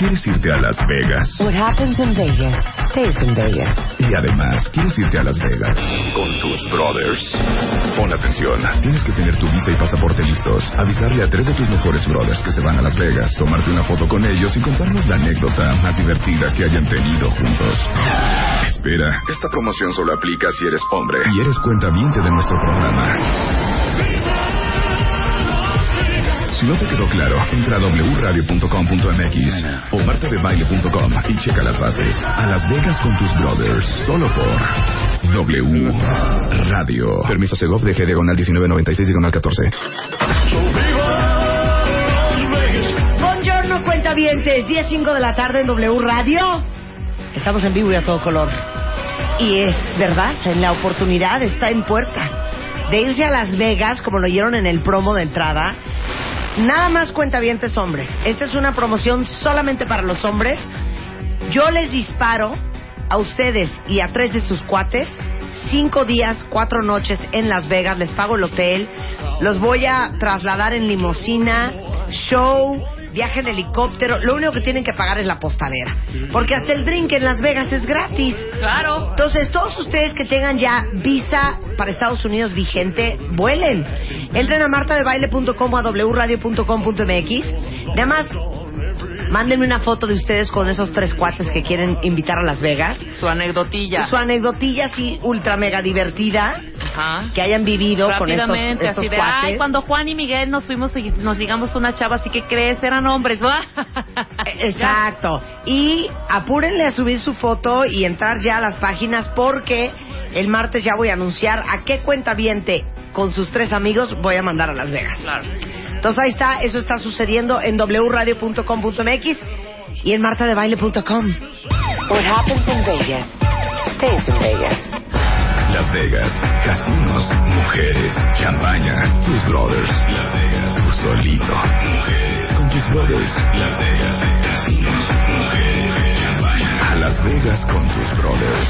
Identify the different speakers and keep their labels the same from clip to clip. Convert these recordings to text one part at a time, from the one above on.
Speaker 1: ¿Quieres irte a Las Vegas?
Speaker 2: What happens in Vegas stays in Vegas.
Speaker 1: Y además, ¿quieres irte a Las Vegas con tus brothers? Pon atención, tienes que tener tu visa y pasaporte listos, avisarle a 3 de tus mejores brothers que se van a Las Vegas, tomarte una foto con ellos y contarnos la anécdota más divertida que hayan tenido juntos. Espera, esta promoción solo aplica si eres hombre y eres cuentaviente de nuestro programa. Si no te quedó claro, entra a wradio.com.mx o martadebaile.com y checa las bases. A Las Vegas con tus brothers, solo por W Radio. Permiso Segov, DG diagonal 1996 diagonal 14.
Speaker 3: Buongiorno, cuentavientes, 10:05 de la tarde en W Radio. Estamos en vivo y a todo color. Y es verdad, la oportunidad está en puerta de irse a Las Vegas, como lo oyeron en el promo de entrada. Nada más cuentavientes hombres. Esta es una promoción solamente para los hombres. Yo les disparo a ustedes y a 3 de sus cuates 5 días, 4 noches en Las Vegas. Les pago el hotel. Los voy a trasladar en limusina, show, viaje en helicóptero. Lo único que tienen que pagar es la postalera, porque hasta el drink en Las Vegas es gratis.
Speaker 4: Claro.
Speaker 3: Entonces, todos ustedes que tengan ya visa para Estados Unidos vigente, vuelen. Entren a martadebaile.com o a wradio.com.mx. Nada más, mándenme una foto de ustedes con esos 3 cuates que quieren invitar a Las Vegas.
Speaker 4: Su anecdotilla.
Speaker 3: Su anecdotilla así ultra mega divertida.
Speaker 4: Ajá.
Speaker 3: Que hayan vivido con estos
Speaker 4: así de,
Speaker 3: cuates.
Speaker 4: ay, cuando Juan y Miguel nos fuimos y nos ligamos una chava, así que crees, eran hombres, ¿no?
Speaker 3: Exacto. Y apúrenle a subir su foto y entrar ya a las páginas, porque el martes ya voy a anunciar a qué cuentaviente con sus 3 amigos voy a mandar a Las Vegas.
Speaker 4: Claro.
Speaker 3: Entonces ahí está, eso está sucediendo en wradio.com.mx y en martadebaile.com.
Speaker 2: What happens in Vegas stays in Vegas.
Speaker 1: Las Vegas, casinos, mujeres, champaña, tus brothers. Las Vegas, tú solito, mujeres, con tus brothers. Las Vegas, casinos, mujeres, champaña. A Las Vegas con tus brothers.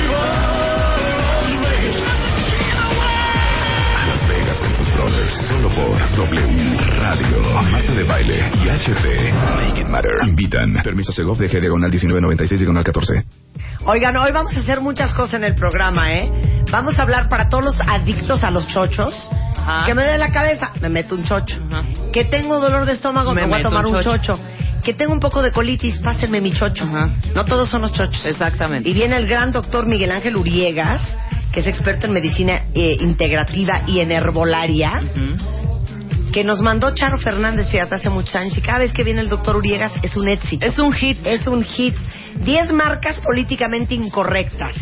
Speaker 1: A Las Vegas con tus brothers, solo por W Radio. Marta de Baile y HP Make It Matter invitan. Permiso Segov, DG diagonal 1996 diagonal 14.
Speaker 3: Oigan, hoy vamos a hacer muchas cosas en el programa, ¿eh? Vamos a hablar para todos los adictos a los chochos.
Speaker 4: Ajá.
Speaker 3: Que me duele la cabeza, me meto un chocho.
Speaker 4: Ajá.
Speaker 3: Que tengo dolor de estómago, me voy a tomar un chocho. Que tengo un poco de colitis, pásenme mi chocho.
Speaker 4: Ajá.
Speaker 3: No todos son los chochos.
Speaker 4: Exactamente.
Speaker 3: Y viene el gran doctor Miguel Ángel Uriegas, que es experto en medicina integrativa y en herbolaria. Que nos mandó Charo Fernández, fíjate, hace muchos años, y cada vez que viene el doctor Uriegas es un éxito.
Speaker 4: Es un hit.
Speaker 3: Es un hit. 10 marcas políticamente incorrectas.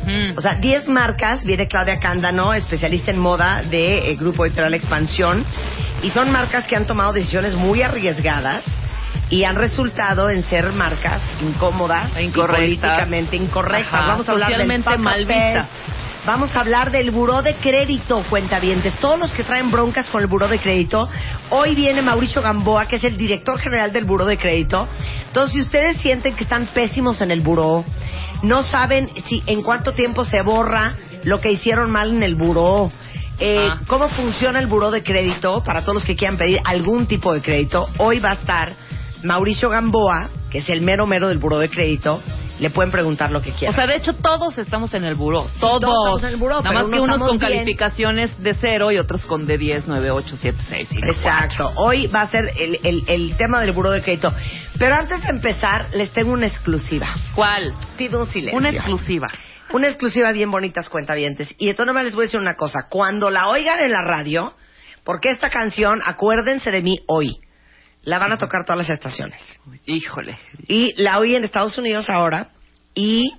Speaker 3: O sea, 10 marcas, viene Claudia Cándano, especialista en moda de Grupo Editorial Expansión, y son marcas que han tomado decisiones muy arriesgadas y han resultado en ser marcas incómodas y políticamente incorrectas.
Speaker 4: Ajá,
Speaker 3: Vamos a hablar
Speaker 4: socialmente
Speaker 3: del
Speaker 4: mal vistas.
Speaker 3: Vamos a hablar del buró de crédito, cuentavientes. Todos los que traen broncas con el buró de crédito. Hoy viene Mauricio Gamboa, que es el director general del buró de crédito. Entonces, si ustedes sienten que están pésimos en el buró, no saben si en cuánto tiempo se borra lo que hicieron mal en el buró, cómo funciona el buró de crédito, para todos los que quieran pedir algún tipo de crédito, hoy va a estar Mauricio Gamboa, que es el mero del buró de crédito. Le pueden preguntar lo que quieran.
Speaker 4: O sea, de hecho, todos estamos en el buró.
Speaker 3: Todos
Speaker 4: Todos.
Speaker 3: estamos en el buró,
Speaker 4: nada
Speaker 3: pero
Speaker 4: más que unos con
Speaker 3: bien.
Speaker 4: Calificaciones de 0 y otros con de 10, 9, 8, 7, 6, 5,
Speaker 3: Exacto.
Speaker 4: 4.
Speaker 3: Hoy va a ser el tema del buró de crédito. Pero antes de empezar, les tengo una exclusiva.
Speaker 4: ¿Cuál?
Speaker 3: Pido un silencio.
Speaker 4: Una exclusiva.
Speaker 3: Una exclusiva bien bonitas, cuentavientes. Y de todas maneras les voy a decir una cosa. Cuando la oigan en la radio, porque esta canción, acuérdense de mí hoy, la van a tocar todas las estaciones.
Speaker 4: Híjole.
Speaker 3: Y la oí en Estados Unidos ahora. Y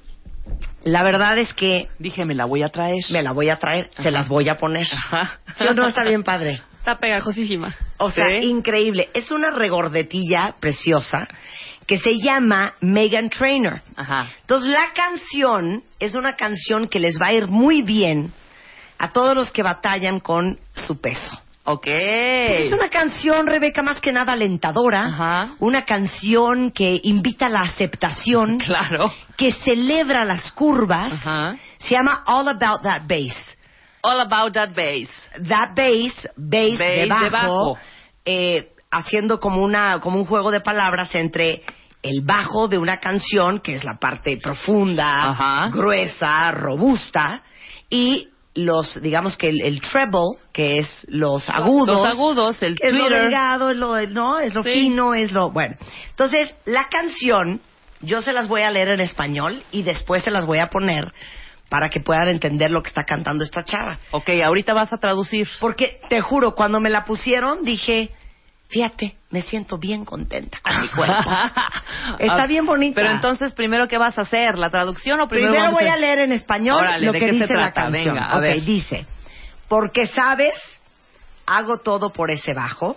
Speaker 3: la verdad es que
Speaker 4: Dije, me la voy a traer.
Speaker 3: me la voy a traer, se las voy a poner.
Speaker 4: Ajá.
Speaker 3: ¿Sí o no? Está bien padre.
Speaker 4: Está pegajosísima.
Speaker 3: O sea,
Speaker 4: ¿Sí?
Speaker 3: increíble. Es una regordetilla preciosa que se llama Meghan Trainor.
Speaker 4: Ajá.
Speaker 3: Entonces, la canción es una canción que les va a ir muy bien a todos los que batallan con su peso.
Speaker 4: Ok.
Speaker 3: Es una canción, Rebeca, más que nada alentadora.
Speaker 4: Ajá.
Speaker 3: Una canción que invita a la aceptación.
Speaker 4: Claro.
Speaker 3: Que celebra las curvas.
Speaker 4: Ajá.
Speaker 3: Se llama All About That Bass.
Speaker 4: All About That Bass.
Speaker 3: That bass
Speaker 4: Bass
Speaker 3: debajo. Haciendo como un juego de palabras entre el bajo de una canción, que es la parte profunda,
Speaker 4: Ajá.
Speaker 3: gruesa, robusta, y los, digamos que el treble, que es los agudos.
Speaker 4: Los agudos, el
Speaker 3: que es lo
Speaker 4: Twitter.
Speaker 3: delgado, es lo
Speaker 4: Sí.
Speaker 3: fino, es lo... Bueno, entonces, la canción, yo se las voy a leer en español y después se las voy a poner para que puedan entender lo que está cantando esta chava.
Speaker 4: Ok, ahorita vas a traducir.
Speaker 3: Porque, te juro, cuando me la pusieron, dije... Fíjate, me siento bien contenta con mi cuerpo. Está bien bonita.
Speaker 4: Pero entonces, ¿primero qué vas a hacer? ¿La traducción o primero
Speaker 3: Primero
Speaker 4: vamos a
Speaker 3: voy a
Speaker 4: hacer-
Speaker 3: leer en español
Speaker 4: Órale,
Speaker 3: lo
Speaker 4: ¿de
Speaker 3: que
Speaker 4: qué se
Speaker 3: dice la
Speaker 4: trata?
Speaker 3: canción.
Speaker 4: Venga, a
Speaker 3: Ok,
Speaker 4: ver.
Speaker 3: dice, porque sabes, hago todo por ese bajo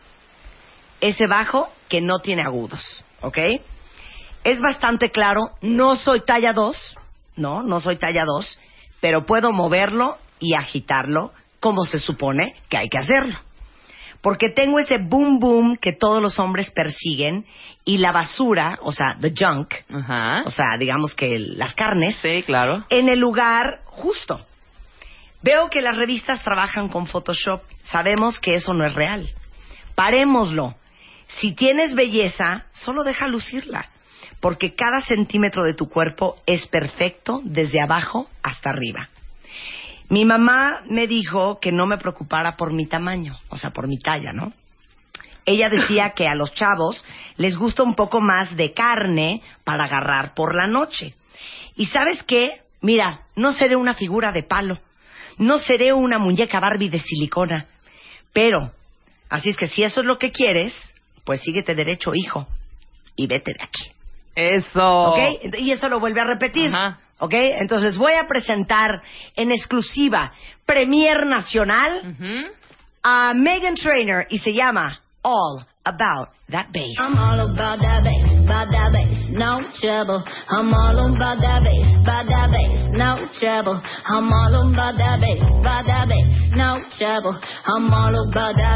Speaker 3: que no tiene agudos, ¿ok? Es bastante claro, no soy talla 2, no soy talla 2, pero puedo moverlo y agitarlo como se supone que hay que hacerlo. Porque tengo ese boom boom que todos los hombres persiguen y la basura, o sea, the junk,
Speaker 4: Ajá.
Speaker 3: o sea, digamos que las carnes,
Speaker 4: Sí, claro.
Speaker 3: en el lugar justo. Veo que las revistas trabajan con Photoshop. Sabemos que eso no es real. Parémoslo. Si tienes belleza, solo deja lucirla. Porque cada centímetro de tu cuerpo es perfecto desde abajo hasta arriba. Mi mamá me dijo que no me preocupara por mi tamaño, o sea, por mi talla, ¿no? Ella decía que a los chavos les gusta un poco más de carne para agarrar por la noche. ¿Y sabes qué? Mira, no seré una figura de palo, no seré una muñeca Barbie de silicona, pero, así es que si eso es lo que quieres, pues síguete derecho, hijo, y vete de aquí.
Speaker 4: Eso.
Speaker 3: ¿Ok? Y eso lo vuelve a repetir.
Speaker 4: Ajá.
Speaker 3: ¿Ok? Entonces les voy a presentar en exclusiva, Premier Nacional,
Speaker 4: Ujú.
Speaker 3: a Meghan Trainor y se llama All About That Bass.
Speaker 5: I'm all about that bass, no trouble. I'm all about that bass, no trouble. I'm all about that bass, no trouble. I'm all about that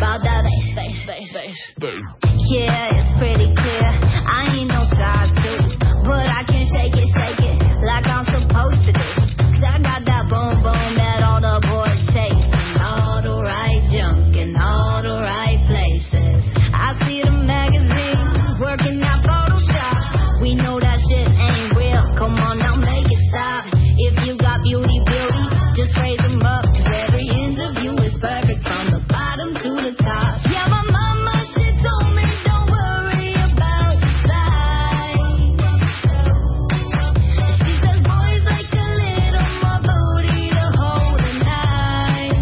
Speaker 5: bass. Yeah, it's pretty clear. I ain't no size 2, but I can shake it like I'm supposed to do. 'Cause I got that boom boom that all the boys chase, and all the right junk in all the right places. I see the magazines working out Photoshop. We know that shit ain't real. Come on now, make it stop. If you got beauty, just raise them up. 'Cause every inch of you is perfect from the bottom to the top. Yeah, my mama, she told me don't worry about your size. She says boys like a little more booty to hold at night.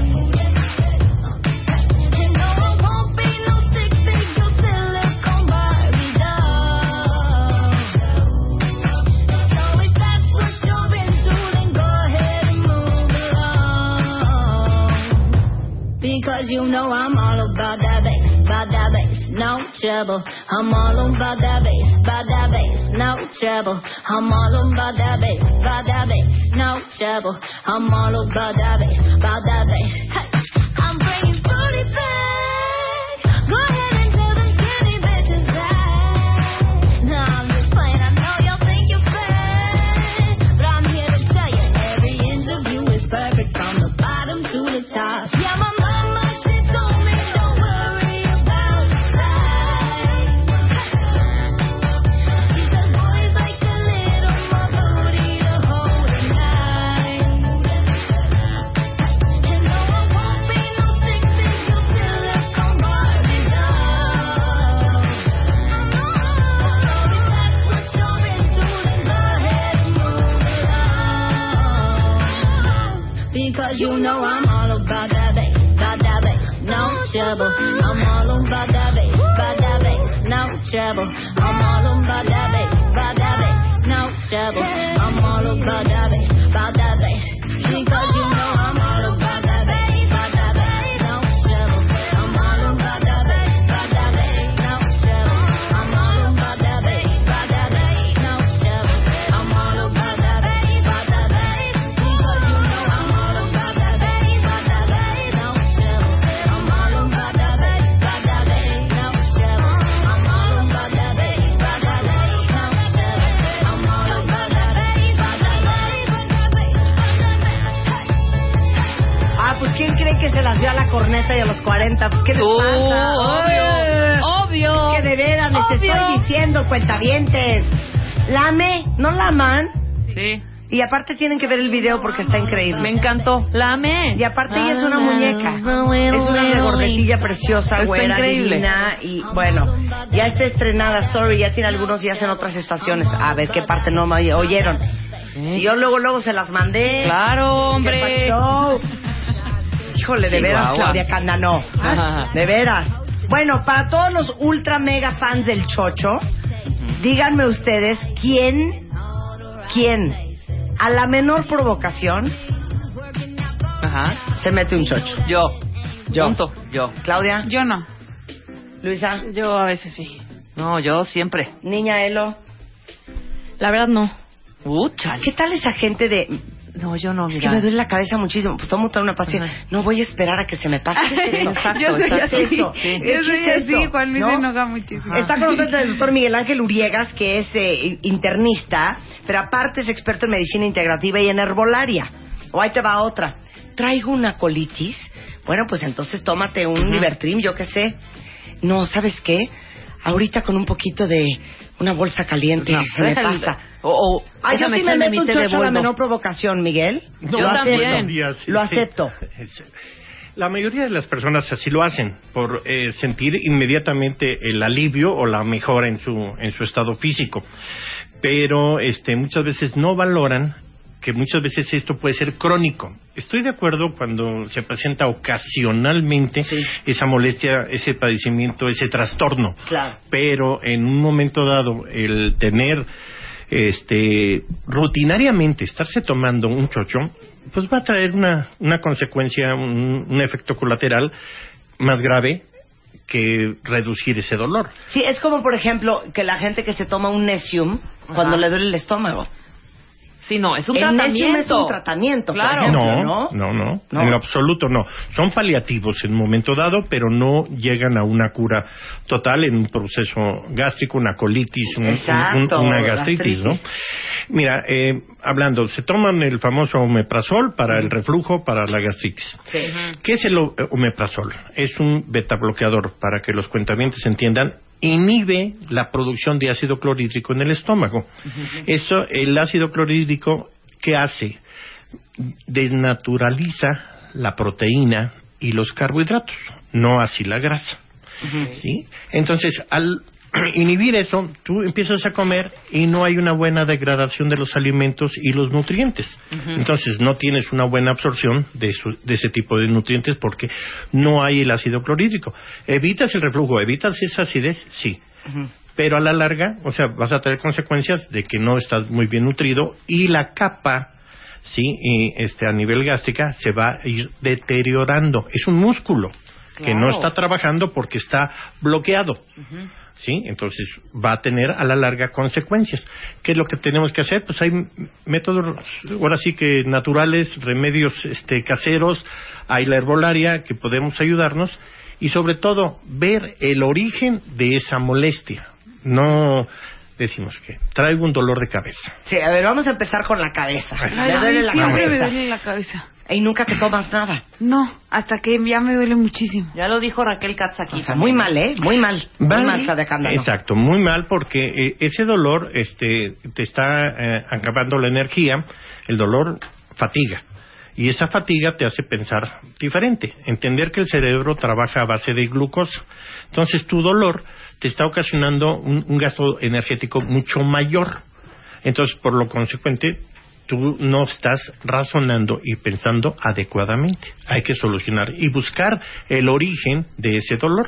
Speaker 5: And no, I won't be no stick figure silicone Barbie doll. So if that's what you're into, then go ahead and move along. Because you know I'm all about that bass, no trouble. I'm all about that bass, no trouble. I'm all about that bass, no trouble. I'm all about that bass. Hey, I'm bringing booty back. Go ahead and tell them skinny bitches that. No, I'm just playing. I know y'all think you're fat, but I'm here to tell you every inch of you is perfect from the bottom to the top. Yeah, my mama, she told me don't worry about your size. She says boys like a little more booty to hold at night. And no, I won't be no stick figure silicone Barbie doll. So if that's what you're into, then go ahead and move along. Because you know I'm all about that bass, no trouble. I'm all about that bass, no trouble. I'm all about that bass, no trouble. I'm all about that bass. Because you know I'm all about that bass, no trouble. I'm all about that bass, no trouble. I'm all about that bass, no trouble. I'm all about that bass. Because you know I'm all about that bass, no trouble. I'm all about that bass, no trouble. I'm all about that bass, no trouble. I'm all about that bass,
Speaker 3: corneta y a los 40. ¿Qué les pasa?
Speaker 4: Obvio.
Speaker 3: Que de veras les estoy diciendo, cuentavientes. Lame, no laman.
Speaker 4: Sí.
Speaker 3: Y aparte tienen que ver el video porque está increíble.
Speaker 4: Me encantó. La amé.
Speaker 3: Y aparte ella es una muñeca. Es una regordetilla preciosa,
Speaker 4: Está
Speaker 3: güera,
Speaker 4: increíble.
Speaker 3: divina. Y bueno, ya está estrenada, sorry, ya tiene algunos días en otras estaciones. A ver qué parte no me oyeron. Si yo luego se las mandé.
Speaker 4: Claro, hombre.
Speaker 3: ¿Qué pasó? Híjole, de
Speaker 4: Sí,
Speaker 3: veras,
Speaker 4: guau.
Speaker 3: Claudia Candano.
Speaker 4: Ajá.
Speaker 3: De veras. Bueno, para todos los ultra mega fans del Chocho, díganme ustedes quién, a la menor provocación,
Speaker 4: Ajá.
Speaker 3: se mete un chocho.
Speaker 4: Yo.
Speaker 3: Yo.
Speaker 4: Punto. Yo.
Speaker 3: Claudia,
Speaker 6: Yo no.
Speaker 3: Luisa,
Speaker 6: Yo a veces sí.
Speaker 4: No, yo siempre.
Speaker 3: niña Elo.
Speaker 6: La verdad no.
Speaker 4: Chale.
Speaker 3: ¿Qué tal esa gente de...
Speaker 4: No, yo no,
Speaker 3: Es
Speaker 4: mira.
Speaker 3: que me duele la cabeza muchísimo. Pues tomo una pastilla.
Speaker 4: Ajá.
Speaker 3: No voy a esperar a que se me pase. ¿Qué es eso?
Speaker 4: Exacto,
Speaker 6: Yo soy
Speaker 4: exacto.
Speaker 6: así.
Speaker 3: Eso.
Speaker 4: Sí.
Speaker 6: Yo soy
Speaker 3: ¿Qué es
Speaker 6: así.
Speaker 3: eso?
Speaker 6: Juan Luis
Speaker 3: ¿No?
Speaker 6: se enoja muchísimo.
Speaker 3: Está con nosotros el doctor Miguel Ángel Uriegas, que es internista, pero aparte es experto en medicina integrativa y en herbolaria. O ahí te va otra. Traigo una colitis. Bueno, pues entonces tómate un Libertrim, yo qué sé. No, ¿sabes qué? Ahorita con un poquito de una bolsa caliente
Speaker 4: No,
Speaker 3: se me
Speaker 4: deja el-
Speaker 3: pasa.
Speaker 4: o
Speaker 3: Yo
Speaker 4: déjame
Speaker 3: sí me
Speaker 4: echarme
Speaker 3: meto un
Speaker 4: mi té de
Speaker 3: chocho a la
Speaker 4: boldo.
Speaker 3: menor provocación, Miguel.
Speaker 4: Yo
Speaker 3: Lo
Speaker 4: también.
Speaker 3: acepto.
Speaker 7: Buenos días.
Speaker 3: Lo
Speaker 7: Sí.
Speaker 3: acepto.
Speaker 7: La mayoría de las personas así lo hacen por sentir inmediatamente el alivio o la mejora en su estado físico, pero muchas veces no valoran que muchas veces esto puede ser crónico. Estoy de acuerdo cuando se presenta ocasionalmente
Speaker 3: Sí.
Speaker 7: esa molestia, ese padecimiento, ese trastorno.
Speaker 3: Claro.
Speaker 7: Pero en un momento dado el tener rutinariamente estarse tomando un chocho, pues va a traer una consecuencia, un efecto colateral más grave que reducir ese dolor.
Speaker 3: Sí, es como, por ejemplo, que la gente que se toma un Nesium cuando le duele el estómago.
Speaker 4: Sí, no, es un
Speaker 3: El
Speaker 4: tratamiento.
Speaker 3: Nesium es un tratamiento,
Speaker 4: Claro.
Speaker 3: por ejemplo, ¿no?
Speaker 7: No,
Speaker 3: No.
Speaker 7: en lo absoluto no. Son paliativos en un momento dado, pero no llegan a una cura total en un proceso gástrico, una colitis,
Speaker 3: Exacto,
Speaker 7: una gastritis, ¿no?
Speaker 3: gastritis.
Speaker 7: Mira, hablando, se toman el famoso omeprazol para el reflujo, para la gastritis.
Speaker 3: Sí.
Speaker 7: ¿Qué es el omeprazol? Es un beta bloqueador, para que los cuentavientes entiendan. Inhibe la producción de ácido clorhídrico en el estómago. Eso, el ácido clorhídrico, ¿qué hace? Desnaturaliza la proteína y los carbohidratos, no así la grasa. ¿Sí? Entonces, al inhibir eso, tú empiezas a comer y no hay una buena degradación de los alimentos y los nutrientes. Entonces, no tienes una buena absorción de ese tipo de nutrientes porque no hay el ácido clorhídrico. ¿Evitas el reflujo? ¿Evitas esa acidez? Sí. Pero a la larga, o sea, vas a tener consecuencias de que no estás muy bien nutrido y la capa, sí, a nivel gástrica se va a ir deteriorando. Es un músculo que no está trabajando porque está bloqueado. ¿Sí? Entonces va a tener a la larga consecuencias. ¿Qué es lo que tenemos que hacer? Pues hay métodos, ahora sí que naturales, remedios caseros, hay la herbolaria que podemos ayudarnos y sobre todo ver el origen de esa molestia. No decimos que traigo un dolor de cabeza.
Speaker 3: Sí, a ver, vamos a empezar con la cabeza.
Speaker 6: Ay,
Speaker 3: Me duele la
Speaker 6: siempre me
Speaker 3: cabeza.
Speaker 6: duele la cabeza.
Speaker 3: Y nunca te tomas nada.
Speaker 6: No, hasta que ya me duele muchísimo.
Speaker 4: Ya lo dijo Raquel Katz aquí.
Speaker 3: O sea, muy mal, ¿eh? Muy mal. Muy mal, Claudia Candano.
Speaker 7: Exacto, muy mal porque ese dolor te está acabando la energía. El dolor fatiga. Y esa fatiga te hace pensar diferente, entender que el cerebro trabaja a base de glucosa. Entonces tu dolor te está ocasionando un gasto energético mucho mayor. Entonces, por lo consecuente, tú no estás razonando y pensando adecuadamente. Hay que solucionar y buscar el origen de ese dolor.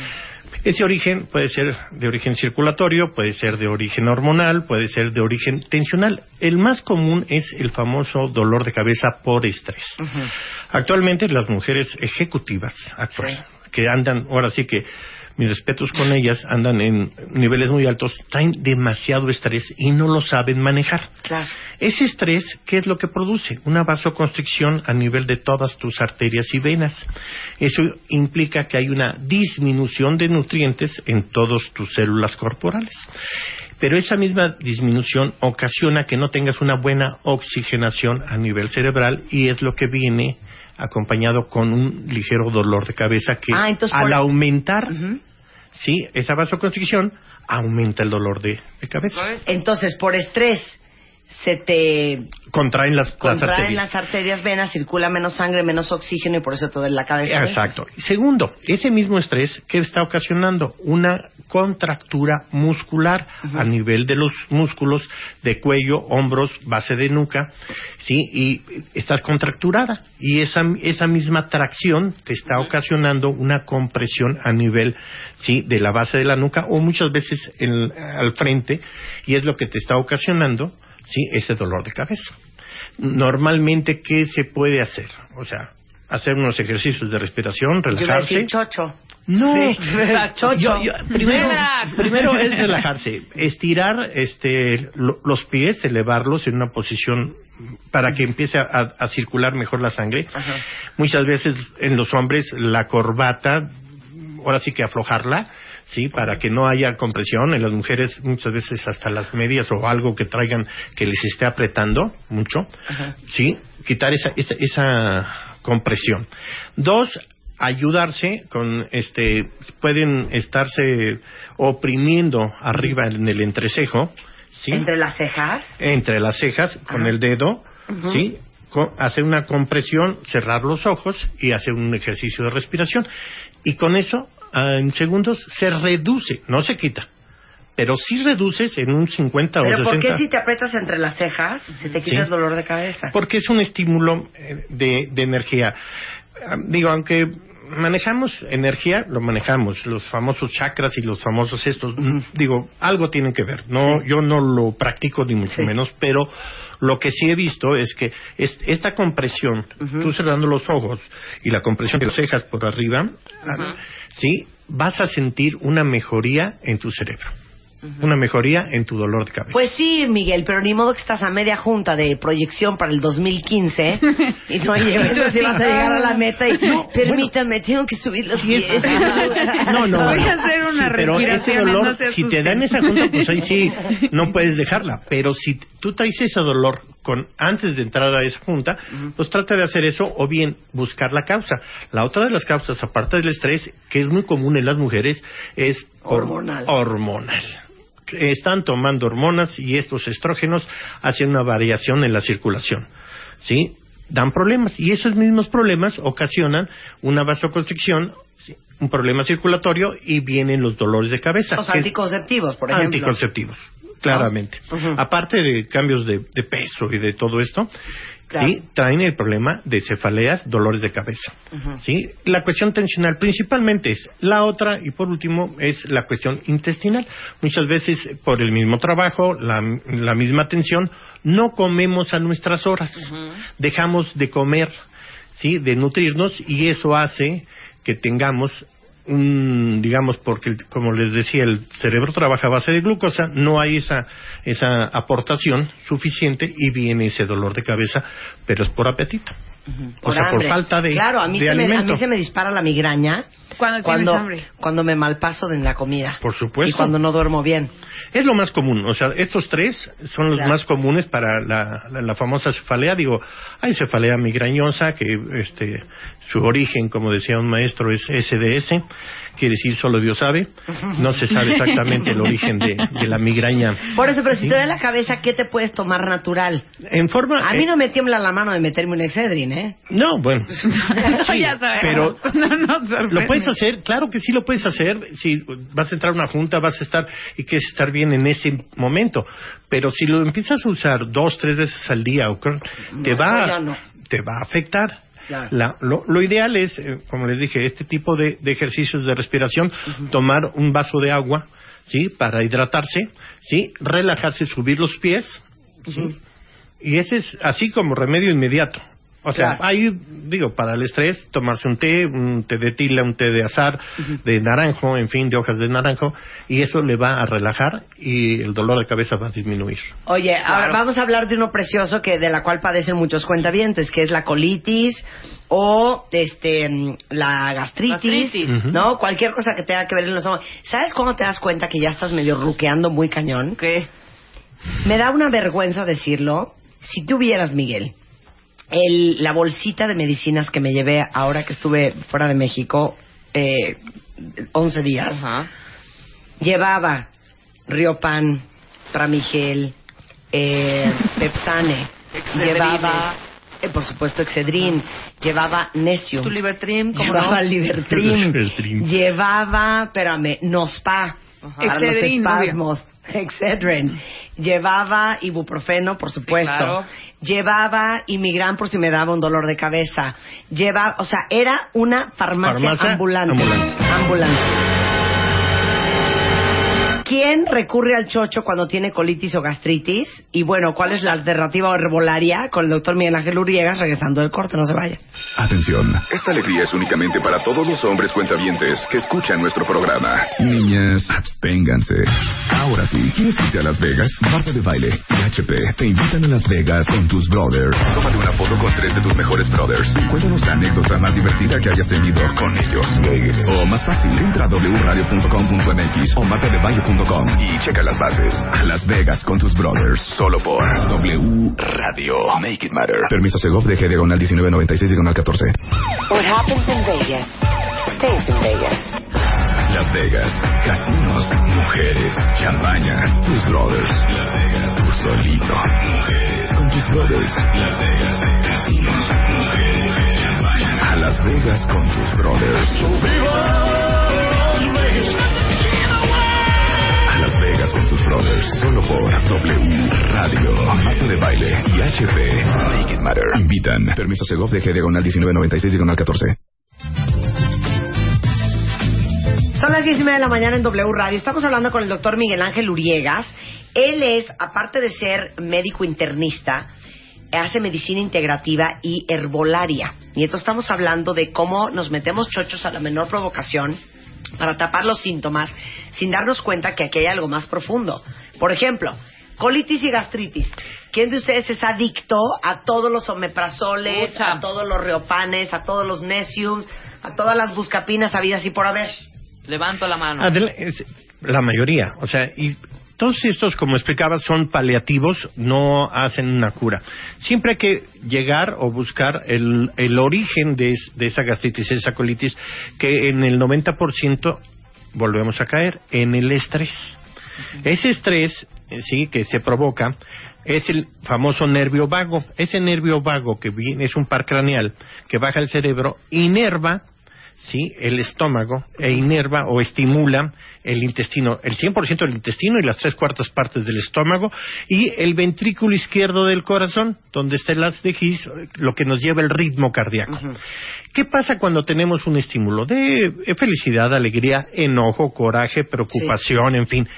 Speaker 7: Ese origen puede ser de origen circulatorio, puede ser de origen hormonal, puede ser de origen tensional. El más común es el famoso dolor de cabeza por estrés. Actualmente las mujeres ejecutivas que andan, ahora sí que mis respetos con ellas, andan en niveles muy altos, traen demasiado estrés y no lo saben manejar.
Speaker 3: Claro.
Speaker 7: Ese estrés, ¿qué es lo que produce? Una vasoconstricción a nivel de todas tus arterias y venas. Eso implica que hay una disminución de nutrientes en todas tus células corporales. Pero esa misma disminución ocasiona que no tengas una buena oxigenación a nivel cerebral y es lo que viene acompañado con un ligero dolor de cabeza que
Speaker 3: entonces
Speaker 7: al aumentar,
Speaker 3: Ujú.
Speaker 7: sí, esa vasoconstricción aumenta el dolor de cabeza.
Speaker 3: Entonces, por estrés, se te
Speaker 7: Contraen las
Speaker 3: contraen
Speaker 7: arterias.
Speaker 3: las arterias, venas, circula menos sangre, menos oxígeno y por eso te duele la cabeza.
Speaker 7: Exacto. Segundo, ese mismo estrés que está ocasionando una contractura muscular a nivel de los músculos de cuello, hombros, base de nuca, ¿sí? Y estás contracturada y esa misma tracción te está ocasionando una compresión a nivel, ¿sí? De la base de la nuca o muchas veces al frente y es lo que te está ocasionando, ¿sí? Ese dolor de cabeza. Normalmente, ¿qué se puede hacer? O sea, hacer unos ejercicios de respiración,
Speaker 3: Yo iba a decir
Speaker 7: relajarse.
Speaker 3: chocho.
Speaker 7: No,
Speaker 3: Sí. Chocho.
Speaker 7: primero es relajarse, estirar los pies, elevarlos en una posición para que empiece a circular mejor la sangre.
Speaker 3: Ajá.
Speaker 7: Muchas veces en los hombres la corbata, ahora sí que aflojarla, sí, para que no haya compresión. En las mujeres muchas veces hasta las medias o algo que traigan que les esté apretando mucho, sí, quitar esa compresión. 2, ayudarse con pueden estarse oprimiendo arriba en el entrecejo, ¿sí?
Speaker 3: Entre las cejas.
Speaker 7: Entre las cejas con el dedo, ¿sí? Hacer una compresión, cerrar los ojos y hacer un ejercicio de respiración. Y con eso, en segundos, se reduce, no se quita, pero sí reduces en un 50 o 60.
Speaker 3: ¿Pero por qué si te aprietas entre las cejas se te quita el dolor de cabeza?
Speaker 7: Porque es un estímulo de energía. Digo, aunque manejamos energía, lo manejamos, los famosos chakras y los famosos estos, digo, algo tienen que ver. No, yo no lo practico ni mucho menos, pero lo que sí he visto es que esta compresión, tú cerrando los ojos y la compresión de las cejas por arriba, sí, vas a sentir una mejoría en tu cerebro. Una mejoría en tu dolor de cabeza.
Speaker 3: Pues sí, Miguel, pero ni modo que estás a media junta de proyección para el 2015 y no llegas si vas a llegar a la meta y permítame, tengo que subir los pies.
Speaker 7: No.
Speaker 6: Voy a hacer una
Speaker 7: pero ese
Speaker 6: respiración,
Speaker 7: dolor,
Speaker 6: no se
Speaker 7: si te
Speaker 6: asusten.
Speaker 7: dan esa junta, pues ahí sí, no puedes dejarla. Pero si tú traes ese dolor antes de entrar a esa junta, pues trata de hacer eso o bien buscar la causa. La otra de las causas, aparte del estrés, que es muy común en las mujeres, es hormonal. Están tomando hormonas y estos estrógenos hacen una variación en la circulación, ¿sí? Dan problemas y esos mismos problemas ocasionan una vasoconstricción, ¿sí? Un problema circulatorio y vienen los dolores de cabeza.
Speaker 3: Los anticonceptivos, por ejemplo.
Speaker 7: Anticonceptivos, claramente. Aparte de cambios de peso y de todo esto, ¿sí? Traen el problema de cefaleas, dolores de cabeza. ¿Sí? La cuestión tensional principalmente es la otra y por último es la cuestión intestinal. Muchas veces por el mismo trabajo, la misma tensión, no comemos a nuestras horas. Dejamos de comer, ¿sí? De nutrirnos y eso hace que tengamos digamos, porque como les decía, el cerebro trabaja a base de glucosa, no hay esa aportación suficiente y viene ese dolor de cabeza, pero es por apetito. O sea, por falta de
Speaker 3: Claro, a mí se me dispara la migraña
Speaker 6: Cuando tienes hambre.
Speaker 3: cuando me malpaso en la comida.
Speaker 7: Por supuesto.
Speaker 3: Y cuando no duermo bien.
Speaker 7: Es lo más común, o sea, estos tres son los más comunes para la famosa cefalea. Digo, hay cefalea migrañosa que su origen, como decía un maestro, es SDS, quiere decir solo Dios sabe. No se sabe exactamente el origen de la migraña.
Speaker 3: Por eso, pero si te duele la cabeza, ¿qué te puedes tomar natural?
Speaker 7: En forma...
Speaker 3: A mí no me tiembla la mano de meterme un Excedrin, ¿eh?
Speaker 7: No, bueno. Sí,
Speaker 6: ya sabemos.
Speaker 7: pero
Speaker 6: No nos sorprende.
Speaker 7: lo puedes hacer, claro que sí lo puedes hacer. Si vas a entrar a una junta, vas a estar y quieres estar bien en ese momento. Pero si lo empiezas a usar 2-3 veces al día, te va a afectar.
Speaker 3: Claro.
Speaker 7: Lo ideal es, como les dije, este tipo de ejercicios de respiración, tomar un vaso de agua, ¿sí? Para hidratarse, ¿sí? Relajarse, subir los pies, ¿sí? Y ese es así como remedio inmediato. O sea, ahí, digo, para el estrés, tomarse un té de tila, un té de azahar, de naranjo, en fin, de hojas de naranjo, y eso le va a relajar y el dolor de cabeza va a disminuir.
Speaker 3: Oye, ahora vamos a hablar de uno precioso de la cual padecen muchos cuentavientes, que es la colitis o la gastritis, ¿no? Cualquier cosa que tenga que ver en los ojos. ¿Sabes cuándo te das cuenta que ya estás medio ruqueando muy cañón?
Speaker 6: ¿Qué?
Speaker 3: Me da una vergüenza decirlo. Si tú vieras, Miguel, la bolsita de medicinas que me llevé ahora que estuve fuera de México 11 días, llevaba Riopan, Pramigel, Pepsane, llevaba, por supuesto, Excedrin, llevaba Nesium,
Speaker 4: Tu Libertrim, ¿cómo
Speaker 3: llevaba
Speaker 4: no?
Speaker 3: Libertrim, llevaba, espérame, Nospa, para los
Speaker 6: Excedrin,
Speaker 3: espasmos, Excedrin, llevaba ibuprofeno, por supuesto,
Speaker 4: Sí, claro.
Speaker 3: llevaba Imigran por si me daba un dolor de cabeza, llevaba, o sea, era una farmacia ambulante. ¿Quién recurre al chocho cuando tiene colitis o gastritis? Y bueno, ¿cuál es la alternativa herbolaria? Con el doctor Miguel Ángel Uriegas, regresando del corte, no se vaya.
Speaker 1: Atención, esta alegría es únicamente para todos los hombres cuentavientes que escuchan nuestro programa. Niñas, absténganse. Ahora sí, ¿quieres irte a Las Vegas? Marta de Baile y HP te invitan a Las Vegas con tus brothers. Tómate una foto con 3 de tus mejores brothers y cuéntanos la anécdota más divertida que hayas tenido con ellos. O más fácil, entra a wradio.com.mx o martadebaile.com y checa las bases. A Las Vegas con tus brothers, solo por W Radio. Make it matter. Permiso Segov de G diagonal 1996 diagonal 14.
Speaker 2: What happens in Vegas stays in Vegas.
Speaker 1: Las Vegas, casinos, mujeres, champaña, tus brothers. Las Vegas, tú solito, mujeres, con tus brothers. Las Vegas, casinos, mujeres, champaña. A Las Vegas con tus brothers. A Las Vegas con tus brothers, solo por W Radio. Marta de Baile y HP. Make it matter. Invitan. Permiso Segov de G diagonal 1996 diagonal 14.
Speaker 3: Son las 10:30 de la mañana en W Radio. Estamos hablando con el doctor Miguel Ángel Uriegas. Él es, aparte de ser médico internista, hace medicina integrativa y herbolaria. Y entonces estamos hablando de cómo nos metemos chochos a la menor provocación para tapar los síntomas sin darnos cuenta que aquí hay algo más profundo. Por ejemplo, colitis y gastritis. ¿Quién de ustedes es adicto a todos los omeprazoles,
Speaker 4: Mucha.
Speaker 3: a todos los riopanes, a todos los nesiums, a todas las buscapinas habidas y por haber?
Speaker 4: Levanto la mano.
Speaker 7: La mayoría, o sea, y todos estos, como explicaba, son paliativos, no hacen una cura. Siempre hay que llegar o buscar el origen de esa gastritis, esa colitis, que en el 90% volvemos a caer en el estrés. Ese estrés, sí, que se provoca, es el famoso nervio vago. Ese nervio vago que viene, es un par craneal que baja el cerebro, inerva, sí, el estómago, e inerva o estimula el intestino, el 100% del intestino y las 3/4 partes del estómago y el ventrículo izquierdo del corazón, donde está el haz de His, lo que nos lleva el ritmo cardíaco. ¿Qué pasa cuando tenemos un estímulo de felicidad, alegría, enojo, coraje, preocupación, en fin?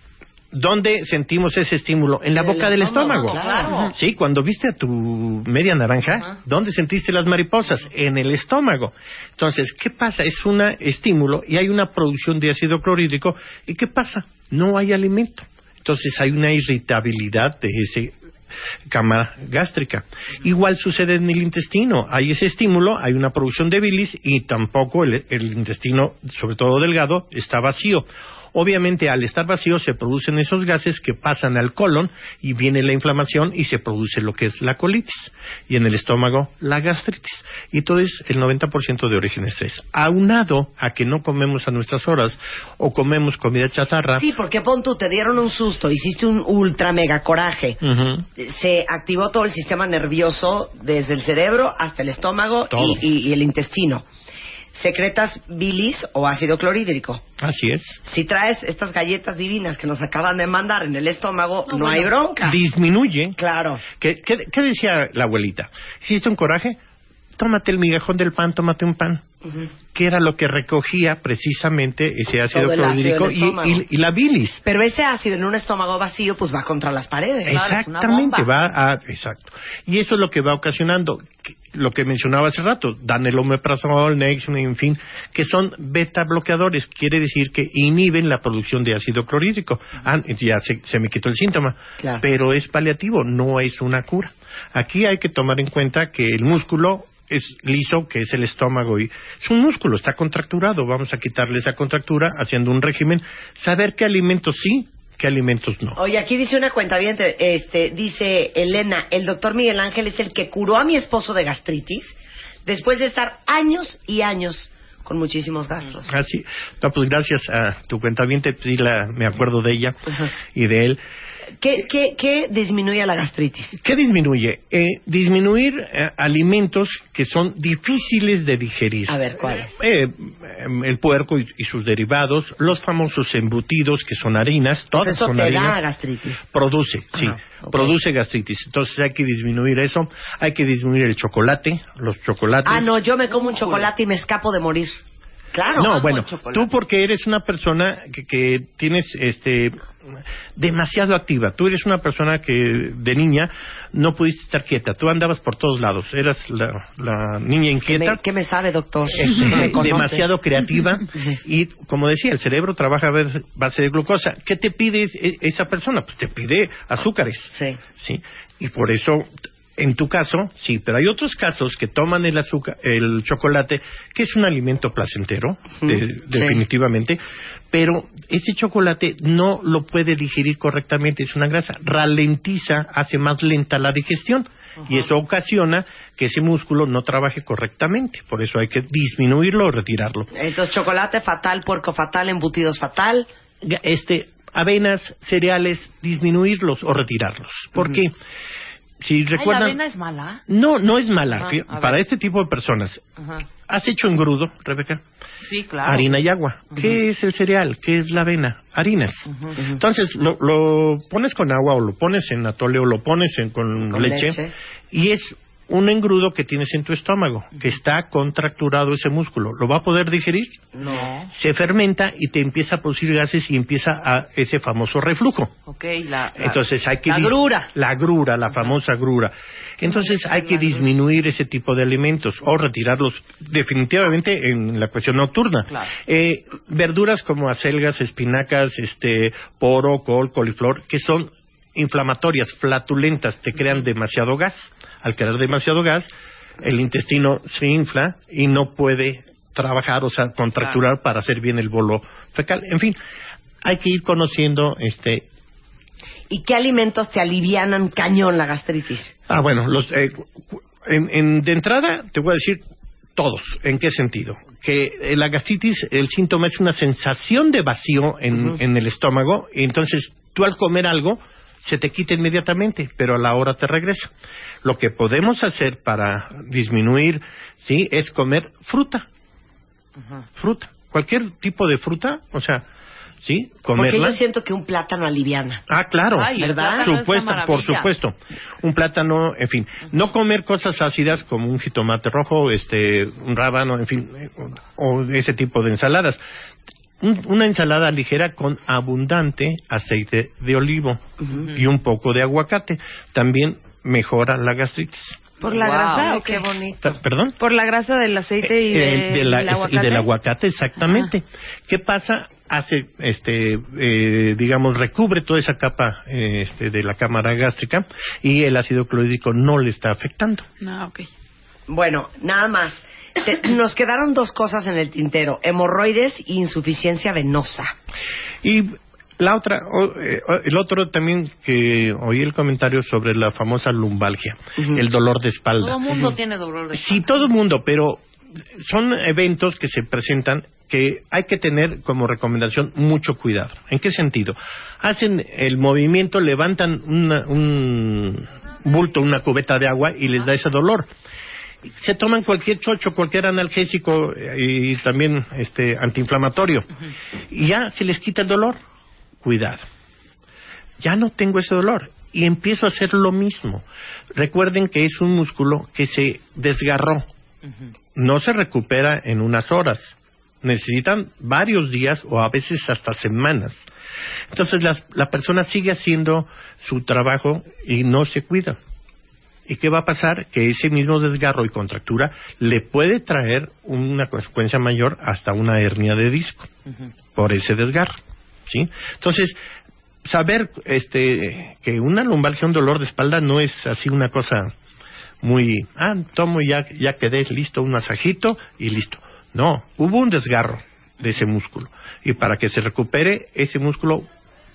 Speaker 7: ¿Dónde sentimos ese estímulo? En la boca del estómago.
Speaker 4: Claro.
Speaker 7: Sí, cuando viste a tu media naranja, ¿dónde sentiste las mariposas? En el estómago. Entonces, ¿qué pasa? Es un estímulo y hay una producción de ácido clorhídrico. ¿Y qué pasa? No hay alimento. Entonces hay una irritabilidad de ese cámara gástrica. Igual sucede en el intestino. Hay ese estímulo, hay una producción de bilis y tampoco el intestino, sobre todo delgado, está vacío. Obviamente, al estar vacío se producen esos gases que pasan al colon y viene la inflamación y se produce lo que es la colitis. Y en el estómago, la gastritis. Y todo es el 90% de origen estrés. Aunado a que no comemos a nuestras horas o comemos comida chatarra.
Speaker 3: Sí, porque pon tú, te dieron un susto, hiciste un ultra mega coraje. Se activó todo el sistema nervioso desde el cerebro hasta el estómago y el intestino. Secretas bilis o ácido clorhídrico.
Speaker 7: Así es.
Speaker 3: Si traes estas galletas divinas que nos acaban de mandar en el estómago, no hay bronca.
Speaker 7: Disminuye.
Speaker 3: Claro.
Speaker 7: ¿Qué decía la abuelita? ¿Hiciste un coraje? Tómate el migajón del pan, tómate un pan. Que era lo que recogía precisamente ese ácido
Speaker 3: Todo el ácido
Speaker 7: clorhídrico
Speaker 3: del estómago.
Speaker 7: y la bilis.
Speaker 3: Pero ese ácido en un estómago vacío, pues va contra las paredes.
Speaker 7: Exactamente, exacto. Y eso es lo que va ocasionando lo que mencionaba hace rato, dan el omeprazol, Nexium, en fin, que son beta bloqueadores, quiere decir que inhiben la producción de ácido clorhídrico. Ya se me quitó el síntoma,
Speaker 3: claro.
Speaker 7: Pero es paliativo, no es una cura. Aquí hay que tomar en cuenta que el músculo es liso, que es el estómago, y es un músculo, está contracturado. Vamos a quitarle esa contractura haciendo un régimen, saber qué alimentos sí qué alimentos no.
Speaker 3: Oye, aquí dice una cuentaviente, dice Elena, el doctor Miguel Ángel es el que curó a mi esposo de gastritis después de estar años y años con muchísimos gastos.
Speaker 7: Así, no, pues gracias a tu cuentaviente, sí, me acuerdo de ella y de él.
Speaker 3: ¿Qué disminuye la gastritis?
Speaker 7: ¿Qué disminuye? Disminuir alimentos que son difíciles de digerir.
Speaker 3: A ver, ¿cuáles?
Speaker 7: El puerco y sus derivados, los famosos embutidos que son harinas, todas
Speaker 3: Eso
Speaker 7: son
Speaker 3: te
Speaker 7: harinas.
Speaker 3: da gastritis.
Speaker 7: Produce, sí,
Speaker 3: Ok.
Speaker 7: produce gastritis. Entonces hay que disminuir eso. Hay que disminuir el chocolate, los chocolates.
Speaker 3: Ah, no, yo me como un chocolate y me escapo de morir. Claro.
Speaker 7: No,
Speaker 4: amo
Speaker 7: bueno,
Speaker 4: el chocolate.
Speaker 7: tú porque eres una persona que tienes demasiado activa. Tú eres una persona que de niña no pudiste estar quieta. Tú andabas por todos lados. Eras la niña inquieta.
Speaker 3: ¿Qué me sabe, doctor? Me conoce.
Speaker 7: Demasiado creativa
Speaker 3: Sí.
Speaker 7: y, como decía, el cerebro trabaja a base de glucosa. ¿Qué te pide esa persona? Pues te pide azúcares.
Speaker 3: Sí.
Speaker 7: ¿Sí? Y por eso, en tu caso, sí, pero hay otros casos que toman el azúcar, el chocolate, que es un alimento placentero, definitivamente, pero ese chocolate no lo puede digerir correctamente, es una grasa, ralentiza, hace más lenta la digestión. Y eso ocasiona que ese músculo no trabaje correctamente. Por eso hay que disminuirlo o retirarlo.
Speaker 3: Entonces, chocolate fatal, puerco fatal, embutidos fatal.
Speaker 7: Avenas, cereales, disminuirlos o retirarlos. ¿Por qué? Si
Speaker 4: Ay,
Speaker 7: recuerdan,
Speaker 4: ¿la avena es mala?
Speaker 7: no es mala.
Speaker 4: Ajá, a
Speaker 7: Para
Speaker 4: ver.
Speaker 7: este tipo de personas.
Speaker 4: Ajá.
Speaker 7: ¿Has hecho engrudo, Rebeca?
Speaker 4: Sí, claro.
Speaker 7: Harina y agua. ¿Qué es el cereal? ¿Qué es la avena? Harinas. Entonces, lo pones con agua o lo pones en atole o lo pones con leche y es un engrudo que tienes en tu estómago, que está contracturado ese músculo. ¿Lo va a poder digerir?
Speaker 4: No.
Speaker 7: Se fermenta y te empieza a producir gases y empieza a ese famoso reflujo.
Speaker 4: Ok,
Speaker 7: Entonces hay que
Speaker 3: la grura.
Speaker 7: La grura, la famosa grura. Entonces hay que disminuir ese tipo de alimentos o retirarlos definitivamente en la cuestión nocturna.
Speaker 4: Claro.
Speaker 7: Verduras como acelgas, espinacas, poro, col, coliflor, que son inflamatorias, flatulentas, te crean demasiado gas. Al crear demasiado gas, el intestino se infla y no puede trabajar, o sea, contracturar para hacer bien el bolo fecal. En fin, hay que ir conociendo
Speaker 3: ¿Y qué alimentos te alivianan cañón la gastritis?
Speaker 7: bueno, de entrada te voy a decir todos. ¿En qué sentido? Que la gastritis, el síntoma es una sensación de vacío en el estómago, y entonces tú al comer algo se te quita inmediatamente, pero a la hora te regresa. Lo que podemos hacer para disminuir, sí, es comer fruta. Fruta. Cualquier tipo de fruta, o sea, sí, comerla.
Speaker 3: Porque yo siento que un plátano aliviana.
Speaker 7: Ah, claro,
Speaker 4: Ay, el
Speaker 3: ¿verdad?
Speaker 4: plátano es una
Speaker 7: Por
Speaker 4: maravilla.
Speaker 7: supuesto. Un plátano, en fin. No comer cosas ácidas como un jitomate rojo, un rábano, en fin, o ese tipo de ensaladas. Una ensalada ligera con abundante aceite de olivo y un poco de aguacate. También mejora la gastritis.
Speaker 6: ¿Por la
Speaker 4: Wow,
Speaker 6: grasa o
Speaker 3: qué
Speaker 6: qué?
Speaker 3: bonito.
Speaker 7: ¿Perdón?
Speaker 6: Por la grasa del aceite y
Speaker 7: del
Speaker 6: aguacate.
Speaker 7: y del aguacate, exactamente. ¿Qué pasa? Hace, digamos, recubre toda esa capa de la cámara gástrica y el ácido clorhídrico no le está afectando.
Speaker 6: No, ok.
Speaker 3: Bueno, nada más. Nos quedaron dos cosas en el tintero: hemorroides e insuficiencia venosa.
Speaker 7: Y la otra, el otro también que oí el comentario sobre la famosa lumbalgia, el dolor de espalda.
Speaker 4: Todo el mundo tiene dolor de espalda.
Speaker 7: Sí, todo el mundo, pero son eventos que se presentan que hay que tener como recomendación mucho cuidado. ¿En qué sentido? Hacen el movimiento, levantan un bulto, una cubeta de agua y les da ese dolor. Se toman cualquier chocho, cualquier analgésico y también antiinflamatorio y ya se les quita el dolor. Cuidado. Ya no tengo ese dolor y empiezo a hacer lo mismo. Recuerden que es un músculo que se desgarró. No se recupera en unas horas. Necesitan varios días o a veces hasta semanas. Entonces la persona sigue haciendo su trabajo y no se cuida. ¿Y qué va a pasar? Que ese mismo desgarro y contractura le puede traer una consecuencia mayor, hasta una hernia de disco, por ese desgarro, ¿sí? Entonces, saber que una lumbalgia, un dolor de espalda, no es así una cosa muy, tomo y ya quedé listo, un masajito y listo. No, hubo un desgarro de ese músculo. Y para que se recupere, ese músculo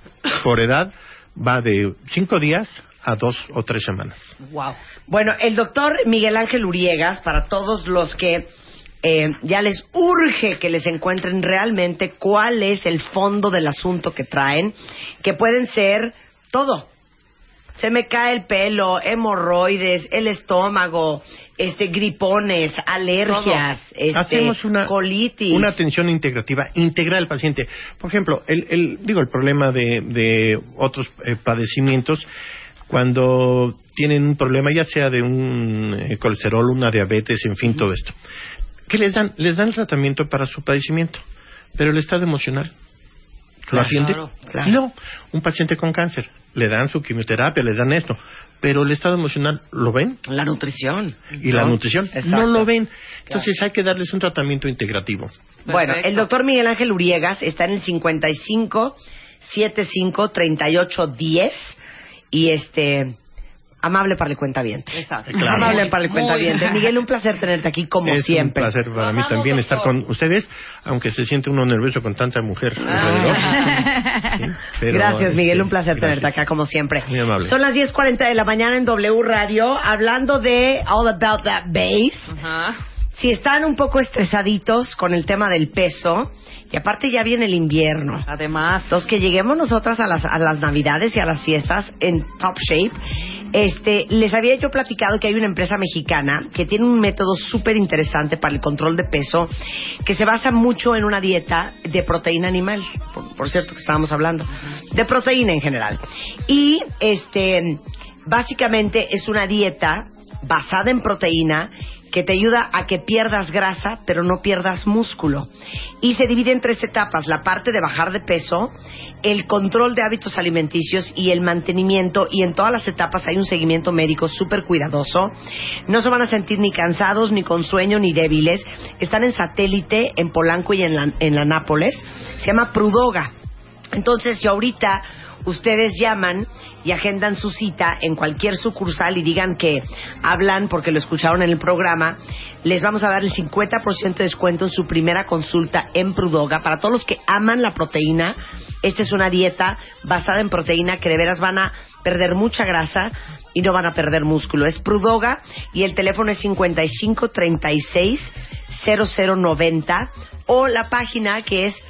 Speaker 7: por edad, va de 5 días a 2 o 3 semanas.
Speaker 3: Wow. Bueno, el doctor Miguel Ángel Uriegas, para todos los que ya les urge que les encuentren realmente cuál es el fondo del asunto que traen, que pueden ser todo. Se me cae el pelo, hemorroides, el estómago, gripones, alergias,
Speaker 7: hacemos una
Speaker 3: colitis.
Speaker 7: Una atención integrativa, integrar al paciente. Por ejemplo, el problema de otros padecimientos, cuando tienen un problema, ya sea de un colesterol, una diabetes, en fin, todo esto. ¿Qué les dan? Les dan el tratamiento para su padecimiento, pero el estado emocional lo atiende.
Speaker 3: Claro.
Speaker 7: No, un paciente con cáncer, le dan su quimioterapia, le dan esto, pero el estado emocional, ¿lo ven?
Speaker 3: La nutrición.
Speaker 7: Y la nutrición,
Speaker 3: Exacto.
Speaker 7: no lo ven. Entonces hay que darles un tratamiento integrativo.
Speaker 3: Bueno, el doctor Miguel Ángel Uriegas está en el 55 75 38 10 y amable para el cuentaviente.
Speaker 4: Exacto.
Speaker 7: Claro.
Speaker 3: Amable para el cuentaviente. Miguel, un placer tenerte aquí como siempre.
Speaker 7: Es un placer para mí también estar con ustedes, aunque se siente uno nervioso con tanta mujer alrededor. Sí, pero,
Speaker 3: Gracias, Miguel, un placer tenerte acá como siempre.
Speaker 7: Muy amable.
Speaker 3: Son las 10:40 de la mañana en W Radio, hablando de All About That Bass.
Speaker 4: Ajá.
Speaker 3: Si están un poco estresaditos con el tema del peso, y aparte ya viene el invierno.
Speaker 4: Además,
Speaker 3: Entonces, que lleguemos nosotras a las navidades y a las fiestas en top shape. Les había yo platicado que hay una empresa mexicana que tiene un método súper interesante para el control de peso, que se basa mucho en una dieta de proteína animal. Por cierto que estábamos hablando de proteína en general. Y básicamente es una dieta basada en proteína que te ayuda a que pierdas grasa, pero no pierdas músculo. Y se divide en 3 etapas: la parte de bajar de peso, el control de hábitos alimenticios y el mantenimiento. Y en todas las etapas hay un seguimiento médico súper cuidadoso. No se van a sentir ni cansados, ni con sueño, ni débiles. Están en Satélite, en Polanco y en la Nápoles. Se llama Prudoga. Entonces, si ahorita ustedes llaman y agendan su cita en cualquier sucursal y digan que hablan porque lo escucharon en el programa, les vamos a dar el 50% de descuento en su primera consulta en Prudoga. Para todos los que aman la proteína, esta es una dieta basada en proteína que de veras van a perder mucha grasa y no van a perder músculo. Es Prudoga y el teléfono es 55 36 0090 o la página que es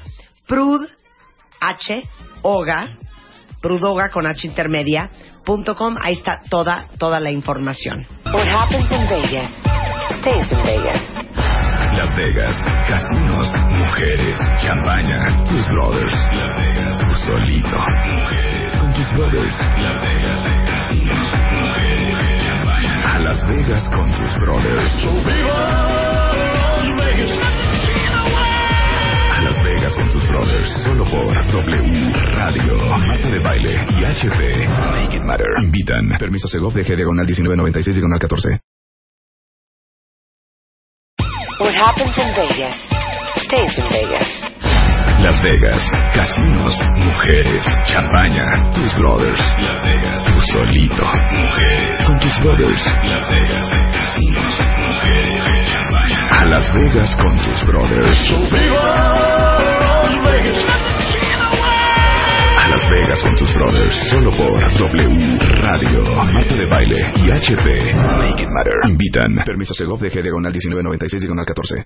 Speaker 3: Prudoga con H intermedia.com. Ahí está toda la información.
Speaker 2: What happens in Vegas stays in Vegas.
Speaker 1: Las Vegas, casinos, mujeres, champaña, tus brothers. Las Vegas, tú solito, mujeres, con tus brothers. Las Vegas, casinos, mujeres, champaña. A Las Vegas con tus brothers. A Las Vegas con tus brothers, solo por W Radio. Marta de Baile y HP. Make it matter. Invitan. Permiso Segov de G/1996/14.
Speaker 2: What happens in Vegas stays in Vegas.
Speaker 1: Las Vegas, casinos, mujeres, champaña, tus brothers. Las Vegas, tú solito, mujeres, con tus brothers. Las Vegas, casinos, mujeres, champaña. A Las Vegas con tus brothers. A Las Vegas con tus brothers, solo por W Radio. Marta de Baile y HP. Make it matter. Invitan. Permiso Segov de G/1996/14.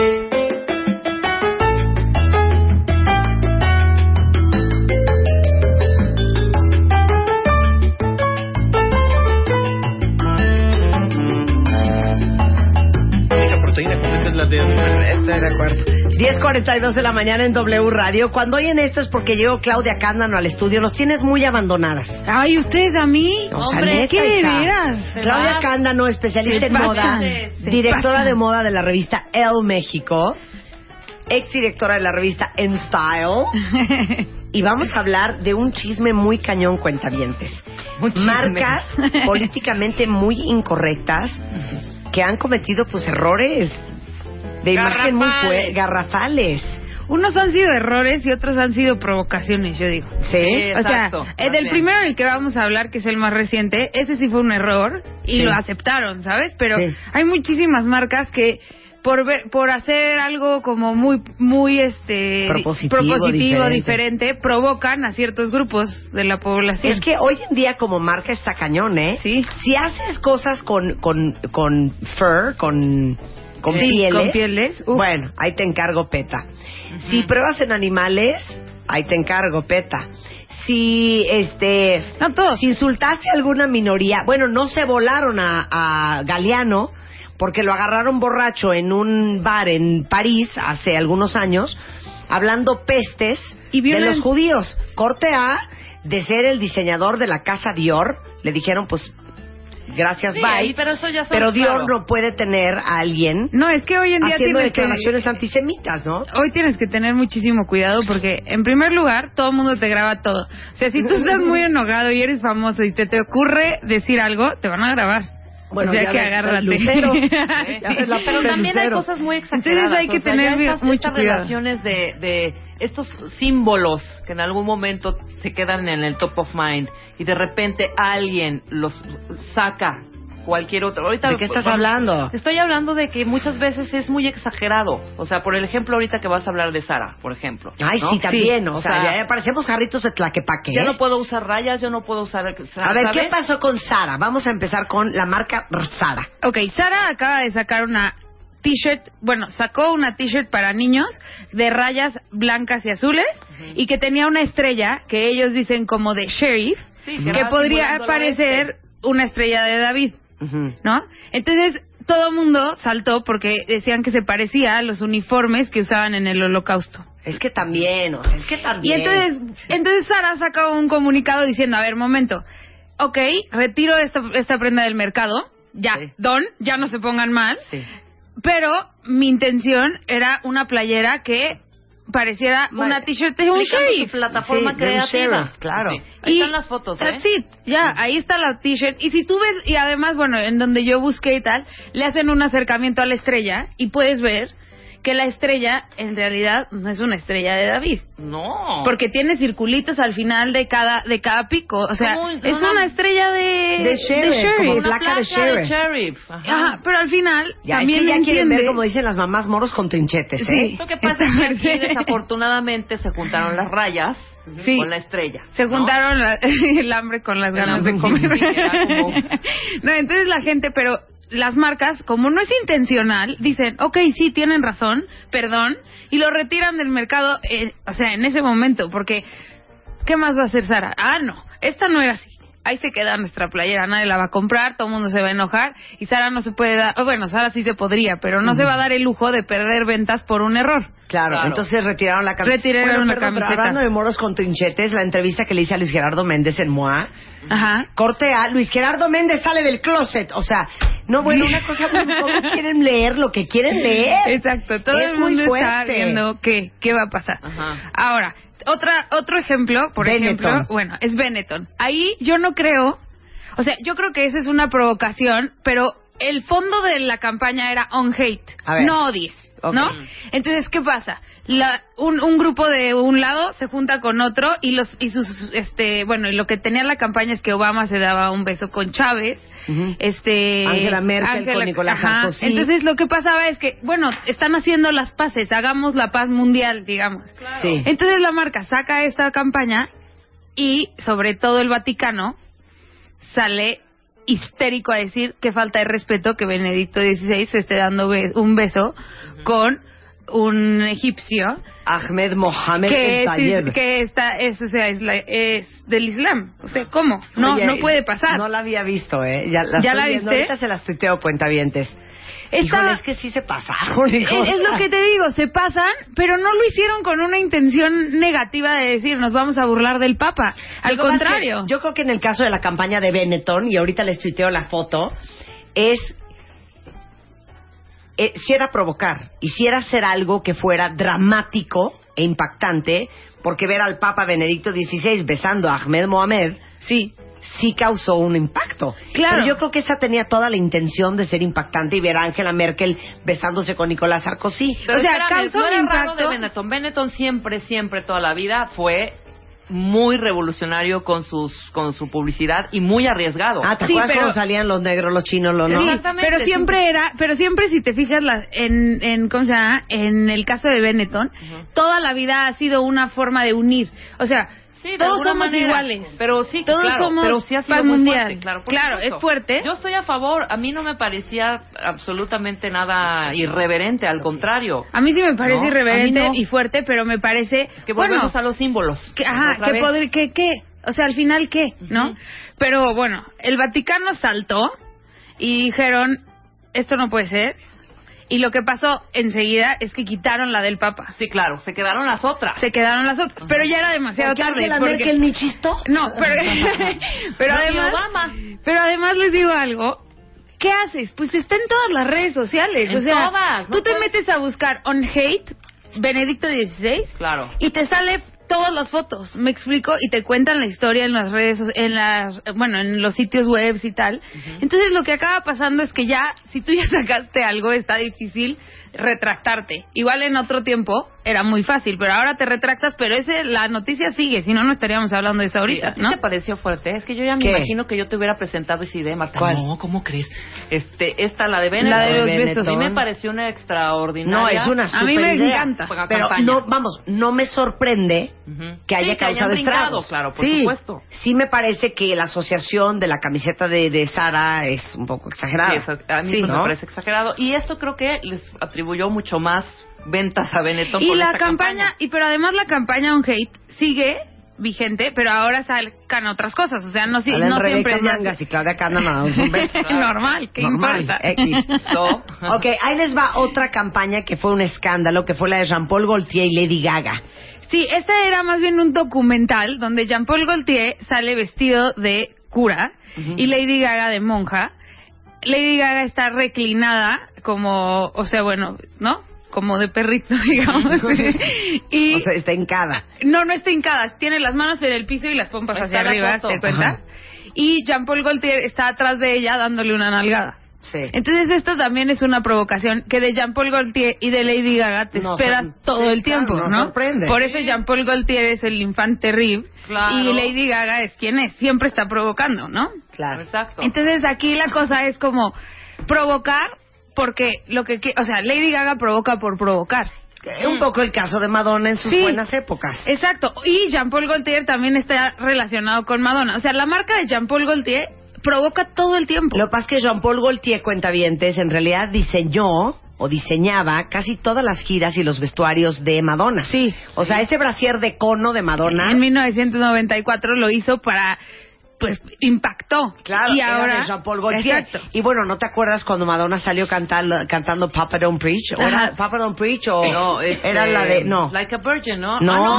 Speaker 3: Estoy de acuerdo. 10:42 de la mañana en W Radio. Cuando oyen esto es porque llegó Claudia Cándano al estudio. Nos tienes muy abandonadas.
Speaker 6: Ay, ¿ustedes a mí?
Speaker 3: O sea,
Speaker 6: Hombre,
Speaker 3: neta,
Speaker 6: ¿qué de
Speaker 3: hija.
Speaker 6: veras?
Speaker 3: Claudia Cándano, especialista en moda, directora de moda de la revista Elle México, exdirectora de la revista En Style. Y vamos a hablar de un chisme muy cañón, cuentavientes. Marcas políticamente muy incorrectas que han cometido pues errores de imagen muy garrafales.
Speaker 6: Unos han sido errores y otros han sido provocaciones, yo digo.
Speaker 3: Sí,
Speaker 4: exacto.
Speaker 6: O sea, del primero del que vamos a hablar, que es el más reciente, ese sí fue un error y
Speaker 3: Sí.
Speaker 6: lo aceptaron, ¿sabes? Pero
Speaker 3: Sí.
Speaker 6: hay muchísimas marcas que por hacer algo como muy propositivo, diferente, provocan a ciertos grupos de la población.
Speaker 3: Es que hoy en día como marca está cañón, ¿eh?
Speaker 6: Sí.
Speaker 3: Si haces cosas con fur, con pieles, bueno, ahí te encargo peta. Si pruebas en animales, ahí te encargo peta. Si si insultaste a alguna minoría, bueno, no se volaron a Galeano porque lo agarraron borracho en un bar en París hace algunos años hablando pestes de los judíos. Corte A, de ser el diseñador de la casa Dior, le dijeron pues gracias, bye. Pero Dior no puede tener a alguien
Speaker 6: no, es que hoy en día
Speaker 3: haciendo
Speaker 6: tienes
Speaker 3: declaraciones antisemitas, ¿no?
Speaker 6: Hoy tienes que tener muchísimo cuidado porque, en primer lugar, todo el mundo te graba todo. O sea, si tú estás muy enojado y eres famoso y te ocurre decir algo, te van a grabar.
Speaker 3: Bueno,
Speaker 6: o sea,
Speaker 3: ya
Speaker 6: que
Speaker 3: ves,
Speaker 6: agárrate.
Speaker 3: Lucero.
Speaker 4: Pero también hay cosas muy exageradas.
Speaker 6: Entonces hay que tener mucho
Speaker 4: estas
Speaker 6: cuidado.
Speaker 4: relaciones de estos símbolos que en algún momento se quedan en el top of mind y de repente alguien los saca cualquier otro. Ahorita,
Speaker 3: ¿de qué estás hablando?
Speaker 4: Estoy hablando de que muchas veces es muy exagerado. O sea, por el ejemplo, ahorita que vas a hablar de Sara, por ejemplo.
Speaker 3: Ay,
Speaker 4: ¿no?
Speaker 3: sí, también.
Speaker 4: Sí,
Speaker 3: o sea, ya parecemos jarritos de Tlaquepaque.
Speaker 4: Ya no puedo usar rayas, yo no puedo usar...
Speaker 3: A ver,
Speaker 4: ¿sabes?
Speaker 3: ¿qué pasó con Sara? Vamos a empezar con la marca Sara.
Speaker 6: Ok, Sara acaba de sacar una t-shirt, sacó una t-shirt para niños de rayas blancas y azules y que tenía una estrella que ellos dicen como de sheriff, que podría parecer una estrella de David, ¿no? Entonces todo el mundo saltó porque decían que se parecía a los uniformes que usaban en el Holocausto.
Speaker 3: Es que también,
Speaker 6: Y entonces Sara saca un comunicado diciendo, a ver, momento, ok, retiro esta prenda del mercado, ya, ya no se pongan mal. Sí. Pero mi intención era una playera que pareciera una t-shirt de un sheriff.
Speaker 4: Su plataforma creativa.
Speaker 3: Claro.
Speaker 4: Sí. Ahí están las fotos,
Speaker 6: That's it. Ya, ahí está la t-shirt. Y si tú ves, y además, en donde yo busqué y tal, le hacen un acercamiento a la estrella y puedes ver que la estrella en realidad no es una estrella de David.
Speaker 4: No.
Speaker 6: Porque tiene circulitos al final de cada pico. O sea, es una estrella de sheriff.
Speaker 3: Como
Speaker 4: una
Speaker 3: placa de sheriff.
Speaker 6: Ajá, pero al final
Speaker 3: ya,
Speaker 6: también
Speaker 3: es que ya quieren
Speaker 6: entiende...
Speaker 3: ver, como dicen las mamás, moros con trinchetes, ¿eh?
Speaker 6: Sí.
Speaker 4: Lo que pasa es que aquí desafortunadamente se juntaron las rayas con la estrella.
Speaker 6: Se juntaron el hambre con las ganas de comer. No, entonces la gente, pero las marcas, como no es intencional, dicen, ok, sí, tienen razón, perdón, y lo retiran del mercado, en ese momento, porque ¿qué más va a hacer Sara? Ah, no, esta no era así. Ahí se queda nuestra playera, nadie la va a comprar, todo el mundo se va a enojar, y Sara no se puede dar, Sara sí se podría, pero no se va a dar el lujo de perder ventas por un error.
Speaker 3: Claro. Entonces retiraron la camiseta.
Speaker 6: Camiseta.
Speaker 3: Hablando de moros con trinchetes, la entrevista que le hice a Luis Gerardo Méndez en MOA.
Speaker 6: Ajá.
Speaker 3: Corte A, Luis Gerardo Méndez sale del closet. O sea, una cosa muy poco quieren leer lo que quieren leer.
Speaker 6: Exacto, todo el mundo está viendo qué va a pasar.
Speaker 4: Ajá.
Speaker 6: Ahora, otro ejemplo, es Benetton. Ahí yo no creo, yo creo que esa es una provocación, pero el fondo de la campaña era on hate, no odies. Okay. ¿No? Entonces, ¿qué pasa? Un grupo de un lado se junta con otro y lo que tenía la campaña es que Obama se daba un beso con Chávez,
Speaker 3: Angela Merkel con Nicolás Sarkozy.
Speaker 6: Entonces, lo que pasaba es que, están haciendo las paces, hagamos la paz mundial, digamos.
Speaker 4: Claro.
Speaker 3: Sí.
Speaker 6: Entonces la marca saca esta campaña y, sobre todo el Vaticano, sale histérico a decir que falta de respeto que Benedicto XVI se esté dando un beso con un egipcio,
Speaker 3: Ahmed Mohamed
Speaker 6: que
Speaker 3: El-Tayeb,
Speaker 6: es del Islam. O sea, ¿cómo? No puede pasar.
Speaker 3: No la había visto, ¿Ya la
Speaker 6: viste?
Speaker 3: viendo. Ahorita se las tuiteo, cuentavientes. Híjole, es que sí se pasaron.
Speaker 6: Es lo que te digo, se pasan, pero no lo hicieron con una intención negativa de decir, nos vamos a burlar del Papa. Al contrario.
Speaker 3: Yo creo que en el caso de la campaña de Benetton, y ahorita les tuiteo la foto, si era provocar, y si era hacer algo que fuera dramático e impactante, porque ver al Papa Benedicto XVI besando a Ahmed Mohamed, sí causó un impacto.
Speaker 6: Claro.
Speaker 3: Pero yo creo que esa tenía toda la intención de ser impactante y ver a Angela Merkel besándose con Nicolás Sarkozy.
Speaker 4: Pero
Speaker 6: causó
Speaker 4: no
Speaker 6: un
Speaker 4: era
Speaker 6: impacto
Speaker 4: raro de Benetton. Benetton siempre, toda la vida fue muy revolucionario con su publicidad y muy arriesgado.
Speaker 3: ¿Te acuerdas cuando salían los negros, los chinos, los no?
Speaker 6: Sí,
Speaker 4: Exactamente.
Speaker 6: pero siempre si te fijas en ¿cómo se llama? En el caso de Benetton, toda la vida ha sido una forma de unir. O sea,
Speaker 4: Sí, de
Speaker 6: todos
Speaker 4: alguna
Speaker 6: somos
Speaker 4: manera.
Speaker 6: iguales.
Speaker 4: Pero sí,
Speaker 6: todos
Speaker 4: claro,
Speaker 6: somos
Speaker 4: pero sí ha sido
Speaker 6: paz
Speaker 4: muy
Speaker 6: mundial.
Speaker 4: fuerte, claro, por
Speaker 6: Claro,
Speaker 4: supuesto.
Speaker 6: es fuerte.
Speaker 4: Yo estoy a favor. A mí no me parecía absolutamente nada irreverente, al contrario.
Speaker 6: A mí sí me parece
Speaker 4: No,
Speaker 6: irreverente
Speaker 4: a mí no.
Speaker 6: y fuerte, pero me parece
Speaker 4: Que volvemos a los símbolos. Otra vez.
Speaker 6: ¿qué? O sea, al final, ¿qué? ¿No? Pero bueno, el Vaticano saltó y dijeron, esto no puede ser. Y lo que pasó enseguida es que quitaron la del Papa.
Speaker 4: Sí, claro, se quedaron las otras.
Speaker 6: Pero ya era demasiado
Speaker 3: ¿Por qué
Speaker 6: tarde.
Speaker 3: Angela Merkel ni chistó?
Speaker 6: No, pero
Speaker 4: No,
Speaker 6: además...
Speaker 4: ni Obama.
Speaker 6: Pero además les digo algo. ¿Qué haces? Pues está en todas las redes sociales.
Speaker 4: En
Speaker 6: o sea,
Speaker 4: todas, no
Speaker 6: tú te
Speaker 4: puedes-
Speaker 6: metes a buscar on hate, Benedicto XVI,
Speaker 4: Claro.
Speaker 6: y te sale todas las fotos, me explico, y te cuentan la historia en las redes, en los sitios web y tal. Entonces lo que acaba pasando es que ya, si tú ya sacaste algo, está difícil retractarte. Igual en otro tiempo era muy fácil, pero ahora te retractas, pero la noticia sigue, si no, no estaríamos hablando de eso ahorita,
Speaker 4: ¿A ti
Speaker 6: ¿no?
Speaker 4: te pareció fuerte? Es que yo ya me
Speaker 3: ¿Qué?
Speaker 4: imagino que yo te hubiera presentado esa idea, Marta.
Speaker 3: ¿Cuál?
Speaker 4: No, ¿cómo crees? Esta, la de Benetton.
Speaker 6: La de los
Speaker 3: Benetton.
Speaker 6: besos.
Speaker 4: Sí me pareció una extraordinaria.
Speaker 3: No, es una
Speaker 6: A mí me
Speaker 3: super idea.
Speaker 6: encanta.
Speaker 3: Pero no me sorprende que haya
Speaker 4: Sí, que hayan
Speaker 3: causado
Speaker 4: brincado,
Speaker 3: estragos.
Speaker 4: claro, por
Speaker 6: Sí.
Speaker 4: supuesto.
Speaker 3: Sí me parece que la asociación de la camiseta de Sara es un poco exagerada.
Speaker 4: Sí, a mí
Speaker 3: Sí,
Speaker 4: me
Speaker 3: ¿no?
Speaker 4: parece exagerado. Y esto creo que les atribuyó mucho más ventas a Benetton
Speaker 6: Y
Speaker 4: con
Speaker 6: la
Speaker 4: esta
Speaker 6: campaña, pero además la campaña on hate sigue vigente, pero ahora sacan otras cosas, o sea, no,
Speaker 3: Salen
Speaker 6: no siempre
Speaker 3: Rebeca
Speaker 6: es ya-
Speaker 3: Mangas y Claudia Cannon a un beso.
Speaker 6: normal, ¿qué
Speaker 3: Normal,
Speaker 6: importa?
Speaker 3: X.
Speaker 4: So.
Speaker 3: Ok, ahí les va otra campaña que fue un escándalo, que fue la de Jean-Paul Gaultier y Lady Gaga.
Speaker 6: Sí, este era más bien un documental donde Jean-Paul Gaultier sale vestido de cura y Lady Gaga de monja. Lady Gaga está reclinada como, o sea, bueno, ¿no? Como de perrito, digamos. Y
Speaker 3: O sea, está hincada.
Speaker 6: no está hincada, tiene las manos en el piso y las pompas
Speaker 4: Ahí
Speaker 6: hacia
Speaker 4: está la
Speaker 6: arriba,
Speaker 4: foto.
Speaker 6: ¿te cuenta?
Speaker 3: Ajá.
Speaker 6: Y Jean-Paul Gaultier está atrás de ella dándole una nalgada.
Speaker 3: Sí.
Speaker 6: Entonces esto también es una provocación que de Jean-Paul Gaultier y de Lady Gaga te
Speaker 3: No,
Speaker 6: esperas
Speaker 3: sí,
Speaker 6: todo el tiempo,
Speaker 3: claro,
Speaker 6: ¿no?
Speaker 3: nos sorprende.
Speaker 6: Por eso Jean-Paul Gaultier es el infante terrible
Speaker 4: Claro.
Speaker 6: y Lady Gaga es quien es, siempre está provocando, ¿no?
Speaker 3: Claro.
Speaker 4: Exacto.
Speaker 6: Entonces aquí la cosa es como provocar porque o sea, Lady Gaga provoca por provocar.
Speaker 3: Un poco el caso de Madonna en sus
Speaker 6: Sí.
Speaker 3: buenas épocas.
Speaker 6: Exacto. Y Jean-Paul Gaultier también está relacionado con Madonna. O sea, la marca de Jean-Paul Gaultier provoca todo el tiempo.
Speaker 3: Lo que pasa es que Jean-Paul Gaultier, cuentavientes, en realidad diseñó o diseñaba casi todas las giras y los vestuarios de Madonna.
Speaker 6: Sí.
Speaker 3: O sea, ese brasier de cono de Madonna.
Speaker 6: En 1994 lo hizo pues impactó.
Speaker 3: Claro,
Speaker 6: y
Speaker 3: era
Speaker 6: ahora
Speaker 3: de Jean-Paul Gaultier.
Speaker 6: Exacto.
Speaker 3: Y bueno, ¿no te acuerdas cuando Madonna salió cantando Papa Don't Preach? ¿O
Speaker 6: Ajá.
Speaker 3: era Papa Don't Preach o
Speaker 4: No,
Speaker 3: era la de... No,
Speaker 4: Like a Virgin, ¿no?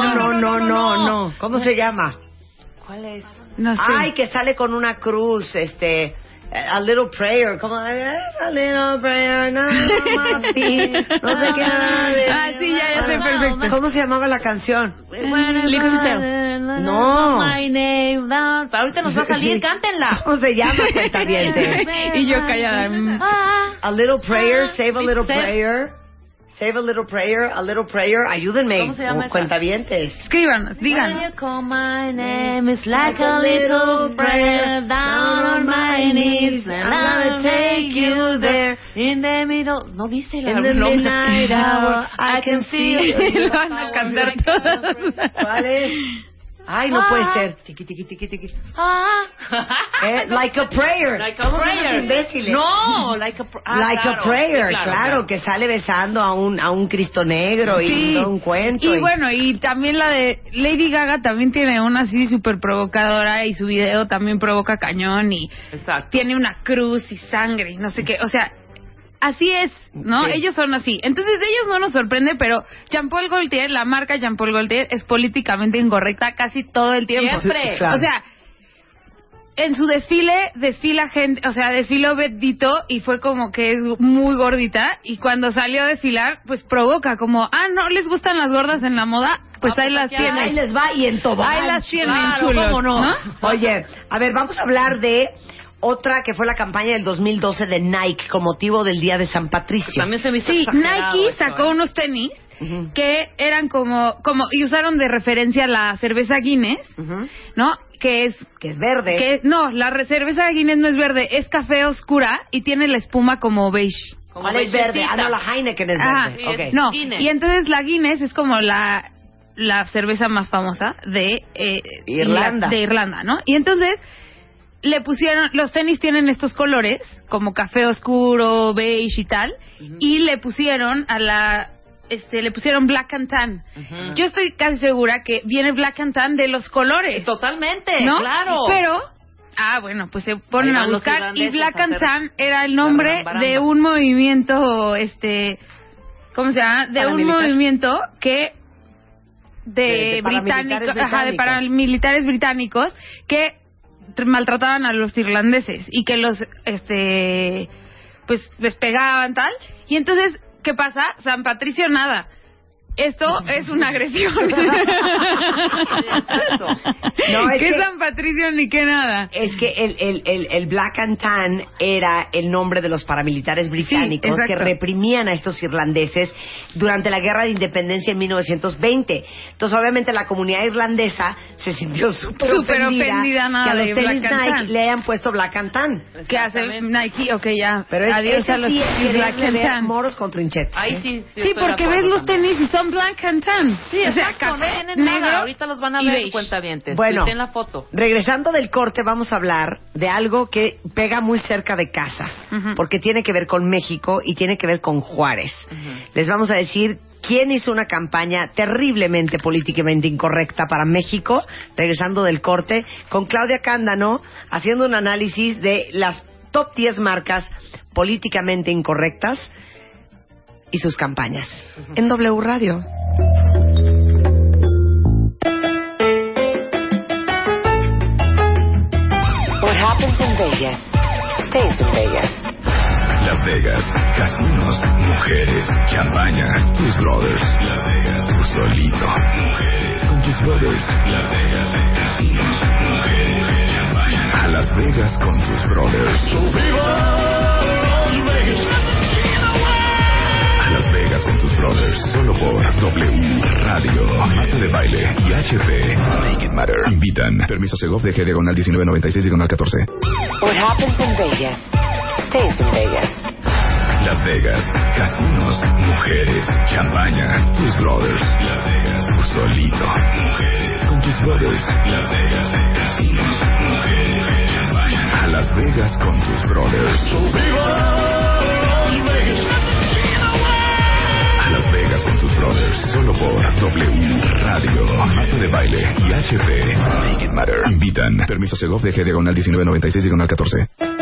Speaker 3: no. ¿Cómo se llama?
Speaker 4: ¿Cuál es?
Speaker 6: No sé.
Speaker 3: Ay, que sale con una cruz, A Little Prayer, como A Little Prayer, no sé qué.
Speaker 6: Ah, sí, ya sé perfecto.
Speaker 3: ¿Cómo se llamaba la canción?
Speaker 6: Little Sister.
Speaker 3: No.
Speaker 4: My name down. Ahorita nos va a salir,
Speaker 3: Sí.
Speaker 4: cántenla.
Speaker 3: ¿Cómo se llama, cuentavientes?
Speaker 6: Y yo callada.
Speaker 3: A Little Prayer, Save a Little
Speaker 4: Save-
Speaker 3: Prayer. Save a Little Prayer, A Little Prayer. Ayúdenme,
Speaker 4: ¿Cómo se llama esa?
Speaker 3: cuentavientes.
Speaker 6: Escríbanos,
Speaker 4: When
Speaker 6: digan.
Speaker 4: you call my name, it's like a little prayer down on my knees, and I'll take you there in the middle. No dice la
Speaker 3: In the
Speaker 4: no.
Speaker 3: midnight hour, I can feel.
Speaker 6: Lo van a cantar todas.
Speaker 3: ¿Cuál es? Ay, no puede ser. Tiqui, tiqui, tiqui, tiqui. Like a Prayer.
Speaker 4: Like a
Speaker 3: Somos
Speaker 4: prayer.
Speaker 3: unos imbéciles.
Speaker 4: No, like a
Speaker 3: Like
Speaker 4: claro,
Speaker 3: a Prayer,
Speaker 4: sí,
Speaker 3: claro, que sale besando a un Cristo negro y
Speaker 6: Sí.
Speaker 3: todo un cuento.
Speaker 6: Y bueno, y también la de Lady Gaga también tiene una así súper provocadora y su video también provoca cañón y
Speaker 4: Exacto.
Speaker 6: tiene una cruz y sangre y no sé qué. O sea, así es, ¿no?
Speaker 3: Sí.
Speaker 6: Ellos son así. Entonces ellos no nos sorprende, pero Jean-Paul Gaultier, la marca Jean-Paul Gaultier es políticamente incorrecta casi todo el tiempo.
Speaker 4: Siempre.
Speaker 3: Sí, claro.
Speaker 6: O sea, en su desfila gente, o sea, desfiló Betito y fue como que es muy gordita y cuando salió a desfilar, pues provoca como, ¿no les gustan las gordas en la moda? Pues
Speaker 4: Ah,
Speaker 6: ahí
Speaker 4: pues
Speaker 6: las
Speaker 4: aquí
Speaker 6: tienen.
Speaker 3: Ahí les va y en tobogán.
Speaker 6: Ahí las tienen,
Speaker 4: Claro,
Speaker 6: chulos,
Speaker 4: ¿cómo no?
Speaker 3: Oye, a ver, vamos a hablar de otra que fue la campaña del 2012 de Nike con motivo del Día de San Patricio.
Speaker 4: También se me hizo
Speaker 6: Sí,
Speaker 4: exagerado
Speaker 6: Nike
Speaker 4: eso,
Speaker 6: sacó unos tenis que eran como y usaron de referencia la cerveza Guinness, ¿no? Que es
Speaker 3: verde.
Speaker 6: no, la cerveza Guinness no es verde, es café oscura y tiene la espuma como beige.
Speaker 3: ¿Cuál es verde? Ah, no, la Heineken es
Speaker 6: Ajá,
Speaker 3: verde.
Speaker 4: sí,
Speaker 3: Ok.
Speaker 6: No,
Speaker 4: Guinness.
Speaker 6: y entonces la Guinness es como la cerveza más famosa de
Speaker 3: Irlanda.
Speaker 6: de Irlanda, ¿no? Y entonces le pusieron, los tenis tienen estos colores, como café oscuro, beige y tal, y le pusieron le pusieron black and tan. Yo estoy casi segura que viene black and tan de los colores.
Speaker 4: Totalmente,
Speaker 6: ¿no?
Speaker 4: claro.
Speaker 6: Pero, bueno, pues se ponen
Speaker 4: Ahí
Speaker 6: a
Speaker 4: van los
Speaker 6: buscar y
Speaker 4: irlandeses
Speaker 6: black
Speaker 4: a
Speaker 6: and
Speaker 4: hacer
Speaker 6: tan era el nombre
Speaker 4: rambaramba.
Speaker 6: de un movimiento, ¿cómo se llama? De un
Speaker 3: Paramilitar.
Speaker 6: movimiento que
Speaker 3: De paramilitares
Speaker 6: de paramilitares británicos que maltrataban a los irlandeses y que los pues les pegaban tal. Y entonces, ¿qué pasa? San Patricio nada. Esto es una agresión.
Speaker 3: No, es
Speaker 6: ¿Qué
Speaker 3: que-
Speaker 6: San Patricio ni qué nada?
Speaker 3: Es que el Black and Tan era el nombre de los paramilitares británicos
Speaker 6: exacto.
Speaker 3: que reprimían a estos irlandeses durante la Guerra de Independencia en 1920. Entonces, obviamente, la comunidad irlandesa se sintió súper
Speaker 6: ofendida, nada
Speaker 3: que a los
Speaker 6: de
Speaker 3: tenis
Speaker 6: Black and
Speaker 3: Nike
Speaker 6: Tan.
Speaker 3: le hayan puesto Black and Tan.
Speaker 6: ¿Qué hace Nike? Ok, ya.
Speaker 3: Pero
Speaker 6: adiós
Speaker 3: ese
Speaker 6: a los
Speaker 3: sí es
Speaker 6: Black
Speaker 3: quererle
Speaker 6: and
Speaker 3: ver
Speaker 6: Tan.
Speaker 3: moros con trinchetes.
Speaker 4: Ahí sí.
Speaker 6: Sí, porque ves los tenis y son black and tan.
Speaker 4: Sí,
Speaker 6: o sea,
Speaker 4: exacto, no
Speaker 6: café,
Speaker 4: tienen
Speaker 6: negro,
Speaker 4: nada. Ahorita los van a
Speaker 6: y
Speaker 4: ver
Speaker 6: beige.
Speaker 4: en cuentavientes.
Speaker 3: Bueno,
Speaker 4: en la foto.
Speaker 3: regresando del corte, vamos a hablar de algo que pega muy cerca de casa, porque tiene que ver con México y tiene que ver con Juárez. Les vamos a decir quién hizo una campaña terriblemente políticamente incorrecta para México, regresando del corte, con Claudia Cándano, haciendo un análisis de las top 10 marcas políticamente incorrectas y sus campañas. En W Radio.
Speaker 2: What happens in Vegas stays in Vegas.
Speaker 1: Las Vegas, casinos, mujeres, champaña, tus brothers. Las Vegas, tú solito. Mujeres, con tus brothers. Las Vegas, casinos, mujeres, champaña. A Las Vegas con tus brothers. A Las Vegas con tus brothers. Solo por W Radio. Marta de Baile y HP. Make it matter. Invitan. Permiso Segov de G diagonal 1996 diagonal 14.
Speaker 2: What happens in Vegas stays in Vegas.
Speaker 1: Las Vegas, casinos, mujeres, champaña, tus brothers. Las Vegas, tú solito. Mujeres, con tus brothers. Las Vegas, casinos, mujeres, champaña. A Las Vegas con tus brothers. A Las Vegas con tus brothers. Solo por W Radio. Marta de Baile y HP. Make it matter. Invitan. Permiso Segov de G diagonal 1996 diagonal 14.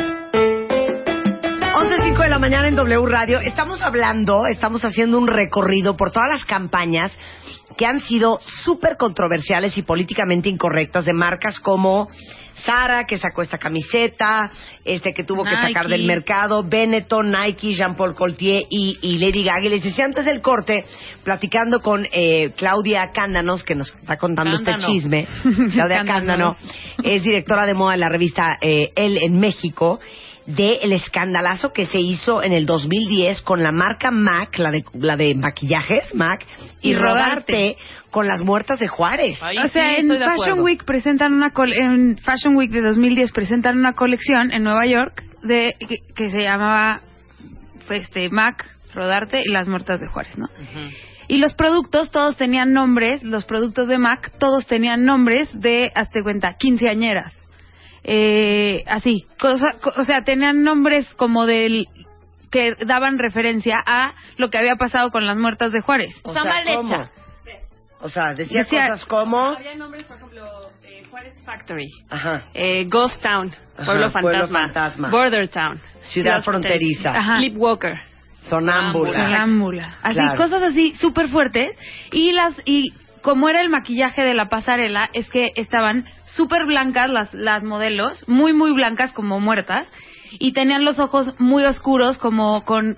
Speaker 3: 11:05 de la mañana en W Radio. Estamos haciendo un recorrido por todas las campañas que han sido súper controversiales y políticamente incorrectas de marcas como Zara, que sacó esta camiseta, que tuvo que
Speaker 6: Nike.
Speaker 3: sacar del mercado, Benetton, Nike, Jean-Paul Gaultier y Lady Gaga. Y les decía antes del corte, platicando con Claudia Cándanos, que nos está contando este
Speaker 4: Cándano.
Speaker 3: chisme. Claudia Cándano es directora de moda de la revista Elle en México, del escandalazo que se hizo en el 2010 con la marca MAC, la de maquillajes MAC, y Rodarte con las muertas de Juárez.
Speaker 4: Ahí
Speaker 6: O sea,
Speaker 4: sí,
Speaker 6: en
Speaker 4: estoy de
Speaker 6: Fashion
Speaker 4: acuerdo.
Speaker 6: Week en Fashion Week de 2010 presentan una colección en Nueva York que se llamaba MAC, Rodarte y las muertas de Juárez, ¿no? Y los productos todos tenían nombres, los productos de MAC todos tenían nombres de, hazte cuenta, quinceañeras. Así, o sea, tenían nombres como del que daban referencia a lo que había pasado con las muertas de Juárez.
Speaker 3: O
Speaker 6: Está
Speaker 3: sea,
Speaker 6: mal
Speaker 3: ¿cómo?
Speaker 6: hecha.
Speaker 3: O sea, decía
Speaker 6: Decía-
Speaker 3: cosas como...
Speaker 8: Había nombres, por ejemplo, Juárez Factory,
Speaker 3: Ajá.
Speaker 8: Ghost Town,
Speaker 3: Ajá,
Speaker 8: Pueblo
Speaker 3: Pueblo
Speaker 8: Fantasma,
Speaker 3: Fantasma.
Speaker 8: Border Town,
Speaker 3: Ciudad Fronteriza.
Speaker 6: Ajá.
Speaker 8: Sleepwalker.
Speaker 3: Sonámbula.
Speaker 6: Sonámbula. Así,
Speaker 3: Claro.
Speaker 6: cosas así súper fuertes. Y como era el maquillaje de la pasarela, es que estaban súper blancas las modelos, muy, muy blancas, como muertas, y tenían los ojos muy oscuros, como con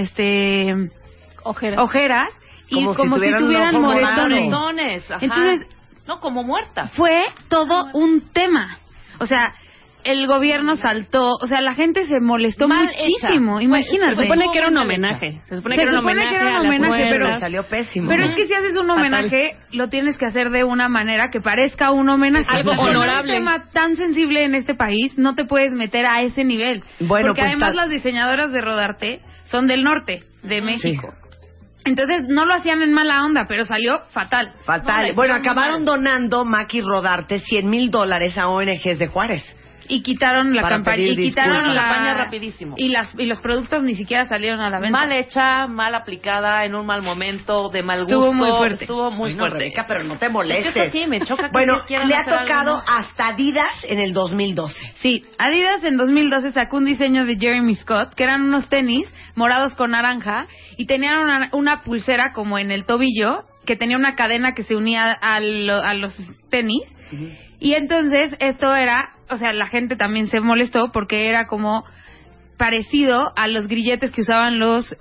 Speaker 6: ojeras, y
Speaker 3: Como si
Speaker 6: como si
Speaker 3: tuvieran un
Speaker 6: tuvieran
Speaker 3: ojo
Speaker 6: moretones.
Speaker 4: Moretones, ajá.
Speaker 6: Entonces,
Speaker 4: no, como muerta.
Speaker 6: fue todo un tema. O sea, el gobierno saltó, o sea, la gente se molestó
Speaker 4: Mal
Speaker 6: muchísimo,
Speaker 4: hecha.
Speaker 6: imagínate.
Speaker 8: Se supone que era un homenaje. Se supone que era un homenaje a las
Speaker 6: pero
Speaker 8: muertas.
Speaker 3: Salió pésimo.
Speaker 6: Pero es que si haces un homenaje, lo tienes que hacer de una manera que parezca un homenaje.
Speaker 8: Algo
Speaker 6: Con
Speaker 8: honorable.
Speaker 6: un tema tan sensible en este país, no te puedes meter a ese nivel.
Speaker 3: Bueno,
Speaker 6: porque
Speaker 3: pues
Speaker 6: además las diseñadoras de Rodarte son del norte de México. Entonces no lo hacían en mala onda, pero salió fatal.
Speaker 3: Fatal.
Speaker 4: No,
Speaker 3: Bueno,
Speaker 4: muy
Speaker 3: acabaron
Speaker 4: mal.
Speaker 3: donando Mac y Rodarte $100,000 a ONGs de Juárez.
Speaker 6: Y quitaron la
Speaker 3: Para
Speaker 6: campaña,
Speaker 3: pedir
Speaker 6: y quitaron
Speaker 3: disculpas.
Speaker 6: la
Speaker 4: Campaña rapidísimo.
Speaker 6: y los productos ni siquiera salieron a la venta.
Speaker 4: Mal hecha, mal aplicada, en un mal momento, de mal gusto.
Speaker 6: Estuvo muy fuerte.
Speaker 4: Estuvo muy
Speaker 3: Bueno,
Speaker 4: fuerte.
Speaker 3: Rebeca, pero no te
Speaker 4: Es
Speaker 3: molestes.
Speaker 4: que eso sí, me choca que
Speaker 3: Bueno,
Speaker 4: ustedes quieran
Speaker 3: le ha
Speaker 4: hacer algo,
Speaker 3: tocado
Speaker 4: ¿no?
Speaker 3: hasta Adidas en el 2012.
Speaker 6: Sí, Adidas en 2012 sacó un diseño de Jeremy Scott, que eran unos tenis morados con naranja, y tenían una pulsera como en el tobillo, que tenía una cadena que se unía a los tenis. Y entonces esto era, o sea, la gente también se molestó porque era como parecido a los grilletes que usaban los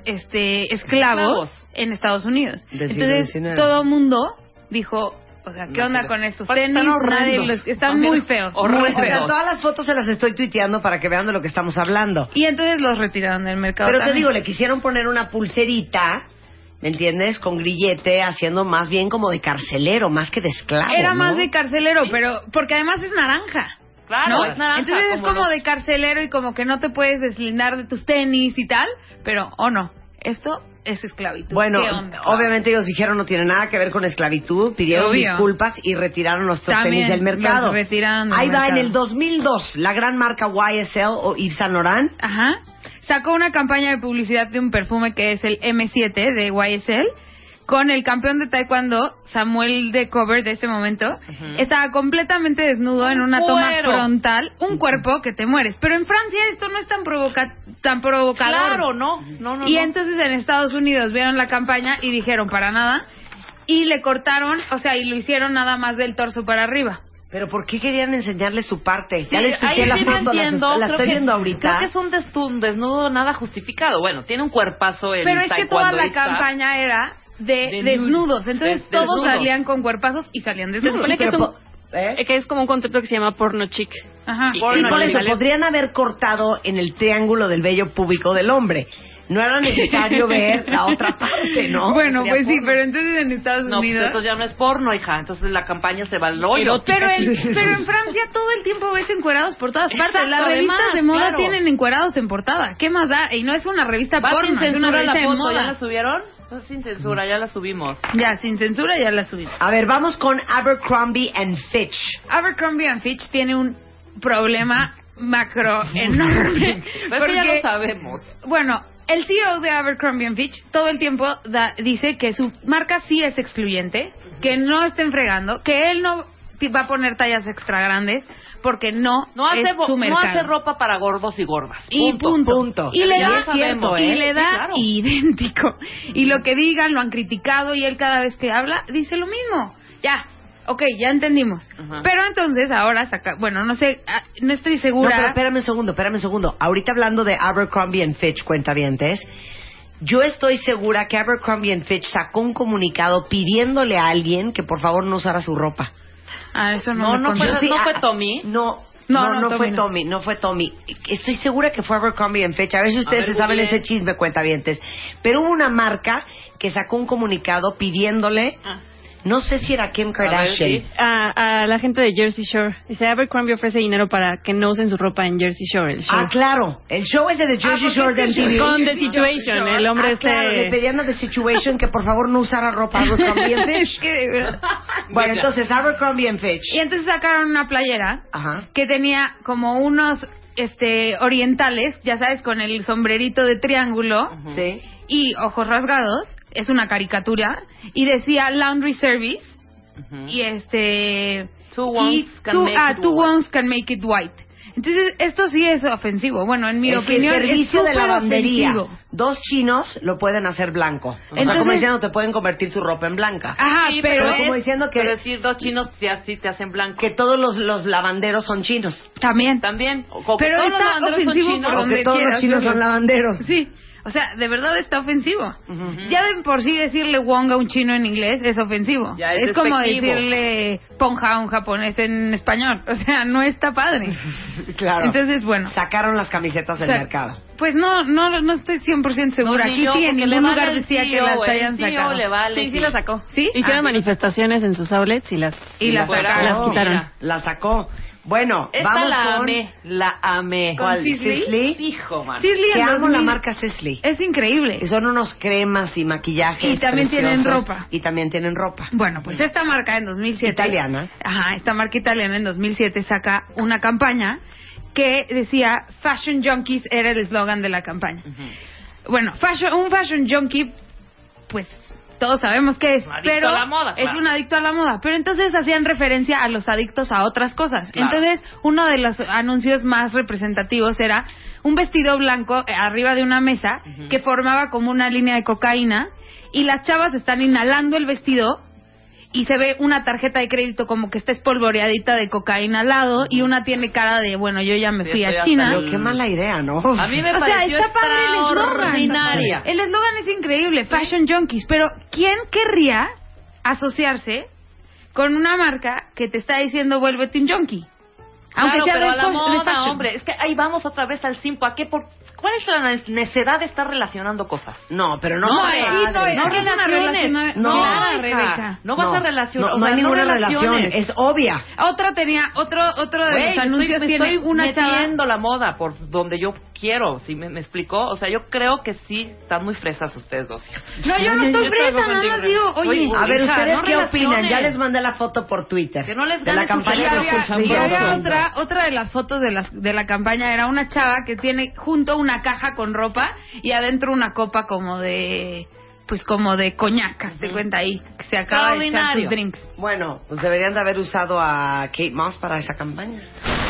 Speaker 6: esclavos en Estados Unidos.
Speaker 3: Del siglo
Speaker 6: Entonces
Speaker 3: XIX.
Speaker 6: todo mundo dijo, o sea, ¿qué
Speaker 3: No,
Speaker 6: onda
Speaker 3: pero-
Speaker 6: con estos
Speaker 4: Aparte
Speaker 6: tenis?
Speaker 4: están horrendos.
Speaker 6: Están
Speaker 4: También
Speaker 6: muy feos.
Speaker 4: horrendos.
Speaker 6: muy
Speaker 3: O sea,
Speaker 6: feos.
Speaker 3: todas las fotos se las estoy tuiteando para que vean de lo que estamos hablando.
Speaker 6: Y entonces los retiraron del mercado.
Speaker 3: Pero te
Speaker 6: también.
Speaker 3: digo, le quisieron poner una pulserita, ¿me entiendes? Con grillete, haciendo más bien como de carcelero, más que de esclavo.
Speaker 6: Era
Speaker 3: ¿no?
Speaker 6: más de carcelero, pero porque además es naranja.
Speaker 4: Claro,
Speaker 6: ¿no?
Speaker 4: es naranja.
Speaker 6: Entonces es como
Speaker 4: los-
Speaker 6: de carcelero y como que no te puedes deslindar de tus tenis y tal, pero no, esto es esclavitud.
Speaker 3: Bueno,
Speaker 6: ¿Qué onda?
Speaker 3: obviamente ellos dijeron no tiene nada que ver con esclavitud, pidieron
Speaker 6: Obvio.
Speaker 3: disculpas y retiraron nuestros
Speaker 6: También
Speaker 3: tenis del mercado.
Speaker 6: los retiraron del
Speaker 3: Ahí va, en
Speaker 6: mercado.
Speaker 3: el 2002, la gran marca YSL o Yves Saint Laurent.
Speaker 6: Ajá. Sacó una campaña de publicidad de un perfume que es el M7 de YSL con el campeón de taekwondo, Samuel de Cover de ese momento. Estaba completamente desnudo en una toma
Speaker 4: cuero.
Speaker 6: frontal, un cuerpo que te mueres. Pero en Francia esto no es tan provocador.
Speaker 4: Claro, no.
Speaker 6: Y entonces en Estados Unidos vieron la campaña y dijeron para nada y le cortaron, o sea, y lo hicieron nada más del torso para arriba.
Speaker 3: Pero ¿por qué querían enseñarle su parte?
Speaker 4: Sí,
Speaker 3: ya les tuiteé
Speaker 4: ahí
Speaker 3: la
Speaker 4: sí no
Speaker 3: foto,
Speaker 4: entiendo,
Speaker 3: la
Speaker 4: creo
Speaker 3: estoy
Speaker 4: que-
Speaker 3: viendo ahorita.
Speaker 4: Creo que es un desnudo nada justificado. Bueno, tiene un cuerpazo el
Speaker 6: Pero es que toda la
Speaker 4: taekwondoísta.
Speaker 6: campaña era de
Speaker 4: De
Speaker 6: desnudos,
Speaker 4: nude,
Speaker 6: entonces
Speaker 4: de
Speaker 6: todos
Speaker 4: desnudos.
Speaker 6: salían con cuerpazos y salían desnudos.
Speaker 8: supone que
Speaker 3: Pero
Speaker 8: es un-
Speaker 3: ¿eh?
Speaker 8: Que es como un concepto que se llama porno chic.
Speaker 6: Ajá.
Speaker 8: Y-
Speaker 3: Sí, por eso,
Speaker 8: sale-
Speaker 3: podrían haber cortado en el triángulo del vello púbico del hombre. No era necesario ver la otra parte, ¿no?
Speaker 6: Bueno,
Speaker 3: Sería
Speaker 6: pues sí,
Speaker 3: porno.
Speaker 6: pero entonces en Estados
Speaker 4: No, pues
Speaker 6: Unidos...
Speaker 4: esto ya no es porno, hija. Entonces la campaña se va al hoyo.
Speaker 8: Erótica.
Speaker 6: pero en Francia todo el tiempo ves encuerados por todas partes.
Speaker 4: Exacto,
Speaker 6: Las revistas
Speaker 4: además,
Speaker 6: de moda
Speaker 4: claro.
Speaker 6: tienen encuerados en portada. ¿Qué más da? Y no es una revista
Speaker 4: Va sin
Speaker 6: porno, es una
Speaker 4: censura
Speaker 6: revista
Speaker 4: la
Speaker 6: de
Speaker 4: foto. ¿Ya
Speaker 6: moda.
Speaker 4: la subieron? Va sin censura, ya la subimos.
Speaker 6: Ya, sin censura ya la subimos.
Speaker 3: A ver, vamos con Abercrombie and Fitch.
Speaker 6: Abercrombie and Fitch tiene un problema macro enorme.
Speaker 4: Pero es que ya lo sabemos.
Speaker 6: Bueno, el CEO de Abercrombie and Fitch todo el tiempo dice que su marca sí es excluyente, que no estén fregando, que él no va a poner tallas extra grandes porque no
Speaker 4: No
Speaker 6: es
Speaker 4: hace,
Speaker 6: su
Speaker 4: no
Speaker 6: mercado.
Speaker 4: hace ropa para gordos y gordas.
Speaker 6: Y punto. Y le
Speaker 4: Ya
Speaker 6: da,
Speaker 4: lo sabemos,
Speaker 6: y
Speaker 4: ¿eh?
Speaker 6: le
Speaker 4: Sí,
Speaker 6: da
Speaker 4: claro.
Speaker 6: idéntico. Y lo que digan lo han criticado y él cada vez que habla dice lo mismo. Ya, ok, ya entendimos.
Speaker 4: Ajá.
Speaker 6: Pero entonces ahora saca, bueno, no sé, no estoy
Speaker 3: No,
Speaker 6: segura.
Speaker 3: pero espérame un segundo. Ahorita hablando de Abercrombie and Fitch, cuentavientes, yo estoy segura que Abercrombie and Fitch sacó un comunicado pidiéndole a alguien que por favor no usara su ropa.
Speaker 6: Ah, eso
Speaker 4: No,
Speaker 6: me
Speaker 4: no
Speaker 6: consta.
Speaker 4: fue- ¿no fue Tommy?
Speaker 3: No
Speaker 6: No,
Speaker 3: fue
Speaker 6: Tommy no.
Speaker 3: Tommy, no fue Tommy. Estoy segura que fue Abercrombie and Fitch. A ver si ustedes
Speaker 4: ver,
Speaker 3: se saben
Speaker 4: googleen.
Speaker 3: ese chisme, cuentavientes. Pero hubo una marca que sacó un comunicado pidiéndole, no sé si era Kim Kardashian.
Speaker 4: sí.
Speaker 8: A la gente de Jersey Shore. Dice, Abercrombie ofrece dinero para que no usen su ropa en Jersey Shore. El show.
Speaker 3: Ah, claro. El show es de The Jersey
Speaker 6: porque
Speaker 3: Shore de
Speaker 6: es que
Speaker 3: MTV.
Speaker 8: Con The Situation. El hombre
Speaker 3: claro, le pedían a The Situation que por favor no usara ropa Abercrombie and
Speaker 6: Es
Speaker 3: Fitch.
Speaker 6: que de verdad.
Speaker 3: Bueno, entonces Abercrombie and Fitch.
Speaker 6: Y entonces sacaron una playera
Speaker 3: Ajá.
Speaker 6: que tenía como unos orientales, ya sabes, con el sombrerito de triángulo
Speaker 3: Sí.
Speaker 6: y ojos rasgados. Es una caricatura. Y decía Laundry Service. Y
Speaker 4: Two ones can make it
Speaker 6: two
Speaker 4: white.
Speaker 6: ones can make it white. Entonces, esto sí es ofensivo. Bueno, en mi
Speaker 3: Es que
Speaker 6: opinión,
Speaker 3: el servicio
Speaker 6: es
Speaker 3: de
Speaker 6: súper
Speaker 3: lavandería.
Speaker 6: ofensivo.
Speaker 3: 2 chinos lo pueden hacer blanco. O sea,
Speaker 6: Entonces-
Speaker 3: como diciendo, te pueden convertir tu ropa en blanca.
Speaker 6: Ajá,
Speaker 4: Sí,
Speaker 6: pero
Speaker 3: Pero
Speaker 6: es-
Speaker 3: como diciendo
Speaker 4: Pero
Speaker 3: que,
Speaker 4: decir dos chinos ya sí te hacen blanco.
Speaker 3: que todos los lavanderos son chinos.
Speaker 6: también.
Speaker 4: También. O que
Speaker 6: Pero
Speaker 4: todos los
Speaker 6: está
Speaker 4: lavanderos son
Speaker 6: ofensivo
Speaker 4: chinos.
Speaker 6: por
Speaker 3: O
Speaker 6: donde
Speaker 3: que todos
Speaker 6: quieras
Speaker 3: los chinos
Speaker 6: verlo.
Speaker 3: son lavanderos.
Speaker 6: Sí. O sea, de verdad está ofensivo. Ya de por sí decirle Wong a un chino en inglés es ofensivo.
Speaker 4: Ya es
Speaker 6: como
Speaker 4: despectivo.
Speaker 6: decirle Ponja a un japonés en español. O sea, no está padre.
Speaker 3: Claro.
Speaker 6: Entonces, bueno.
Speaker 3: Sacaron las camisetas del
Speaker 6: O sea,
Speaker 3: mercado.
Speaker 6: Pues no estoy 100% segura.
Speaker 4: No, ni
Speaker 6: Aquí
Speaker 4: yo,
Speaker 6: sí, en
Speaker 4: porque
Speaker 6: ningún
Speaker 4: le
Speaker 6: lugar
Speaker 4: vale el
Speaker 6: decía que
Speaker 4: tío,
Speaker 6: las
Speaker 4: el
Speaker 6: hayan
Speaker 4: tío
Speaker 6: sacado.
Speaker 4: le vale.
Speaker 8: Sí la sacó.
Speaker 6: ¿Sí?
Speaker 8: Hicieron
Speaker 6: Ah,
Speaker 8: manifestaciones en sus outlets y las
Speaker 6: sacaron.
Speaker 8: las quitaron.
Speaker 4: Mira.
Speaker 3: La sacó. Bueno,
Speaker 4: Esta
Speaker 3: vamos
Speaker 4: la
Speaker 3: con...
Speaker 4: amé, la amé.
Speaker 6: ¿Con Sisley?
Speaker 3: Sisley?
Speaker 4: Hijo, man.
Speaker 6: Sisley
Speaker 3: Que
Speaker 6: en
Speaker 3: amo la
Speaker 6: 2000.
Speaker 3: marca Sisley.
Speaker 6: Es increíble.
Speaker 3: Y son unos cremas y maquillajes
Speaker 6: Y también tienen
Speaker 3: preciosos.
Speaker 6: ropa.
Speaker 3: Y también tienen ropa.
Speaker 6: Bueno, pues esta marca en 2007...
Speaker 3: Italiana.
Speaker 6: Ajá, esta marca italiana en 2007 saca una campaña que decía Fashion Junkies era el eslogan de la campaña. Bueno, un fashion junkie, pues todos sabemos qué es,
Speaker 4: Adicto
Speaker 6: pero
Speaker 4: a la moda,
Speaker 6: es
Speaker 4: claro.
Speaker 6: un adicto a la moda. Pero entonces hacían referencia a los adictos a otras cosas.
Speaker 4: Claro.
Speaker 6: Entonces, uno de los anuncios más representativos era un vestido blanco arriba de una mesa que formaba como una línea de cocaína y las chavas están inhalando el vestido y se ve una tarjeta de crédito como que está espolvoreadita de cocaína al lado y una tiene cara de, bueno, yo ya me
Speaker 4: Sí,
Speaker 6: fui
Speaker 4: estoy
Speaker 6: a
Speaker 4: hasta
Speaker 6: China.
Speaker 3: Pero qué mala idea, ¿no?
Speaker 4: A mí me
Speaker 6: O sea,
Speaker 4: pareció
Speaker 6: está padre el eslogan.
Speaker 4: extraordinaria.
Speaker 6: El eslogan es increíble, Fashion Junkies, pero ¿quién querría asociarse con una marca que te está diciendo vuélvete un junkie? Aunque
Speaker 4: Claro,
Speaker 6: sea
Speaker 4: pero
Speaker 6: de
Speaker 4: a la
Speaker 6: de
Speaker 4: moda,
Speaker 6: fashion.
Speaker 4: hombre. Es que ahí vamos otra vez al simpo. ¿A qué? ¿Cuál es la necesidad de estar relacionando cosas?
Speaker 3: No, pero no.
Speaker 4: No,
Speaker 3: padre.
Speaker 6: no es una
Speaker 4: relaciones.
Speaker 6: relación-
Speaker 3: No,
Speaker 6: nada,
Speaker 4: hija,
Speaker 6: Rebeca.
Speaker 4: No vas a relacionar.
Speaker 3: No,
Speaker 4: o
Speaker 3: no
Speaker 4: sea,
Speaker 3: hay ninguna relación.
Speaker 4: relaciones.
Speaker 3: Es obvia.
Speaker 6: Otro de
Speaker 4: Güey,
Speaker 6: los anuncios
Speaker 4: me
Speaker 6: tiene
Speaker 4: estoy
Speaker 6: una chava.
Speaker 4: metiendo la moda por donde yo quiero, ¿sí me explicó? O sea, yo creo que sí están muy fresas ustedes dos.
Speaker 6: No, yo no estoy
Speaker 4: Yo
Speaker 6: fresa,
Speaker 4: estoy
Speaker 6: nada más
Speaker 4: contigo.
Speaker 6: digo, oye,
Speaker 4: Oye,
Speaker 3: A ver,
Speaker 4: hija,
Speaker 3: ¿ustedes
Speaker 4: no
Speaker 3: qué opinan?
Speaker 4: relaciones.
Speaker 3: Ya les mandé la foto por Twitter.
Speaker 4: Que no les
Speaker 3: de la
Speaker 4: ganen sus
Speaker 3: campaña
Speaker 6: Y
Speaker 3: de
Speaker 6: había,
Speaker 3: Sisley.
Speaker 6: y había otra de las fotos de la campaña era una chava que tiene junto una caja con ropa y adentro una copa como de coñac, te cuenta ahí, que se acaba de echar
Speaker 4: Extraordinario.
Speaker 6: sus drinks.
Speaker 3: Bueno, pues deberían de haber usado a Kate Moss para esa campaña.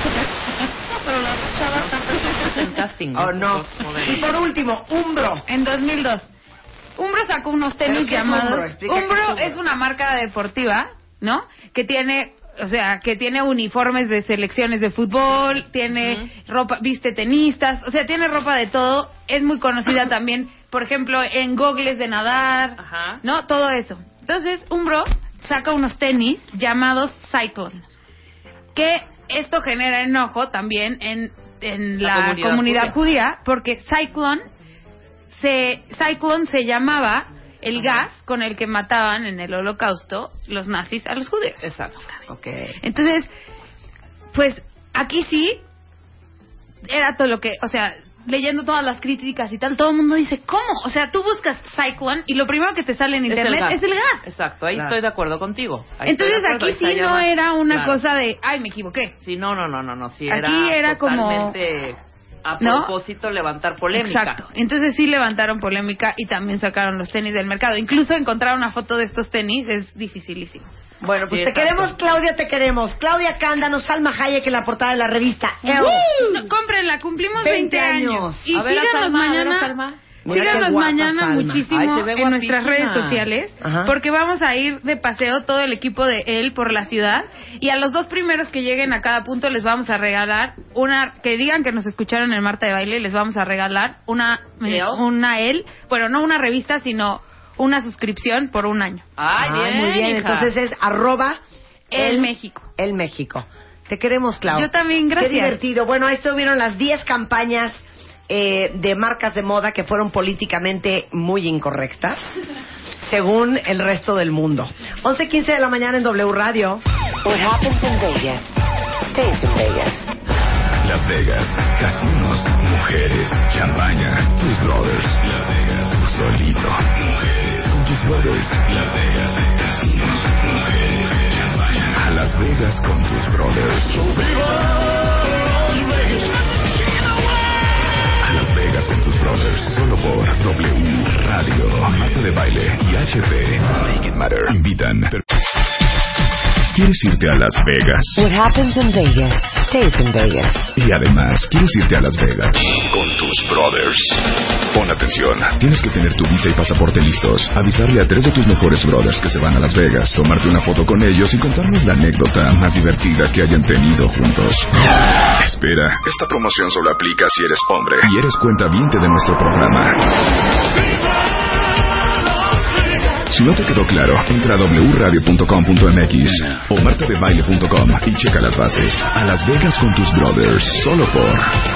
Speaker 4: Pero las chavas están perfectas en casting.
Speaker 3: ¿O
Speaker 4: estos
Speaker 3: no?
Speaker 4: dos modelos.
Speaker 3: Y por último, Umbro.
Speaker 6: En 2002. Umbro sacó unos tenis
Speaker 3: ¿Pero qué es
Speaker 6: llamados...
Speaker 3: Umbro? Explica qué es
Speaker 6: Umbro
Speaker 3: Umbro.
Speaker 6: es una marca deportiva, ¿no? Que tiene uniformes de selecciones de fútbol, tiene ropa, viste tenistas, o sea, tiene ropa de todo. Es muy conocida también, por ejemplo, en gogles de nadar,
Speaker 4: Ajá.
Speaker 6: ¿no? Todo eso. Entonces, Umbro saca unos tenis llamados Cyclone, que esto genera enojo también en la comunidad judía, porque Cyclone se llamaba el gas con el que mataban en el Holocausto los nazis a los judíos.
Speaker 4: Exacto.
Speaker 3: Ok.
Speaker 6: Entonces, pues aquí sí era todo lo que, o sea, leyendo todas las críticas y tal, todo el mundo dice, ¿cómo? O sea, tú buscas Cyclone y lo primero que te sale en internet es el gas.
Speaker 4: Exacto, ahí
Speaker 3: Claro.
Speaker 4: estoy de acuerdo contigo. Ahí
Speaker 6: Entonces
Speaker 4: estoy de acuerdo,
Speaker 6: aquí
Speaker 4: ahí está
Speaker 6: sí
Speaker 4: ya
Speaker 6: no
Speaker 4: más-
Speaker 6: era una
Speaker 4: claro.
Speaker 6: cosa de, ay, me equivoqué.
Speaker 4: Sí, no, sí
Speaker 6: Aquí era como-
Speaker 4: totalmente a
Speaker 6: ¿no?
Speaker 4: propósito levantar polémica.
Speaker 6: Exacto. Entonces sí levantaron polémica y también sacaron los tenis del mercado. Incluso encontrar una foto de estos tenis es dificilísimo.
Speaker 3: Bueno, pues
Speaker 4: Sí,
Speaker 3: te
Speaker 4: exacto.
Speaker 3: queremos, Claudia, te queremos. Claudia Cándano, Salma Hayek en la portada de la revista Elle.
Speaker 6: No, cómprenla, cumplimos 20 años. Y
Speaker 4: A ver a
Speaker 6: síganos
Speaker 4: Salma, a ver a
Speaker 6: mañana.
Speaker 4: Salma.
Speaker 3: Mira qué
Speaker 6: Síganos
Speaker 3: guapa
Speaker 6: mañana
Speaker 3: Salma.
Speaker 6: muchísimo
Speaker 4: Ay, se ve
Speaker 6: en nuestras
Speaker 4: guapísima.
Speaker 6: redes sociales,
Speaker 3: Ajá.
Speaker 6: porque vamos a ir de paseo todo el equipo de él por la ciudad y a los 2 primeros que lleguen a cada punto les vamos a regalar que digan que nos escucharon en Marta de Baile, les vamos a regalar una bueno, no una revista, sino una suscripción por un año.
Speaker 4: Ay, bien,
Speaker 3: muy bien.
Speaker 4: hija.
Speaker 3: Entonces es
Speaker 6: El México.
Speaker 3: El México. Te queremos, Claudia.
Speaker 6: Yo también, gracias.
Speaker 3: Qué divertido. Bueno, ahí estuvieron las 10 campañas de marcas de moda que fueron políticamente muy incorrectas, según el resto del mundo. 11:15 de la mañana en W Radio.
Speaker 2: What happens in Vegas stays in Vegas.
Speaker 1: Las Vegas, casinos, mujeres, champaña, tus brothers. Las Vegas, tú solito. Mujeres, con tus brothers. Las Vegas, casinos, mujeres, champaña. A Las Vegas con tus brothers. A Las Vegas con tus brothers. Solo por W Radio. Marta de Baile y HP. Make it matter. Invitan. ¿Quieres irte a Las Vegas?
Speaker 2: What happens in Vegas stays in Vegas.
Speaker 1: Y además, ¿quieres irte a Las Vegas con tus brothers? Pon atención, tienes que tener tu visa y pasaporte listos, avisarle a 3 de tus mejores brothers que se van a Las Vegas, tomarte una foto con ellos y contarnos la anécdota más divertida que hayan tenido juntos. Espera, esta promoción solo aplica si eres hombre y eres cuentaviente de nuestro programa. Si no te quedó claro, entra a wradio.com.mx o martadebaile.com y checa las bases. A Las Vegas con tus brothers, solo por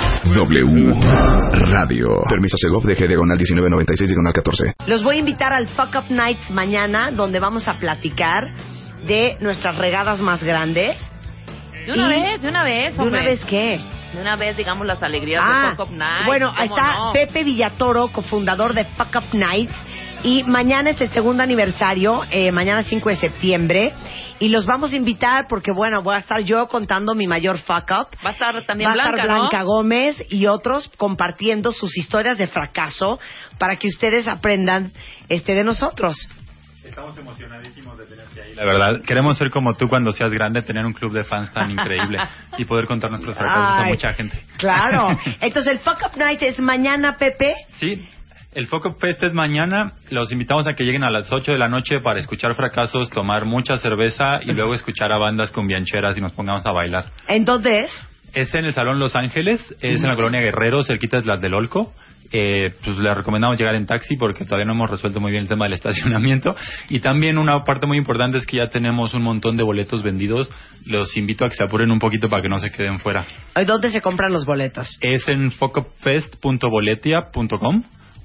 Speaker 1: W Radio. Permiso Segov, DG diagonal 1996 diagonal 14.
Speaker 3: Los voy a invitar al Fuck Up Nights mañana, donde vamos a platicar de nuestras regadas más grandes.
Speaker 4: De una vez,
Speaker 3: ¿De una
Speaker 4: hombre.
Speaker 3: vez qué?
Speaker 4: De una vez, digamos, las alegrías de Fuck Up Night.
Speaker 3: Bueno,
Speaker 4: ¿cómo
Speaker 3: está
Speaker 4: no?
Speaker 3: Pepe Villatoro, cofundador de Fuck Up Nights. Y mañana es el segundo aniversario, mañana 5 de septiembre. Y los vamos a invitar porque, bueno, voy a estar yo contando mi mayor fuck up.
Speaker 4: Va a estar también
Speaker 3: Va a
Speaker 4: Blanca,
Speaker 3: estar Blanca
Speaker 4: ¿no?
Speaker 3: Gómez y otros compartiendo sus historias de fracaso para que ustedes aprendan de nosotros.
Speaker 9: Estamos emocionadísimos de tenerte ahí. La verdad, queremos ser como tú cuando seas grande, tener un club de fans tan increíble y poder contar nuestros fracasos a mucha gente.
Speaker 3: Claro. Entonces, el Fuck Up Night es mañana, Pepe.
Speaker 9: Sí. El Fuck Up Fest es mañana. Los invitamos a que lleguen a las 8 de la noche para escuchar fracasos, tomar mucha cerveza y luego escuchar a bandas cumbiancheras y nos pongamos a bailar.
Speaker 3: Entonces,
Speaker 9: Es en el Salón Los Ángeles, es en la colonia Guerrero, cerquita de las del Olco. Pues le recomendamos llegar en taxi porque todavía no hemos resuelto muy bien el tema del estacionamiento. Y también una parte muy importante es que ya tenemos un montón de boletos vendidos. Los invito a que se apuren un poquito para que no se queden fuera.
Speaker 3: ¿dónde se compran los boletos?
Speaker 9: Es en fuckupfest.boletia.com.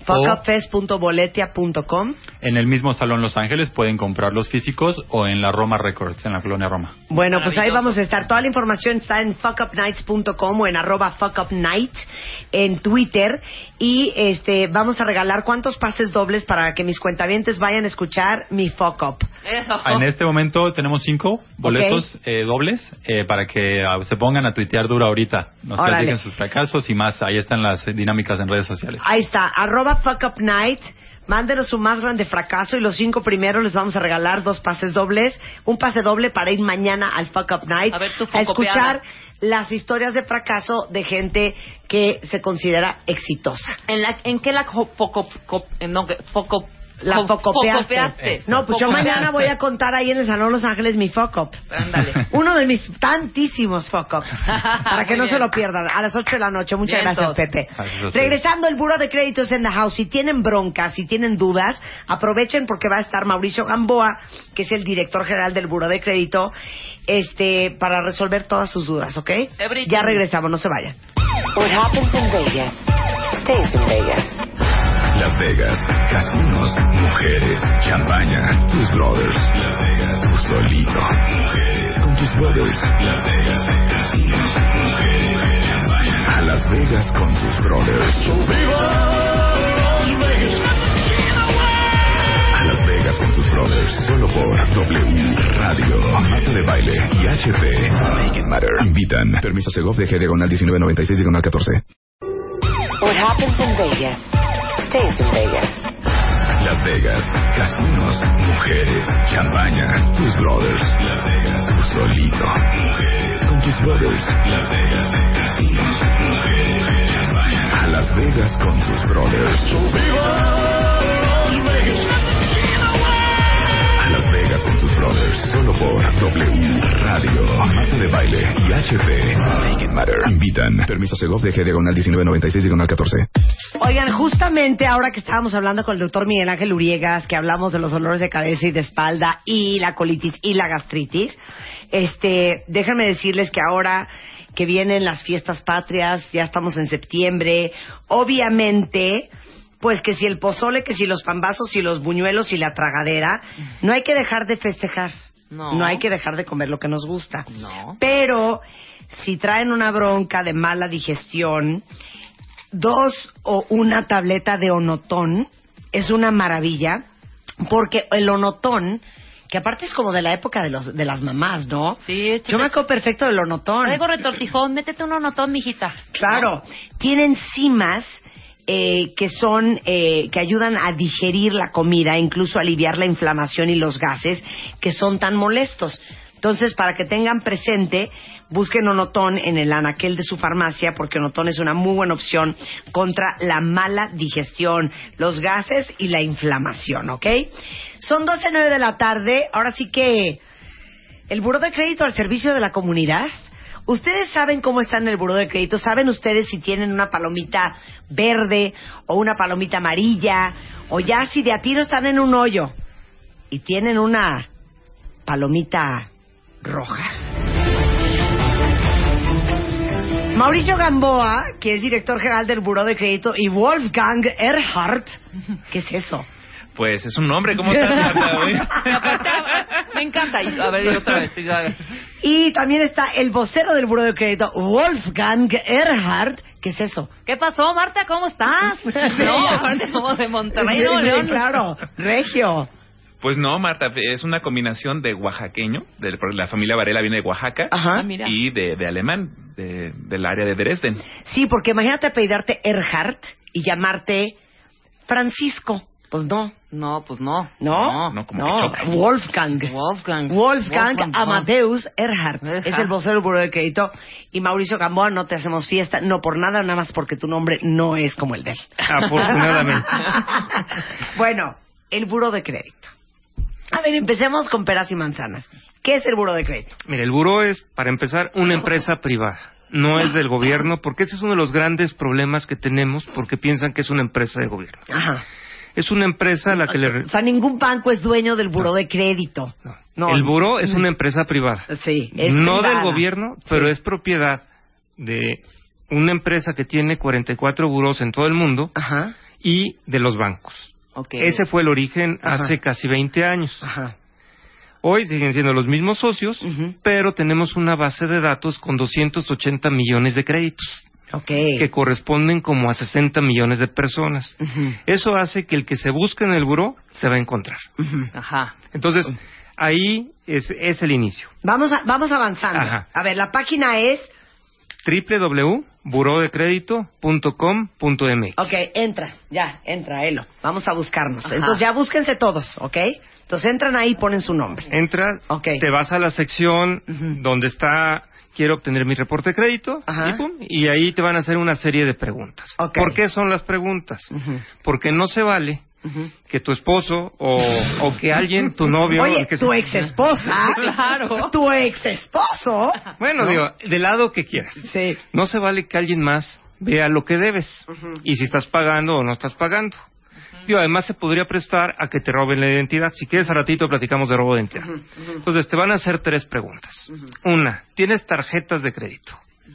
Speaker 3: fuckupfest.boletia.com.
Speaker 9: En el mismo Salón Los Ángeles pueden comprar los físicos o en la Roma Records, en la colonia Roma.
Speaker 3: Bueno, pues ahí vamos a estar. Toda la información está en fuckupnights.com o en @fuckupnight en Twitter. Y vamos a regalar ¿cuántos pases dobles para que mis cuentavientes vayan a escuchar mi fuck up?
Speaker 4: Eso.
Speaker 9: En este momento tenemos 5 boletos dobles para que se pongan a tuitear duro ahorita. Nos
Speaker 3: Órale.
Speaker 9: platiquen sus fracasos y más. Ahí están las dinámicas en redes sociales.
Speaker 3: Ahí está, @fuckupnight. Mándenos su más grande fracaso y los 5 primeros les vamos a regalar 2 pases dobles. Un pase doble para ir mañana al Fuck Up Night
Speaker 4: A ver tu
Speaker 3: a escuchar
Speaker 4: focopeada.
Speaker 3: las historias de fracaso de gente que se considera exitosa.
Speaker 4: ¿En qué la
Speaker 3: La focopeaste. No, pues yo mañana voy a contar ahí en el Salón Los Ángeles mi fuck up.
Speaker 4: Ándale.
Speaker 3: Uno de mis tantísimos fuck ups. Para que
Speaker 4: Muy
Speaker 3: no
Speaker 4: bien.
Speaker 3: se lo pierdan. A las 8 de la noche. Muchas
Speaker 4: Vientos.
Speaker 3: gracias, Pepe.
Speaker 9: Gracias a ustedes.
Speaker 3: Regresando, el Buró de Créditos en the House. Si tienen broncas, si tienen dudas, aprovechen porque va a estar Mauricio Gamboa, que es el director general del Buró de Crédito, para resolver todas sus dudas, ¿ok?
Speaker 4: Everything.
Speaker 3: Ya regresamos, no se vayan.
Speaker 2: What happens in Vegas stays in Vegas.
Speaker 1: Las Vegas, casinos, mujeres, champaña, tus brothers. Las Vegas, tú solito. Mujeres, con tus brothers. Las Vegas, casinos, mujeres, champaña. A Las Vegas con tus brothers. A Las Vegas con tus brothers. Solo por W Radio. Marta de Baile y HP. Make it matter. Invitan. Permiso Segov, DG diagonal 1996 diagonal 14.
Speaker 2: What happens in Vegas stays in Vegas.
Speaker 1: Las Vegas, casinos, mujeres, champaña, tus brothers. Las Vegas, tú solito. Mujeres, con tus brothers. Las Vegas, casinos, mujeres, champaña. A Las Vegas con tus brothers. A Las Vegas con tus brothers. Solo por W Radio. Marta de Baile y HP. Make it matter. Invitan. Permiso Segov, DG diagonal 1996 diagonal 14.
Speaker 3: Oigan, justamente ahora que estábamos hablando con el doctor Miguel Ángel Uriegas, que hablamos de los dolores de cabeza y de espalda y la colitis y la gastritis, déjenme decirles que ahora que vienen las fiestas patrias, ya estamos en septiembre, obviamente, pues que si el pozole, que si los pambazos, y los buñuelos y la tragadera, no hay que dejar de festejar. No hay que dejar de comer lo que nos gusta.
Speaker 4: No.
Speaker 3: Pero si traen una bronca de mala digestión, 2 o 1 tableta de Onotón es una maravilla, porque el Onotón, que aparte es como de la época de las mamás, ¿no?
Speaker 4: Sí,
Speaker 3: Yo me acuerdo perfecto del Onotón.
Speaker 4: Traigo retortijón, métete un onotón, mijita.
Speaker 3: Claro, tiene enzimas que ayudan a digerir la comida, incluso a aliviar la inflamación y los gases que son tan molestos. Entonces, para que tengan presente, busquen Onotón en el anaquel de su farmacia, porque Onotón es una muy buena opción contra la mala digestión, los gases y la inflamación, ¿ok? Son 12:09 de la tarde. Ahora sí que el buró de crédito al servicio de la comunidad. ¿Ustedes saben cómo está en el buró de crédito? ¿Saben ustedes si tienen una palomita verde o una palomita amarilla? O ya si de a tiro están en un hoyo y tienen una palomita roja. Mauricio Gamboa, que es director general del buró de crédito, y Wolfgang Erhardt, ¿qué es eso?
Speaker 10: Pues es un nombre, ¿cómo estás, Marta? Hoy?
Speaker 4: Me encanta. A ver, otra vez.
Speaker 3: Y también está el vocero del buró de crédito, Wolfgang Erhardt, ¿qué es eso?
Speaker 4: ¿Qué pasó, Marta? ¿Cómo estás? No, aparte somos de Monterrey, ¿no, León?
Speaker 3: Claro, regio.
Speaker 10: Pues no, Marta, es una combinación de oaxaqueño, porque la familia Varela viene de Oaxaca,
Speaker 3: Ajá.
Speaker 10: y de alemán, del área de Dresden.
Speaker 3: Sí, porque imagínate apellidarte Erhardt y llamarte Francisco. Pues no.
Speaker 4: No, pues no.
Speaker 3: No,
Speaker 10: No, como que choca.
Speaker 3: Wolfgang Amadeus Erhardt es el vocero del buró de crédito. Y Mauricio Gamboa, no te hacemos fiesta, no por nada, nada más porque tu nombre no es como el de él.
Speaker 7: Afortunadamente.
Speaker 3: Bueno, el buró de crédito. A ver, empecemos con peras y manzanas. ¿Qué es el buró de crédito?
Speaker 11: Mira, el buró es, para empezar, una empresa privada. No es del gobierno, porque ese es uno de los grandes problemas que tenemos, porque piensan que es una empresa de gobierno.
Speaker 3: Ajá.
Speaker 11: Es una empresa a la que le...
Speaker 3: O sea, ningún banco es dueño del buró de crédito.
Speaker 11: No. El buró es una empresa privada.
Speaker 3: Sí, es
Speaker 11: no
Speaker 3: privada.
Speaker 11: del gobierno, pero
Speaker 3: Sí.
Speaker 11: es propiedad de una empresa que tiene 44 burós en todo el mundo.
Speaker 3: Ajá.
Speaker 11: Y de los bancos.
Speaker 4: Okay.
Speaker 11: Ese fue el origen hace casi 20 años.
Speaker 3: Ajá.
Speaker 11: Hoy siguen siendo los mismos socios, pero tenemos una base de datos con 280 millones de créditos. Que corresponden como a 60 millones de personas. Eso hace que el que se busque en el buró se va a encontrar.
Speaker 4: Ajá.
Speaker 11: Entonces, ahí es el inicio.
Speaker 3: Vamos avanzando.
Speaker 11: Ajá.
Speaker 3: A ver, la página es...
Speaker 11: www.burodecredito.com.mx.
Speaker 3: Ok, entra, Elo. Vamos a buscarnos.
Speaker 11: Ajá.
Speaker 3: Entonces ya búsquense todos, ¿ok? Entonces entran ahí y ponen su nombre.
Speaker 11: Entras, te vas a la sección donde está... Quiero obtener mi reporte de crédito, y ahí te van a hacer una serie de preguntas. ¿Por qué son las preguntas? Porque no se vale que tu esposo o que alguien, tu novio...
Speaker 3: Oye,
Speaker 11: que
Speaker 3: tu ex esposa.
Speaker 4: Claro.
Speaker 3: Tu ex esposo.
Speaker 11: Bueno,
Speaker 3: ¿no?
Speaker 11: digo, del lado que quieras.
Speaker 3: Sí.
Speaker 11: No se vale que alguien más vea lo que debes y si estás pagando o no estás pagando. Digo, además se podría prestar a que te roben la identidad. Si quieres, a ratito platicamos de robo de identidad. Entonces, te van a hacer 3 preguntas. Una, ¿tienes tarjetas de crédito?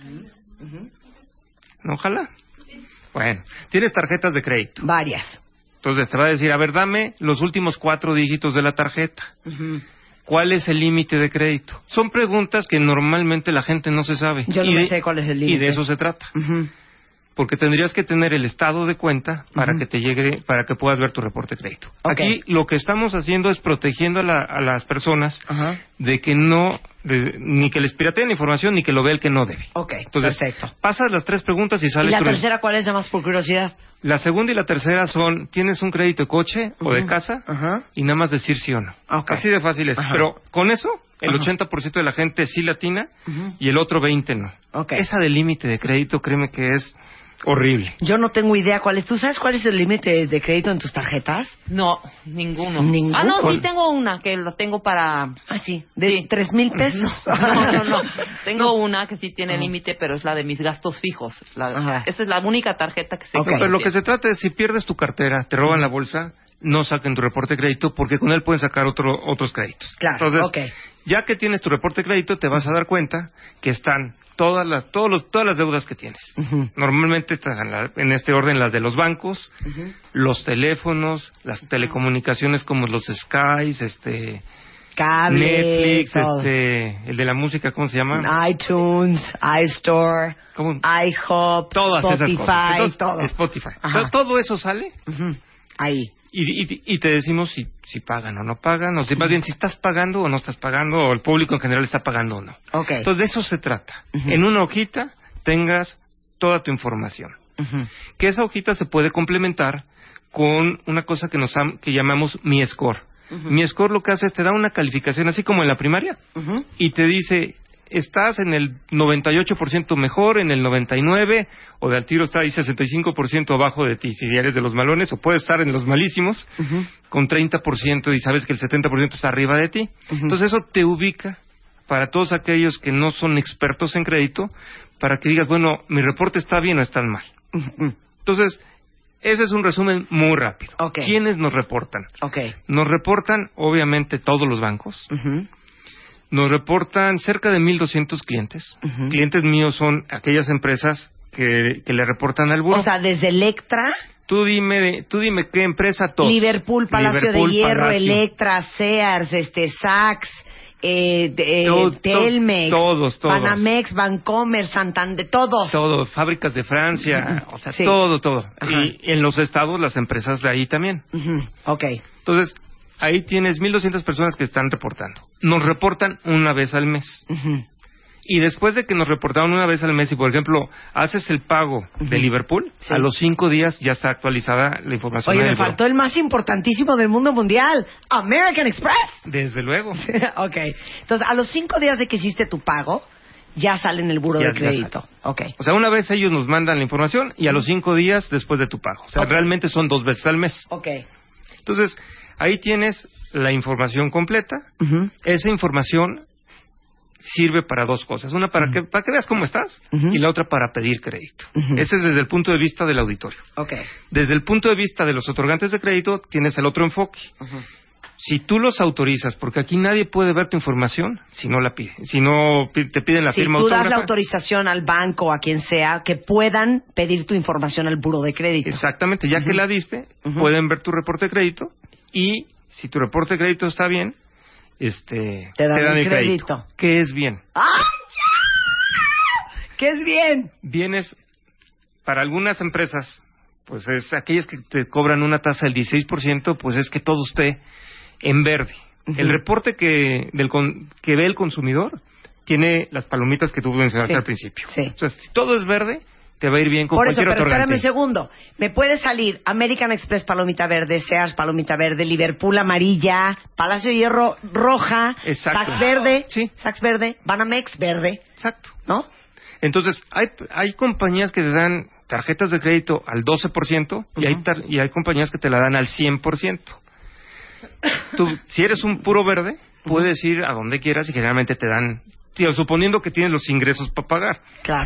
Speaker 11: ¿No, ojalá? Bueno, ¿tienes tarjetas de crédito?
Speaker 3: Varias.
Speaker 11: Entonces, te va a decir, a ver, dame los últimos 4 dígitos de la tarjeta. ¿Cuál es el límite de crédito? Son preguntas que normalmente la gente no se sabe.
Speaker 3: Yo no sé cuál es el límite.
Speaker 11: Y de eso se trata. Porque tendrías que tener el estado de cuenta para que te llegue, para que puedas ver tu reporte de crédito. Aquí lo que estamos haciendo es protegiendo a las personas de que ni que les pirateen la información ni que lo vea el que no debe. Entonces,
Speaker 3: perfecto.
Speaker 11: pasas las 3 preguntas y sale...
Speaker 3: ¿Y la tercera cuál es, nada más por curiosidad?
Speaker 11: La segunda y la tercera son, ¿tienes un crédito de coche o de casa? Y nada más decir sí o no. Así de fácil es. Pero con eso, el 80% de la gente sí latina y el otro 20% no. Esa del límite de crédito, créeme que es horrible.
Speaker 3: Yo no tengo idea cuál es. ¿Tú sabes cuál es el límite de crédito en tus tarjetas?
Speaker 4: No, ninguno.
Speaker 3: ¿Ninguno?
Speaker 4: Ah, no, sí tengo una que la tengo para...
Speaker 3: Ah, sí. ¿De 3,000 pesos?
Speaker 4: No. Tengo una que sí tiene límite, pero es la de mis gastos fijos. Esa es la única tarjeta que sé que
Speaker 11: Pero lo que se trata es, si pierdes tu cartera, te roban la bolsa, no saquen tu reporte de crédito porque con él pueden sacar otros créditos.
Speaker 3: Claro,
Speaker 11: entonces, ya que tienes tu reporte de crédito, te vas a dar cuenta que están todas las deudas que tienes. Normalmente están en este orden las de los bancos, los teléfonos, las telecomunicaciones como los Skys,
Speaker 3: cable,
Speaker 11: Netflix,
Speaker 3: todo.
Speaker 11: El de la música, ¿cómo se llama?
Speaker 3: iTunes, iStore, iHop,
Speaker 11: todas
Speaker 3: Spotify,
Speaker 11: esas cosas. Entonces,
Speaker 3: todo.
Speaker 11: Spotify. O sea, todo eso sale
Speaker 3: ahí.
Speaker 11: Y te decimos si pagan o no pagan, o si más bien si estás pagando o no estás pagando, o el público en general está pagando o no. Entonces, de eso se trata. En una hojita tengas toda tu información. Que esa hojita se puede complementar con una cosa que llamamos Mi Score. Mi Score lo que hace es te da una calificación así como en la primaria y te dice, estás en el 98% mejor, en el 99%, o de al tiro está ahí 65% abajo de ti, si eres de los malones, o puedes estar en los malísimos, con 30% y sabes que el 70% está arriba de ti. Entonces eso te ubica para todos aquellos que no son expertos en crédito, para que digas, bueno, mi reporte está bien o está mal. Entonces, ese es un resumen muy rápido. ¿Quiénes nos reportan? Nos reportan, obviamente, todos los bancos. Nos reportan cerca de 1,200 clientes. Clientes míos son aquellas empresas que le reportan al buró.
Speaker 3: O sea, desde Electra...
Speaker 11: Tú dime qué empresa, todo.
Speaker 3: Liverpool, Palacio de Hierro, Electra, Sears, Saks, Telmex,
Speaker 11: todos.
Speaker 3: Banamex, Bancomer, Santander, todos.
Speaker 11: Todo, fábricas de Francia, o sea, todo. Y en los estados, las empresas de ahí también. Entonces, ahí tienes 1,200 personas que están reportando. Nos reportan una vez al mes. Y después de que nos reportaron una vez al mes, y por ejemplo, haces el pago de Liverpool, a los 5 días ya está actualizada la información.
Speaker 3: Oye, me faltó el más importantísimo del mundo mundial, American Express.
Speaker 11: Desde luego.
Speaker 3: Entonces, a los 5 días de que hiciste tu pago, ya sale en el buro de crédito. O
Speaker 11: sea, una vez ellos nos mandan la información y a los 5 días después de tu pago. O sea, realmente son 2 veces al mes. Entonces, ahí tienes la información completa. Esa información sirve para 2 cosas. Una para que veas cómo estás y la otra para pedir crédito. Ese es desde el punto de vista del auditorio. Desde el punto de vista de los otorgantes de crédito tienes el otro enfoque. Si tú los autorizas, porque aquí nadie puede ver tu información si no la pide, si no te piden la firma autógrafa.
Speaker 3: Si tú das la autorización al banco o a quien sea que puedan pedir tu información al buro de crédito.
Speaker 11: Exactamente, ya que la diste, pueden ver tu reporte de crédito y si tu reporte de crédito está bien, te dan el crédito. ¿Qué es bien?
Speaker 3: ¿Qué es bien?
Speaker 11: Bien es, para algunas empresas, pues es aquellas que te cobran una tasa del 16%, pues es que todo esté en verde. El reporte que ve el consumidor tiene las palomitas que tú mencionaste al principio. O sea, si todo es verde, te va a ir bien con cualquier otorgante.
Speaker 3: Espérame un segundo. Me puede salir American Express palomita verde, Sears palomita verde, Liverpool amarilla, Palacio de Hierro roja, Saks verde, Saks verde, Banamex verde. ¿No?
Speaker 11: Entonces, hay compañías que te dan tarjetas de crédito al 12% y hay compañías que te la dan al 100%. Tú, si eres un puro verde, puedes ir a donde quieras y generalmente te dan, suponiendo que tienes los ingresos para pagar.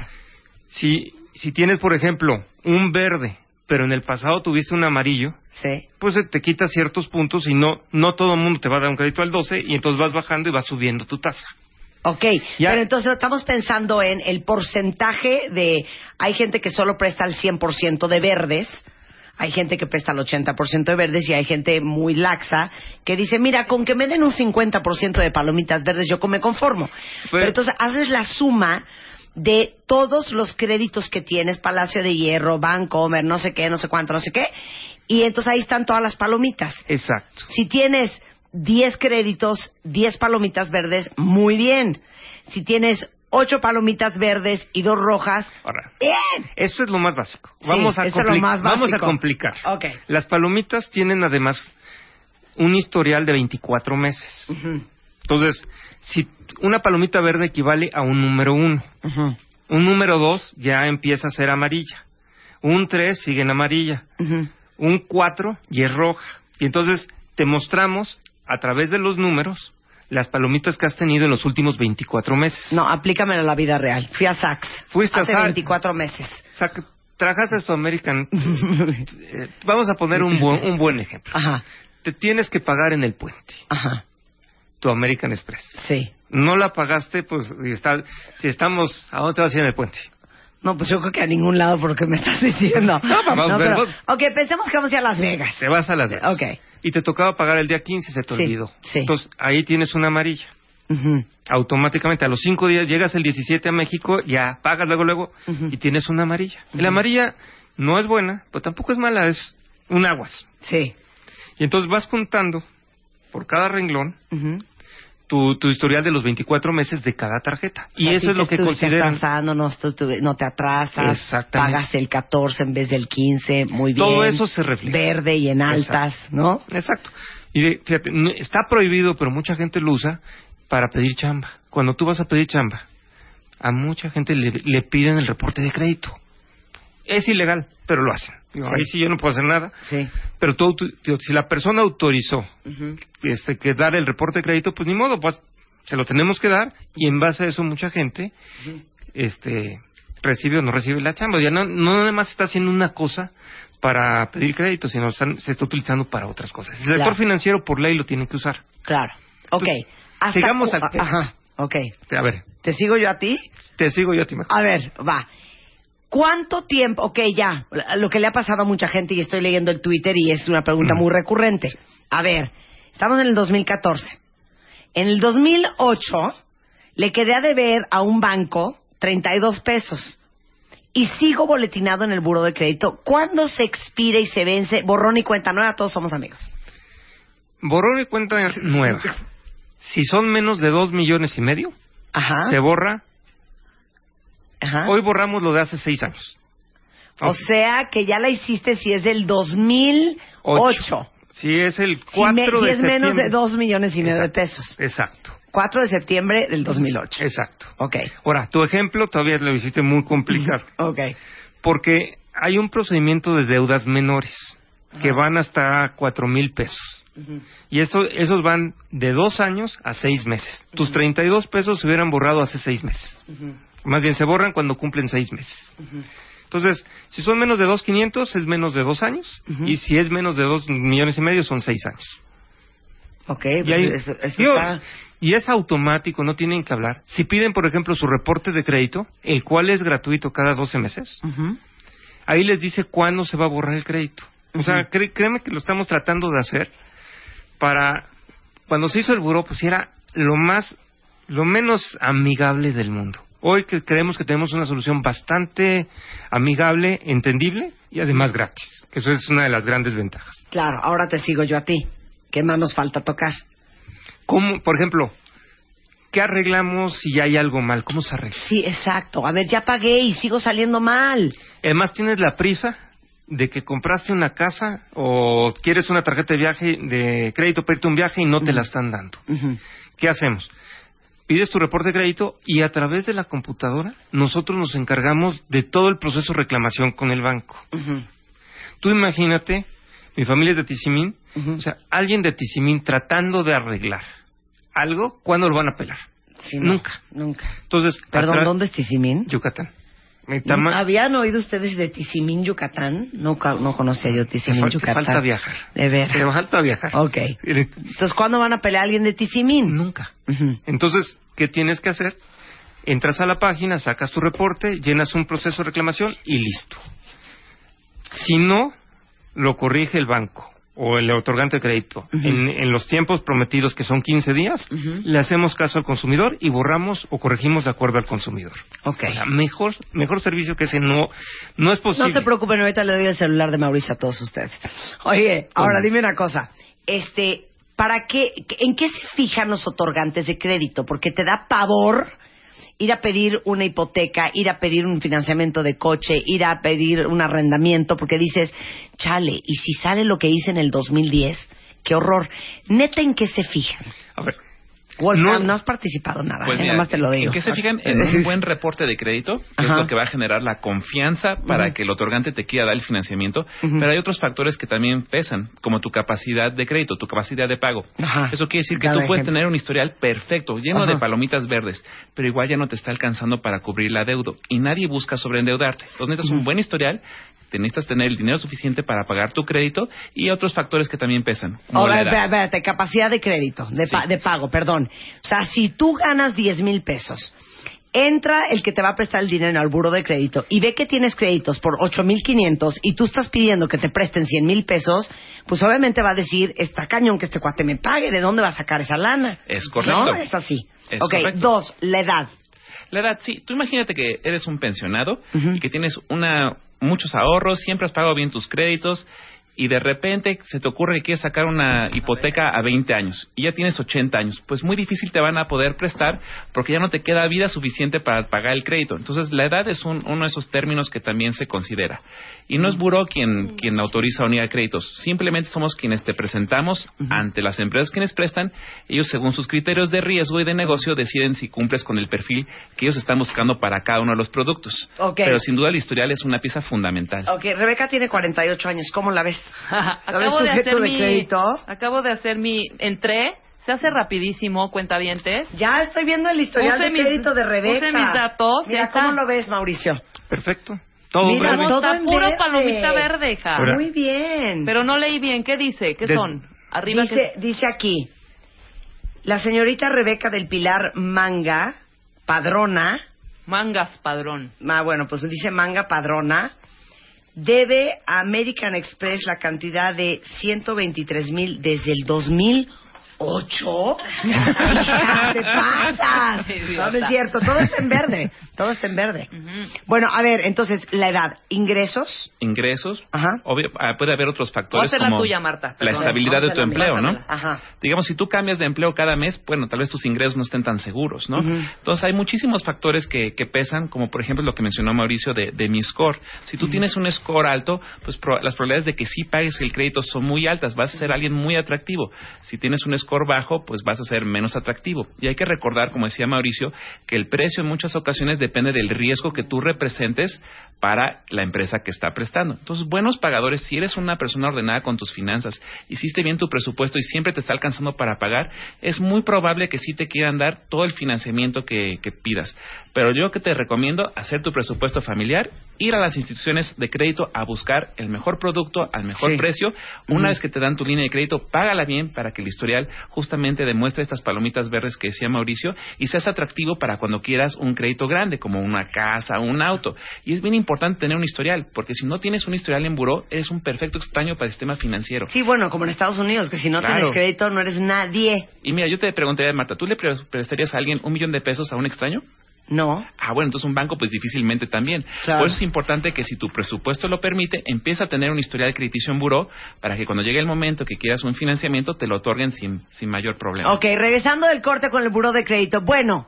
Speaker 11: Si tienes, por ejemplo, un verde, pero en el pasado tuviste un amarillo, pues te quita ciertos puntos y no todo el mundo te va a dar un crédito al 12 y entonces vas bajando y vas subiendo tu tasa.
Speaker 3: Pero entonces estamos pensando en el porcentaje de... Hay gente que solo presta el 100% de verdes, hay gente que presta el 80% de verdes y hay gente muy laxa que dice, mira, con que me den un 50% de palomitas verdes yo me conformo. Pero entonces haces la suma de todos los créditos que tienes, Palacio de Hierro, Bancomer, no sé qué, no sé cuánto, no sé qué, y entonces ahí están todas las palomitas. Si tienes 10 créditos, 10 palomitas verdes, muy bien. Si tienes 8 palomitas verdes y 2 rojas, bien.
Speaker 11: Eso es lo más básico. Vamos a complicar. Las palomitas tienen además un historial de 24 meses. Entonces, si una palomita verde equivale a un número 1, un número 2 ya empieza a ser amarilla, un 3 sigue en amarilla, un 4 y es roja. Y entonces te mostramos a través de los números las palomitas que has tenido en los últimos 24 meses.
Speaker 3: No, aplícamelo a la vida real. Fui a Saks.
Speaker 11: Fuiste
Speaker 3: hace 24 meses.
Speaker 11: Trabajaste su American. Vamos a poner un buen ejemplo. Te tienes que pagar en el puente. Tu American Express. No la pagaste, pues, si estamos... ¿A dónde te vas a ir en el puente?
Speaker 3: No, pues yo creo que a ningún lado por lo que me estás diciendo. Pensemos que vamos a ir a Las Vegas.
Speaker 11: Te vas a Las Vegas. Y te tocaba pagar el día 15, se te olvidó. Entonces, ahí tienes una amarilla. Automáticamente, a los 5 días llegas el 17 a México, ya pagas luego, y tienes una amarilla. Y la amarilla no es buena, pero tampoco es mala, es un aguas. Y entonces vas contando por cada renglón tu historial de los 24 meses de cada tarjeta. Y eso es lo que consideran.
Speaker 3: No te atrasas, pagas el 14 en vez del 15, muy bien.
Speaker 11: Todo eso se refleja.
Speaker 3: Verde y en altas, ¿no?
Speaker 11: Exacto. Y fíjate, está prohibido, pero mucha gente lo usa para pedir chamba. Cuando tú vas a pedir chamba, a mucha gente le piden el reporte de crédito. Es ilegal, pero lo hacen. Digo, ahí sí yo no puedo hacer nada.
Speaker 3: Sí.
Speaker 11: Pero si la persona autorizó que dar el reporte de crédito, pues ni modo, pues se lo tenemos que dar, y en base a eso mucha gente recibe o no recibe la chamba. Ya no nada más está haciendo una cosa para pedir crédito, sino se está utilizando para otras cosas. El sector financiero por ley lo tiene que usar.
Speaker 3: Claro. Ok.
Speaker 11: Entonces, sigamos al tema.
Speaker 3: Ajá. Ok.
Speaker 11: A ver.
Speaker 3: ¿Te sigo yo a ti?
Speaker 11: Te sigo yo a ti mejor.
Speaker 3: A ver, va. ¿Cuánto tiempo? Ok, ya. Lo que le ha pasado a mucha gente, y estoy leyendo el Twitter y es una pregunta muy recurrente. A ver, estamos en el 2014. En el 2008 le quedé a deber a un banco 32 pesos. Y sigo boletinado en el buró de crédito. ¿Cuándo se expira y se vence? Borrón y cuenta nueva, todos somos amigos.
Speaker 11: Borrón y cuenta nueva. Si son menos de 2,5 millones, se borra.
Speaker 3: Ajá.
Speaker 11: Hoy borramos lo de hace 6 años.
Speaker 3: O sea que ya la hiciste si es del 2008.
Speaker 11: Si es el 4 de septiembre.
Speaker 3: Si es menos de 2,5 millones de pesos.
Speaker 11: Exacto.
Speaker 3: 4 de septiembre del 2008.
Speaker 11: Exacto.
Speaker 3: Ok.
Speaker 11: Ahora, tu ejemplo todavía lo hiciste muy complicado.
Speaker 3: Ok.
Speaker 11: Porque hay un procedimiento de deudas menores que van hasta 4,000 pesos. Y esos van de 2 años a 6 meses. Tus 32 pesos se hubieran borrado hace 6 meses. Más bien, se borran cuando cumplen 6 meses. Entonces, si son menos de 2,500, es menos de 2 años. Y si es menos de 2,5 millones, son 6 años.
Speaker 3: Ok,
Speaker 11: y, y es automático, no tienen que hablar. Si piden, por ejemplo, su reporte de crédito, el cual es gratuito cada 12 meses, ahí les dice cuándo se va a borrar el crédito. O sea, créeme que lo estamos tratando de hacer para... Cuando se hizo el buró, pues era lo menos amigable del mundo. Hoy creemos que tenemos una solución bastante amigable, entendible y además gratis. Que eso es una de las grandes ventajas.
Speaker 3: Claro, ahora te sigo yo a ti. ¿Qué más nos falta tocar?
Speaker 11: ¿Cómo, por ejemplo, qué arreglamos si ya hay algo mal? ¿Cómo se arregla?
Speaker 3: Sí, exacto. A ver, ya pagué y sigo saliendo mal.
Speaker 11: Además, tienes la prisa de que compraste una casa o quieres una tarjeta de viaje de crédito para irte a un viaje y no te la están dando. ¿Qué hacemos? Pides tu reporte de crédito y a través de la computadora nosotros nos encargamos de todo el proceso de reclamación con el banco. Tú imagínate, mi familia es de Tizimín, o sea, alguien de Tizimín tratando de arreglar algo, ¿cuándo lo van a pelar?
Speaker 3: Sí,
Speaker 11: nunca. Entonces,
Speaker 3: perdón, ¿dónde es Tizimín?
Speaker 11: Yucatán.
Speaker 3: ¿Habían oído ustedes de Tizimín, Yucatán? No conocía yo Tizimín, Yucatán.
Speaker 11: Te falta viajar.
Speaker 3: De ver.
Speaker 11: Te falta viajar.
Speaker 3: Ok. Entonces, ¿cuándo van a pelear a alguien de Tizimín?
Speaker 11: Nunca. Entonces, ¿qué tienes que hacer? Entras a la página, sacas tu reporte, llenas un proceso de reclamación y listo. Si no, lo corrige el banco o el otorgante de crédito. En los tiempos prometidos, que son 15 días, le hacemos caso al consumidor y borramos o corregimos de acuerdo al consumidor.
Speaker 3: Okay.
Speaker 11: O sea, mejor servicio que ese no es posible.
Speaker 3: No se preocupen, ahorita le doy el celular de Mauricio a todos ustedes. Oye, ahora dime una cosa. ¿Para qué, en qué se fijan los otorgantes de crédito? Porque te da pavor ir a pedir una hipoteca, ir a pedir un financiamiento de coche, ir a pedir un arrendamiento, porque dices, chale, ¿y si sale lo que hice en el 2010? ¡Qué horror! ¿Neta en qué se fijan?
Speaker 10: A ver,
Speaker 3: Wolfram, no has participado nada,
Speaker 10: pues mira,
Speaker 3: nada más te lo digo.
Speaker 10: ¿En qué se fijan? En un buen reporte de crédito, que es lo que va a generar la confianza para que el otorgante te quiera dar el financiamiento, pero hay otros factores que también pesan, como tu capacidad de crédito, tu capacidad de pago. Eso quiere decir que tú puedes tener un historial perfecto, lleno de palomitas verdes, pero igual ya no te está alcanzando para cubrir la deuda, y nadie busca sobreendeudarte. Entonces necesitas un buen historial, necesitas tener el dinero suficiente para pagar tu crédito y otros factores que también pesan.
Speaker 3: Ahora, espérate, capacidad de crédito, de pago, perdón. O sea, si tú ganas 10,000 pesos, entra el que te va a prestar el dinero al buro de crédito y ve que tienes créditos por 8,500 y tú estás pidiendo que te presten 100,000 pesos, pues obviamente va a decir, está cañón que este cuate me pague, ¿de dónde va a sacar esa lana?
Speaker 10: Es correcto.
Speaker 3: ¿No? Es así.
Speaker 10: Es
Speaker 3: correcto. 2, la edad.
Speaker 10: La edad, sí. Tú imagínate que eres un pensionado y que tienes muchos ahorros, siempre has pagado bien tus créditos y de repente se te ocurre que quieres sacar una hipoteca a 20 años y ya tienes 80 años, pues muy difícil te van a poder prestar porque ya no te queda vida suficiente para pagar el crédito. Entonces, la edad es uno de esos términos que también se considera. Y no es buró quien autoriza o niega créditos. Simplemente somos quienes te presentamos ante las empresas quienes prestan. Ellos, según sus criterios de riesgo y de negocio, deciden si cumples con el perfil que ellos están buscando para cada uno de los productos.
Speaker 3: Okay.
Speaker 10: Pero sin duda el historial es una pieza fundamental.
Speaker 3: Ok, Rebeca tiene 48 años. ¿Cómo la ves?
Speaker 4: Acabo de hacer mi... Entré... Se hace rapidísimo, cuentavientes.
Speaker 3: Ya estoy viendo el historial de crédito de Rebeca.
Speaker 4: Puse mis datos.
Speaker 3: Mira, ¿cómo lo ves, Mauricio?
Speaker 11: Perfecto. Todo
Speaker 3: Mira,
Speaker 11: verde.
Speaker 3: todo
Speaker 4: está
Speaker 3: en
Speaker 4: puro
Speaker 3: verde.
Speaker 4: palomita verde, hija.
Speaker 3: Muy bien.
Speaker 4: Pero no leí bien. ¿Qué dice? ¿Qué son? Arriba
Speaker 3: Dice aquí, la señorita Rebeca del Pilar Manga, padrona.
Speaker 4: Mangas padrón.
Speaker 3: Bueno, pues dice Manga padrona. Debe a American Express la cantidad de 123,000 desde el 2008. ¡Hija, te pasas! No, no es cierto. Todo está en verde. Todo está en verde. Bueno, a ver, entonces, la edad. ¿Ingresos?
Speaker 10: Ingresos.
Speaker 3: Ajá.
Speaker 10: Puede haber otros factores
Speaker 4: Voy a hacer
Speaker 10: como
Speaker 4: la tuya, Marta.
Speaker 10: la estabilidad de tu empleo, ¿no?
Speaker 3: Ajá.
Speaker 10: Digamos, si tú cambias de empleo cada mes, bueno, tal vez tus ingresos no estén tan seguros, ¿no? Entonces, hay muchísimos factores que pesan, como por ejemplo lo que mencionó Mauricio de mi score. Si tú tienes un score alto, pues las probabilidades de que sí pagues el crédito son muy altas. Vas a ser alguien muy atractivo. Si tienes un score bajo, pues vas a ser menos atractivo. Y hay que recordar, como decía Mauricio, que el precio en muchas ocasiones depende del riesgo que tú representes para la empresa que está prestando. Entonces, buenos pagadores, si eres una persona ordenada con tus finanzas, hiciste bien tu presupuesto y siempre te está alcanzando para pagar, es muy probable que sí te quieran dar todo el financiamiento que pidas. Pero yo que te recomiendo hacer tu presupuesto familiar, ir a las instituciones de crédito a buscar el mejor producto al mejor precio. Una vez que te dan tu línea de crédito, págala bien para que el historial justamente demuestre estas palomitas verdes que decía Mauricio y seas atractivo para cuando quieras un crédito grande, como una casa o un auto. Y es bien importante tener un historial, porque si no tienes un historial en buró, eres un perfecto extraño para el sistema financiero.
Speaker 3: Sí, bueno, como en Estados Unidos, que si no tienes crédito no eres nadie.
Speaker 10: Y mira, yo te preguntaría, Marta, ¿tú le prestarías a alguien $1,000,000 a un extraño?
Speaker 3: No.
Speaker 10: Bueno, entonces un banco pues difícilmente también.
Speaker 3: Claro.
Speaker 10: Por eso es importante que si tu presupuesto lo permite, empieza a tener un historial crediticio en buró para que cuando llegue el momento que quieras un financiamiento te lo otorguen sin mayor problema.
Speaker 3: Ok, regresando del corte con el buró de crédito. Bueno,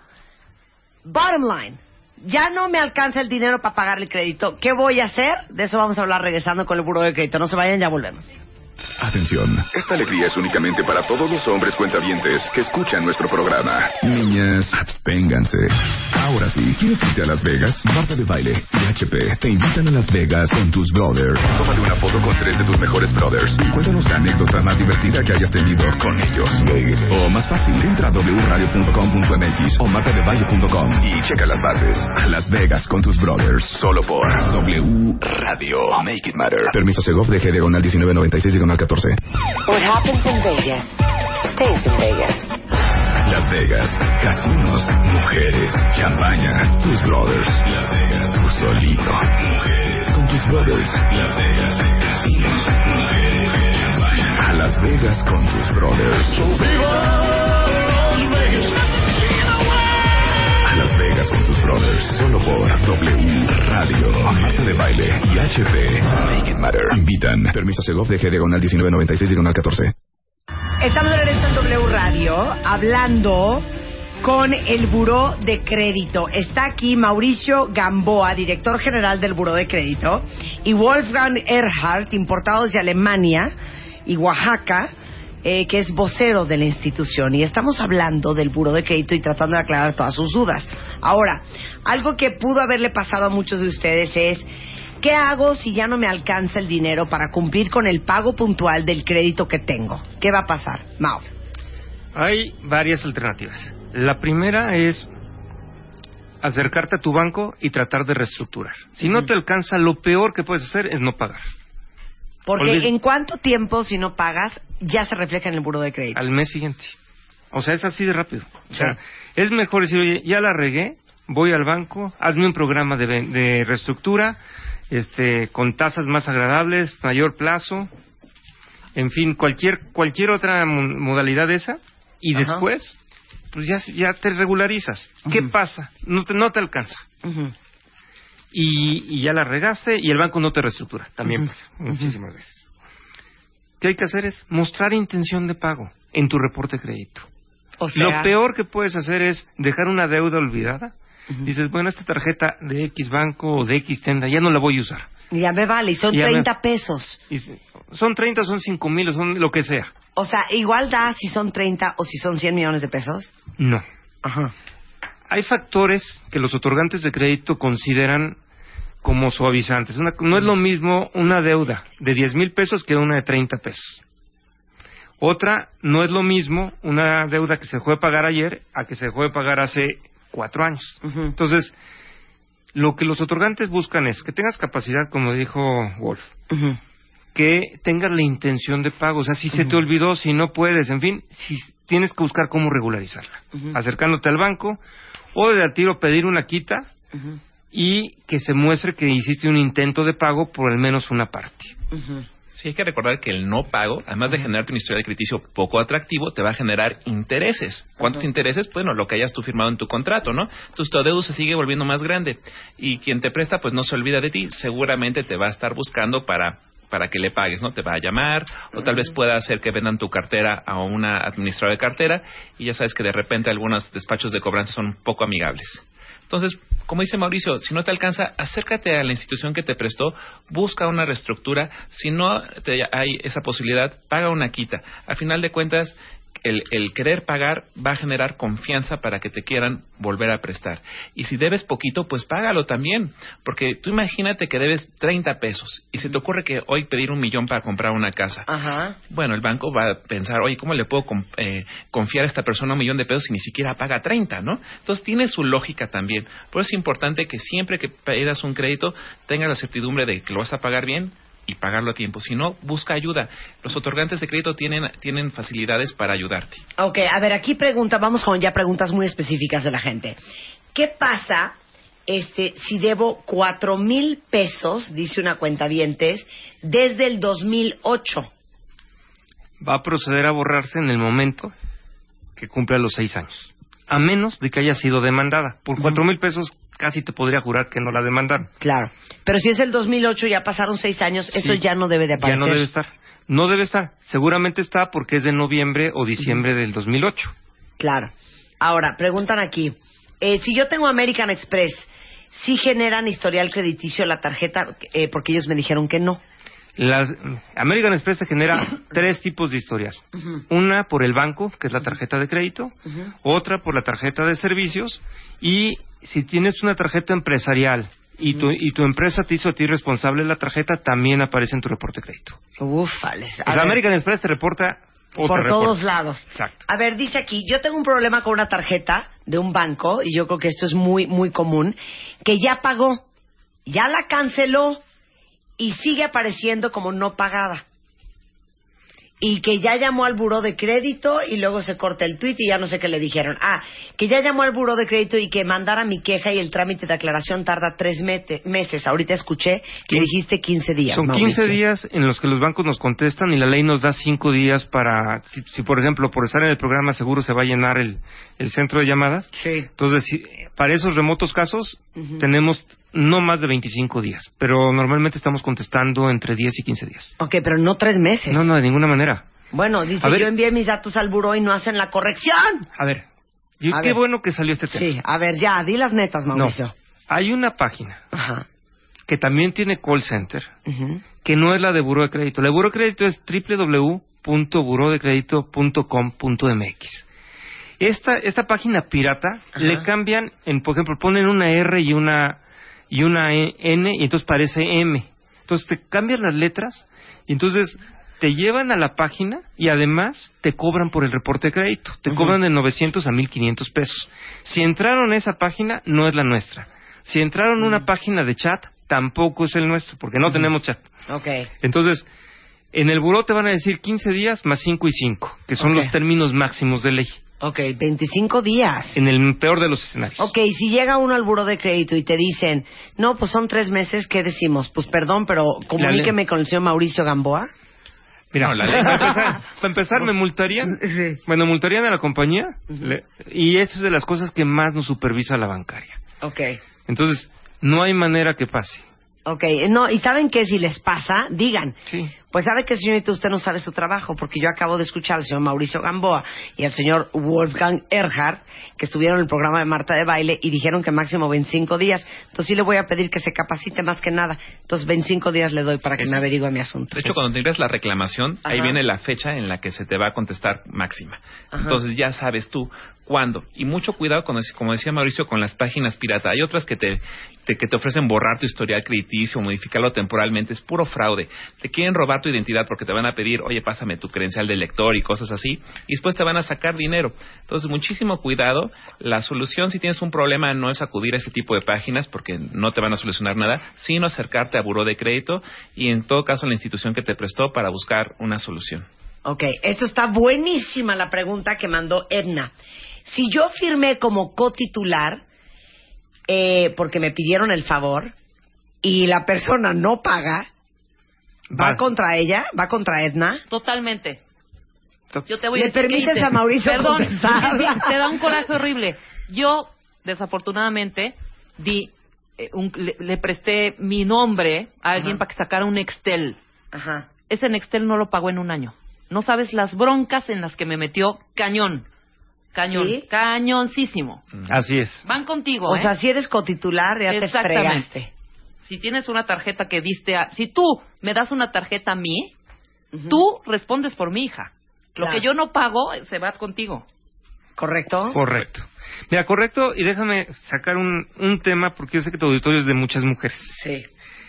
Speaker 3: bottom line, ya no me alcanza el dinero para pagar el crédito. ¿Qué voy a hacer? De eso vamos a hablar regresando con el buró de crédito. No se vayan, ya volvemos.
Speaker 1: Atención, esta alegría es únicamente para todos los hombres cuentavientes que escuchan nuestro programa. Niñas, absténganse. Ahora sí, ¿quieres irte a Las Vegas? Marta de Baile y HP te invitan a Las Vegas con tus brothers. Tómate una foto con 3 de tus mejores brothers y cuéntanos la anécdota más divertida que hayas tenido con ellos. O más fácil, entra a wradio.com.mx o martadebaile.com y checa las bases. A Las Vegas con tus brothers, solo por W Radio. Make it matter. Permiso Segov de G diagonal 1996 diagonal 14.
Speaker 2: What happens in Vegas stays in Vegas.
Speaker 1: Las Vegas, casinos, mujeres, champaña, tus brothers. Las Vegas, tú solito. Mujeres, con tus brothers. Las Vegas, casinos, mujeres, champaña. A Las Vegas con tus brothers. A Las Vegas con tus brothers, solo por W Radio. Marta de Baile y HP. Make it matter. Invitan. Permiso Segov de G diagonal 1996 diagonal 14.
Speaker 3: Estamos de regreso en W Radio hablando con el Buró de Crédito. Está aquí Mauricio Gamboa, director general del Buró de Crédito, y Wolfgang Erhardt, importado desde Alemania y Oaxaca, que es vocero de la institución. Y estamos hablando del Buró de Crédito y tratando de aclarar todas sus dudas. Ahora, algo que pudo haberle pasado a muchos de ustedes es: ¿qué hago si ya no me alcanza el dinero para cumplir con el pago puntual del crédito que tengo? ¿Qué va a pasar, Mau?
Speaker 11: Hay varias alternativas. La primera es acercarte a tu banco y tratar de reestructurar. Si no te alcanza, lo peor que puedes hacer es no pagar.
Speaker 3: Porque ¿en cuánto tiempo, si no pagas, ya se refleja en el buró de crédito?
Speaker 11: Al mes siguiente. O sea, es así de rápido. O sea, es mejor decir, oye, ya la regué, voy al banco, hazme un programa de reestructura, con tasas más agradables, mayor plazo, en fin, cualquier otra modalidad de esa, y después, pues ya te regularizas. ¿Qué pasa? No te alcanza. Y ya la regaste y el banco no te reestructura. También pasa muchísimas veces. que hay que hacer es mostrar intención de pago en tu reporte de crédito.
Speaker 3: O sea,
Speaker 11: lo peor que puedes hacer es dejar una deuda olvidada. Dices, bueno, esta tarjeta de X banco o de X tienda ya no la voy a usar.
Speaker 3: ya me vale, y son
Speaker 11: Ya
Speaker 3: 30 pesos.
Speaker 11: Son 30, son 5,000 o son lo que sea.
Speaker 3: O sea, igual da si son 30 o si son 100 millones de pesos.
Speaker 11: No.
Speaker 3: Ajá.
Speaker 11: Hay factores que los otorgantes de crédito consideran como suavizantes. No es lo mismo una deuda de 10,000 pesos que una de 30 pesos. Otra, no es lo mismo una deuda que se dejó de pagar ayer a que se dejó de pagar hace 4 años. Entonces, lo que los otorgantes buscan es que tengas capacidad, como dijo Wolf, que tengas la intención de pago. O sea, si se te olvidó, si no puedes, en fin, si tienes que buscar cómo regularizarla. Acercándote al banco o de a tiro pedir una quita y que se muestre que hiciste un intento de pago por al menos una parte.
Speaker 10: Sí, hay que recordar que el no pago, además de generarte un historial crediticio poco atractivo, te va a generar intereses. ¿Cuántos intereses? Bueno, lo que hayas tú firmado en tu contrato, ¿no? Entonces tu adeudo se sigue volviendo más grande. Y quien te presta, pues no se olvida de ti. Seguramente te va a estar buscando para que le pagues, ¿no? Te va a llamar, o tal vez pueda hacer que vendan tu cartera a una administradora de cartera, y ya sabes que de repente algunos despachos de cobranza son poco amigables. Entonces, como dice Mauricio, si no te alcanza, acércate a la institución que te prestó, busca una reestructura. Si no hay esa posibilidad, paga una quita. A final de cuentas, el querer pagar va a generar confianza para que te quieran volver a prestar. Y si debes poquito, pues págalo también. Porque tú imagínate que debes 30 pesos y se te ocurre que hoy pedir 1,000,000 para comprar una casa. Bueno, el banco va a pensar, oye, ¿cómo le puedo confiar a esta persona 1,000,000 de pesos si ni siquiera paga 30, ¿no? Entonces tiene su lógica también. Por eso es importante que siempre que pidas un crédito tengas la certidumbre de que lo vas a pagar bien y pagarlo a tiempo. Si no, busca ayuda. Los otorgantes de crédito tienen facilidades para ayudarte.
Speaker 3: Ok, a ver, aquí vamos con ya preguntas muy específicas de la gente. ¿Qué pasa si debo 4,000 pesos, dice una cuentavientes, desde el 2008?
Speaker 11: Va a proceder a borrarse en el momento que cumpla los 6 años. A menos de que haya sido demandada. Por 4,000 pesos casi te podría jurar que no la demandaron.
Speaker 3: Claro. Pero si es el 2008, ya pasaron 6 años, eso ya no debe de aparecer.
Speaker 11: Ya no debe estar. No debe estar. Seguramente está porque es de noviembre o diciembre del 2008.
Speaker 3: Claro. Ahora, preguntan aquí. Si yo tengo American Express, ¿sí generan historial crediticio la tarjeta? Porque ellos me dijeron que no.
Speaker 11: American Express te genera 3 tipos de historial. Una por el banco, que es la tarjeta de crédito. Otra por la tarjeta de servicios. Y si tienes una tarjeta empresarial y tu empresa te hizo a ti responsable de la tarjeta, también aparece en tu reporte de crédito.
Speaker 3: Ufales.
Speaker 11: O sea, American Express te reporta
Speaker 3: por todos lados.
Speaker 11: Exacto.
Speaker 3: A ver, dice aquí, yo tengo un problema con una tarjeta de un banco, y yo creo que esto es muy, muy común, que ya pagó, ya la canceló y sigue apareciendo como no pagada. Y que ya llamó al buró de crédito y luego se corta el tuit y ya no sé qué le dijeron. Que ya llamó al buró de crédito y que mandara mi queja y el trámite de aclaración tarda 3 meses. Ahorita escuché que dijiste 15 días.
Speaker 11: Son
Speaker 3: Mauricio.
Speaker 11: 15 días en los que los bancos nos contestan y la ley nos da 5 días para... Si por ejemplo, por estar en el programa seguro se va a llenar el centro de llamadas.
Speaker 3: Sí.
Speaker 11: Entonces, para esos remotos casos tenemos no más de 25 días. Pero normalmente estamos contestando entre 10 y 15 días.
Speaker 3: Ok, pero no 3 meses.
Speaker 11: No, de ninguna manera.
Speaker 3: Bueno, dice, yo envié mis datos al buró y no hacen la corrección.
Speaker 11: A ver, qué bueno que salió este tema.
Speaker 3: Sí, a ver, ya, di las netas, Mauricio.
Speaker 11: No, hay una página que también tiene call center, que no es la de buró de crédito. La de buró de crédito es www.burodecredito.com.mx. Esta página pirata le cambian, por ejemplo, ponen una R y una N y entonces parece M. Entonces te cambian las letras y entonces te llevan a la página y además te cobran por el reporte de crédito. Te cobran de 900 a 1,500 pesos. Si entraron a esa página, no es la nuestra. Si entraron a una página de chat, tampoco es el nuestro, porque no tenemos chat.
Speaker 3: Okay.
Speaker 11: Entonces, en el buró te van a decir 15 días más 5 y 5, que son los términos máximos de ley.
Speaker 3: Ok, 25 días.
Speaker 11: En el peor de los escenarios.
Speaker 3: Ok, si llega uno al buró de crédito y te dicen, no, pues son 3 meses, ¿qué decimos? Pues perdón, pero comuníqueme con el señor Mauricio Gamboa.
Speaker 11: Mira, para empezar, me multarían. Sí. Bueno, multarían a la compañía y eso es de las cosas que más nos supervisa la bancaria.
Speaker 3: Ok.
Speaker 11: Entonces, no hay manera que pase.
Speaker 3: Ok, no, y ¿saben qué? Si les pasa, digan.
Speaker 11: Sí.
Speaker 3: Pues sabe que, señorita, usted no sabe su trabajo, porque yo acabo de escuchar al señor Mauricio Gamboa y al señor Wolfgang Erhard, que estuvieron en el programa de Marta de Baile y dijeron que máximo 25 días. Entonces sí le voy a pedir que se capacite más que nada. Entonces 25 días le doy para que me averigüe mi asunto.
Speaker 10: De hecho, cuando tengas la reclamación, ahí viene la fecha en la que se te va a contestar máxima. Entonces ya sabes tú cuándo. Y mucho cuidado, como decía Mauricio, con las páginas pirata. Hay otras que te ofrecen borrar tu historial crediticio o modificarlo temporalmente. Es puro fraude. Te quieren robar tu identidad porque te van a pedir, oye, pásame tu credencial de lector y cosas así. Y después te van a sacar dinero. Entonces, muchísimo cuidado. La solución, si tienes un problema, no es acudir a ese tipo de páginas porque no te van a solucionar nada, sino acercarte a buró de crédito y, en todo caso, a la institución que te prestó para buscar una solución.
Speaker 3: Ok, esto está buenísima la pregunta que mandó Edna. Si yo firmé como cotitular, porque me pidieron el favor, y la persona no paga, ¿va contra ella? ¿Va contra Edna?
Speaker 4: Totalmente. Yo te voy a
Speaker 3: ¿Le
Speaker 4: decir
Speaker 3: permites
Speaker 4: qué hice.
Speaker 3: a Mauricio
Speaker 4: Perdón,
Speaker 3: contestar?
Speaker 4: sí, te da un coraje horrible. Yo, desafortunadamente, le presté mi nombre a alguien para que sacara un Nextel.
Speaker 3: Ajá.
Speaker 4: Ese Nextel no lo pagó en un año. No sabes las broncas en las que me metió cañón.
Speaker 3: ¿Sí?
Speaker 4: Cañoncísimo.
Speaker 11: Así es.
Speaker 4: Van contigo,
Speaker 3: O sea, si eres cotitular, ya te fregaste.
Speaker 4: Si tienes una tarjeta que diste si tú me das una tarjeta a mí, tú respondes por mi hija.
Speaker 3: Claro.
Speaker 4: Lo que yo no pago se va contigo.
Speaker 3: ¿Correcto?
Speaker 11: Correcto. Mira, correcto, y déjame sacar un tema, porque yo sé que tu auditorio es de muchas mujeres.
Speaker 3: Sí.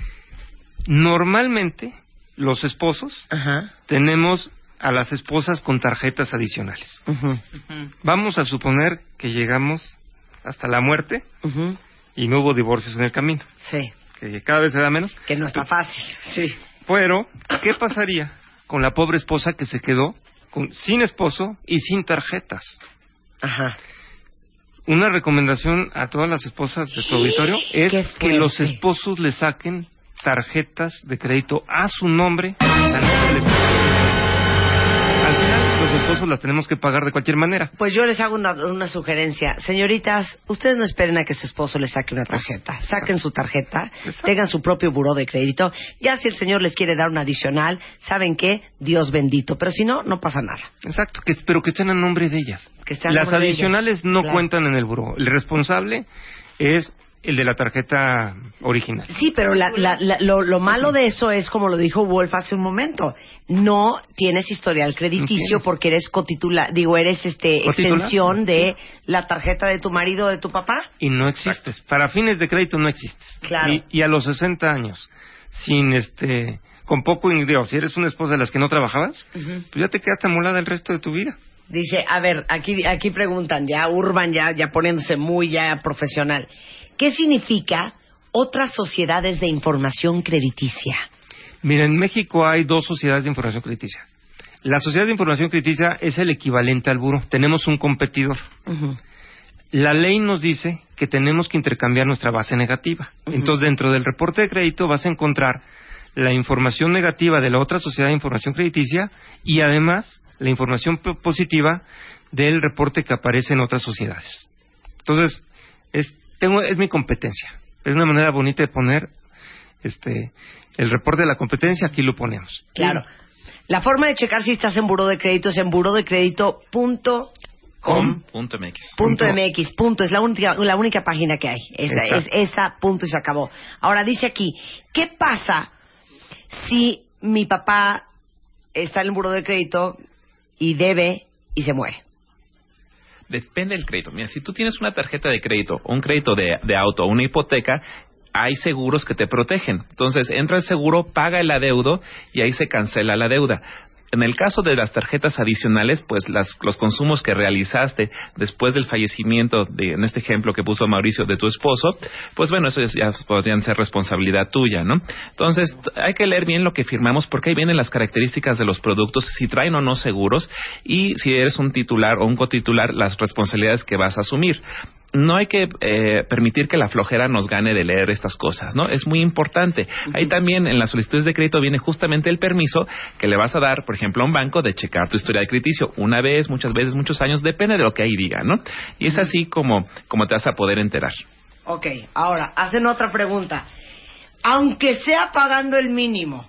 Speaker 11: Normalmente, los esposos tenemos a las esposas con tarjetas adicionales. Vamos a suponer que llegamos hasta la muerte y no hubo divorcios en el camino.
Speaker 3: Sí.
Speaker 11: Que cada vez se da menos.
Speaker 3: Que no está fácil. Sí.
Speaker 11: Pero, ¿qué pasaría con la pobre esposa que se quedó sin esposo y sin tarjetas?
Speaker 3: Ajá.
Speaker 11: Una recomendación a todas las esposas de tu auditorio es que los esposos le saquen tarjetas de crédito a su nombre, a nombre del esposo. Al final, los esposos las tenemos que pagar de cualquier manera.
Speaker 3: Pues yo les hago una sugerencia. Señoritas, ustedes no esperen a que su esposo les saque una tarjeta. Saquen su tarjeta, tengan su propio buró de crédito. Ya si el señor les quiere dar un adicional, ¿saben qué? Dios bendito. Pero si no, no pasa nada.
Speaker 11: Exacto, pero que estén a nombre de ellas. Las adicionales no cuentan en el buró. El responsable es el de la tarjeta original.
Speaker 3: Sí, pero lo malo de eso es, como lo dijo Wolf hace un momento, no tienes historial crediticio porque eres cotitular, eres extensión de la tarjeta de tu marido o de tu papá.
Speaker 11: Y no existes. Para fines de crédito no existes.
Speaker 3: Claro.
Speaker 11: Y a los 60 años, con poco ingreso, si eres una esposa de las que no trabajabas, pues ya te quedaste amolada el resto de tu vida.
Speaker 3: Dice, a ver, aquí preguntan, ya Urban, ya poniéndose muy profesional. ¿Qué significa otras sociedades de información crediticia?
Speaker 11: Mira, en México hay 2 sociedades de información crediticia. La sociedad de información crediticia es el equivalente al buró. Tenemos un competidor. La ley nos dice que tenemos que intercambiar nuestra base negativa. Entonces, dentro del reporte de crédito vas a encontrar la información negativa de la otra sociedad de información crediticia y además la información positiva del reporte que aparece en otras sociedades. Entonces, es mi competencia. Es una manera bonita de poner el reporte de la competencia, aquí lo ponemos.
Speaker 3: Claro. La forma de checar si estás en buró de crédito es en burodecredito.com.mx. Es la única página que hay. Es esa, punto y se acabó. Ahora dice aquí, ¿qué pasa si mi papá está en el buró de crédito y debe y se muere?
Speaker 10: Depende del crédito. Mira, si tú tienes una tarjeta de crédito, o un crédito de auto, o una hipoteca, hay seguros que te protegen. Entonces, entra el seguro, paga el adeudo y ahí se cancela la deuda. En el caso de las tarjetas adicionales, pues los consumos que realizaste después del fallecimiento, en este ejemplo que puso Mauricio, de tu esposo, pues bueno, eso ya podrían ser responsabilidad tuya, ¿no? Entonces, hay que leer bien lo que firmamos porque ahí vienen las características de los productos, si traen o no seguros, y si eres un titular o un cotitular, las responsabilidades que vas a asumir. No hay que permitir que la flojera nos gane de leer estas cosas, ¿no? Es muy importante. Ahí también en las solicitudes de crédito viene justamente el permiso que le vas a dar, por ejemplo, a un banco de checar tu historial crediticio. Una vez, muchas veces, muchos años, depende de lo que ahí diga, ¿no? Y es así como te vas a poder enterar.
Speaker 3: Ok, ahora, hacen otra pregunta. Aunque sea pagando el mínimo,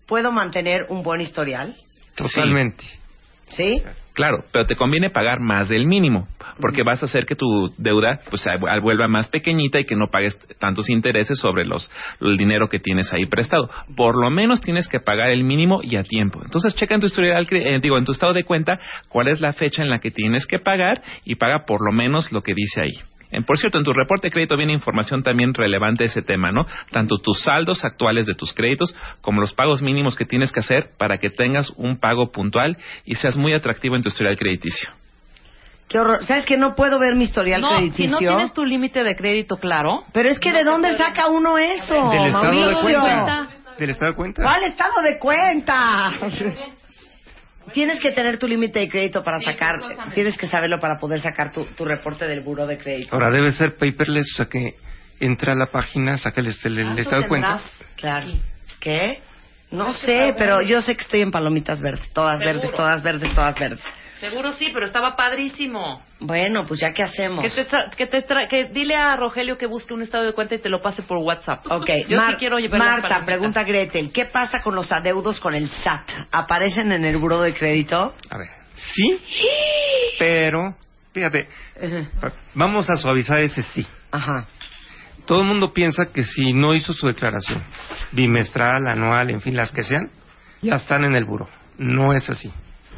Speaker 3: puedo mantener un buen historial.
Speaker 11: Totalmente.
Speaker 3: ¿Sí?
Speaker 10: Claro, pero te conviene pagar más del mínimo, porque vas a hacer que tu deuda pues se vuelva más pequeñita y que no pagues tantos intereses sobre el dinero que tienes ahí prestado. Por lo menos tienes que pagar el mínimo y a tiempo. Entonces checa en tu historial, en tu estado de cuenta, cuál es la fecha en la que tienes que pagar y paga por lo menos lo que dice ahí. Por cierto, en tu reporte de crédito viene información también relevante de ese tema, ¿no? Tanto tus saldos actuales de tus créditos como los pagos mínimos que tienes que hacer para que tengas un pago puntual y seas muy atractivo en tu historial crediticio.
Speaker 3: Qué horror. ¿Sabes que no puedo ver mi historial crediticio?
Speaker 4: Si no tienes tu límite de crédito claro.
Speaker 3: Pero es que ¿de dónde saca uno eso?
Speaker 11: Del estado
Speaker 3: Mauricio?
Speaker 11: de cuenta. ¿Del estado de cuenta?
Speaker 3: ¿Cuál estado de cuenta? Tienes que tener tu límite de crédito para sacar, tienes que saberlo para poder sacar tu reporte del buró de crédito.
Speaker 11: Ahora debe ser paperless, o sea que entra a la página, saca el estado de cuenta.
Speaker 3: Claro. ¿Qué? No sé, pero yo sé que estoy en palomitas verdes, todas verdes, todas verdes, todas verdes.
Speaker 4: Seguro sí, pero estaba padrísimo.
Speaker 3: Bueno, pues ya qué hacemos.
Speaker 4: Que dile a Rogelio que busque un estado de cuenta y te lo pase por WhatsApp.
Speaker 3: Ok,
Speaker 4: Yo sí quiero llevar las
Speaker 3: Marta,
Speaker 4: palomitas.
Speaker 3: pregunta Gretel, ¿qué pasa con los adeudos con el SAT? ¿Aparecen en el buró de crédito?
Speaker 11: A ver, sí, pero, fíjate, vamos a suavizar ese sí.
Speaker 3: Ajá.
Speaker 11: Todo el mundo piensa que si no hizo su declaración bimestral, anual, en fin, las que sean, ya están en el buró. No es así.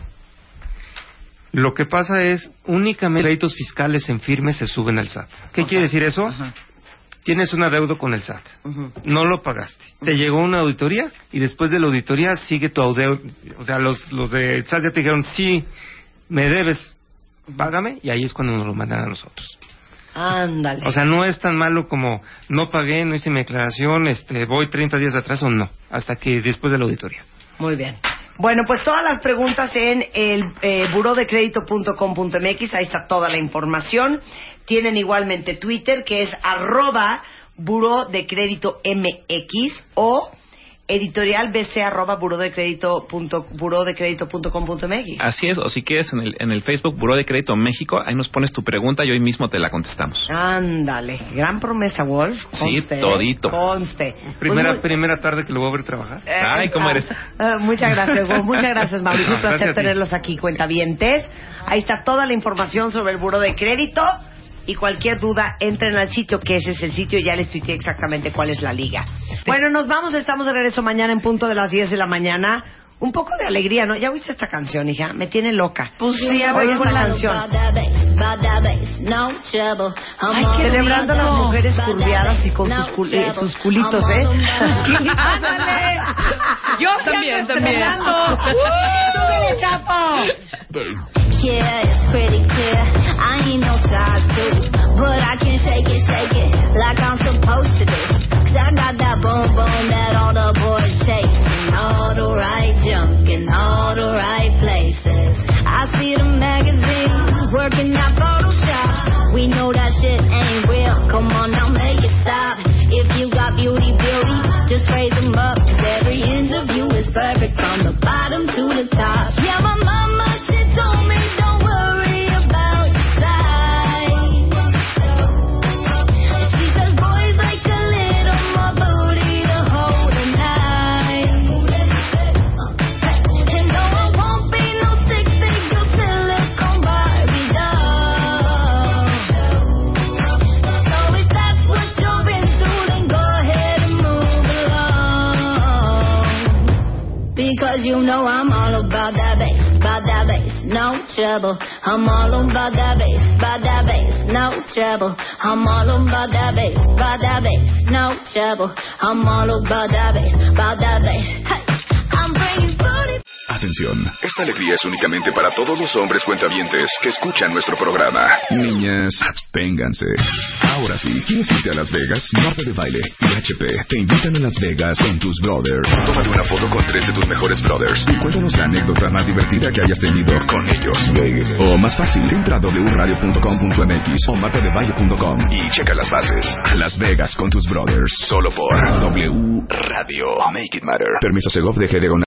Speaker 11: Lo que pasa es, únicamente créditos fiscales en firme se suben al SAT. ¿Qué quiere decir eso?
Speaker 3: Ajá.
Speaker 11: Tienes un adeudo con el SAT. No lo pagaste. Te llegó una auditoría y después de la auditoría sigue tu adeudo. O sea, los de SAT ya te dijeron, sí, me debes, págame, y ahí es cuando nos lo mandan a nosotros.
Speaker 3: Ándale.
Speaker 11: O sea, no es tan malo como no pagué, no hice mi declaración, voy 30 días atrás o no, hasta que después de la auditoría.
Speaker 3: Muy bien. Bueno, pues todas las preguntas en el burodecredito.com.mx, ahí está toda la información. Tienen igualmente Twitter, que es @burodecreditomx o editorialbc @burodecredito.com.mx.
Speaker 10: Así es, o si quieres en el Facebook Buró de Crédito México, ahí nos pones tu pregunta y hoy mismo te la contestamos.
Speaker 3: Ándale, gran promesa, Wolf. Conste,
Speaker 10: sí, todito.
Speaker 3: Conste.
Speaker 11: Primera tarde que lo voy a ver trabajar.
Speaker 10: Ay, ¿cómo eres?
Speaker 3: Muchas gracias, Wolf. Muchas gracias, Mauricio. Un placer
Speaker 11: Gracias a ti.
Speaker 3: tenerlos aquí, cuentavientes. Ahí está toda la información sobre el Buró de Crédito. Y cualquier duda, entren al sitio, que ese es el sitio, ya les tuiteé exactamente cuál es la liga. Bueno, nos vamos, estamos de regreso mañana en punto de las 10 de la mañana. Un poco de alegría, ¿no? ¿Ya oíste esta canción, hija? Me tiene loca.
Speaker 8: Pues sí, a
Speaker 3: Oye
Speaker 8: ver,
Speaker 3: esta
Speaker 8: ponla.
Speaker 3: canción. Ay, celebrando a las mujeres curviadas y con sus culitos, ¿eh?
Speaker 6: ¡Ándale! Yo también.
Speaker 3: ¡Súbele, Chapo!
Speaker 5: Yeah, it's pretty clear. I ain't no size two, but I can shake it like I'm supposed to do. 'Cause I got that boom boom that all the boys chase, and all the right junk in all the right places. I see the magazines working that Photoshop. We know that shit ain't real. Come on now, make it stop. If you got beauty, just raise them up. 'Cause every inch of you is perfect from the bottom to the top. Yeah, my mama, she told me don't worry about your size. She says boys like a little more booty to hold at night. And no, I won't be no stick-figure silicone Barbie doll. So if that's what you're into, then go ahead and move along. Because you know I'm all about that bass, no trouble. I'm all about that bass, no trouble. I'm all about that bass, no trouble. I'm all about that bass, Hey, I'm bringing booty.
Speaker 1: Atención, esta alegría es únicamente para todos los hombres cuentavientes que escuchan nuestro programa. Niñas, absténganse. Ahora sí, ¿quieres irte a Las Vegas? Marta de Baile y HP te invitan a Las Vegas con tus brothers. Tómate una foto con 3 de tus mejores brothers y cuéntanos la anécdota más divertida que hayas tenido con ellos. O más fácil, entra a wradio.com.mx o martadebaile.com y checa las bases. A Las Vegas con tus brothers, solo por W Radio. Make it matter. Permiso Segov de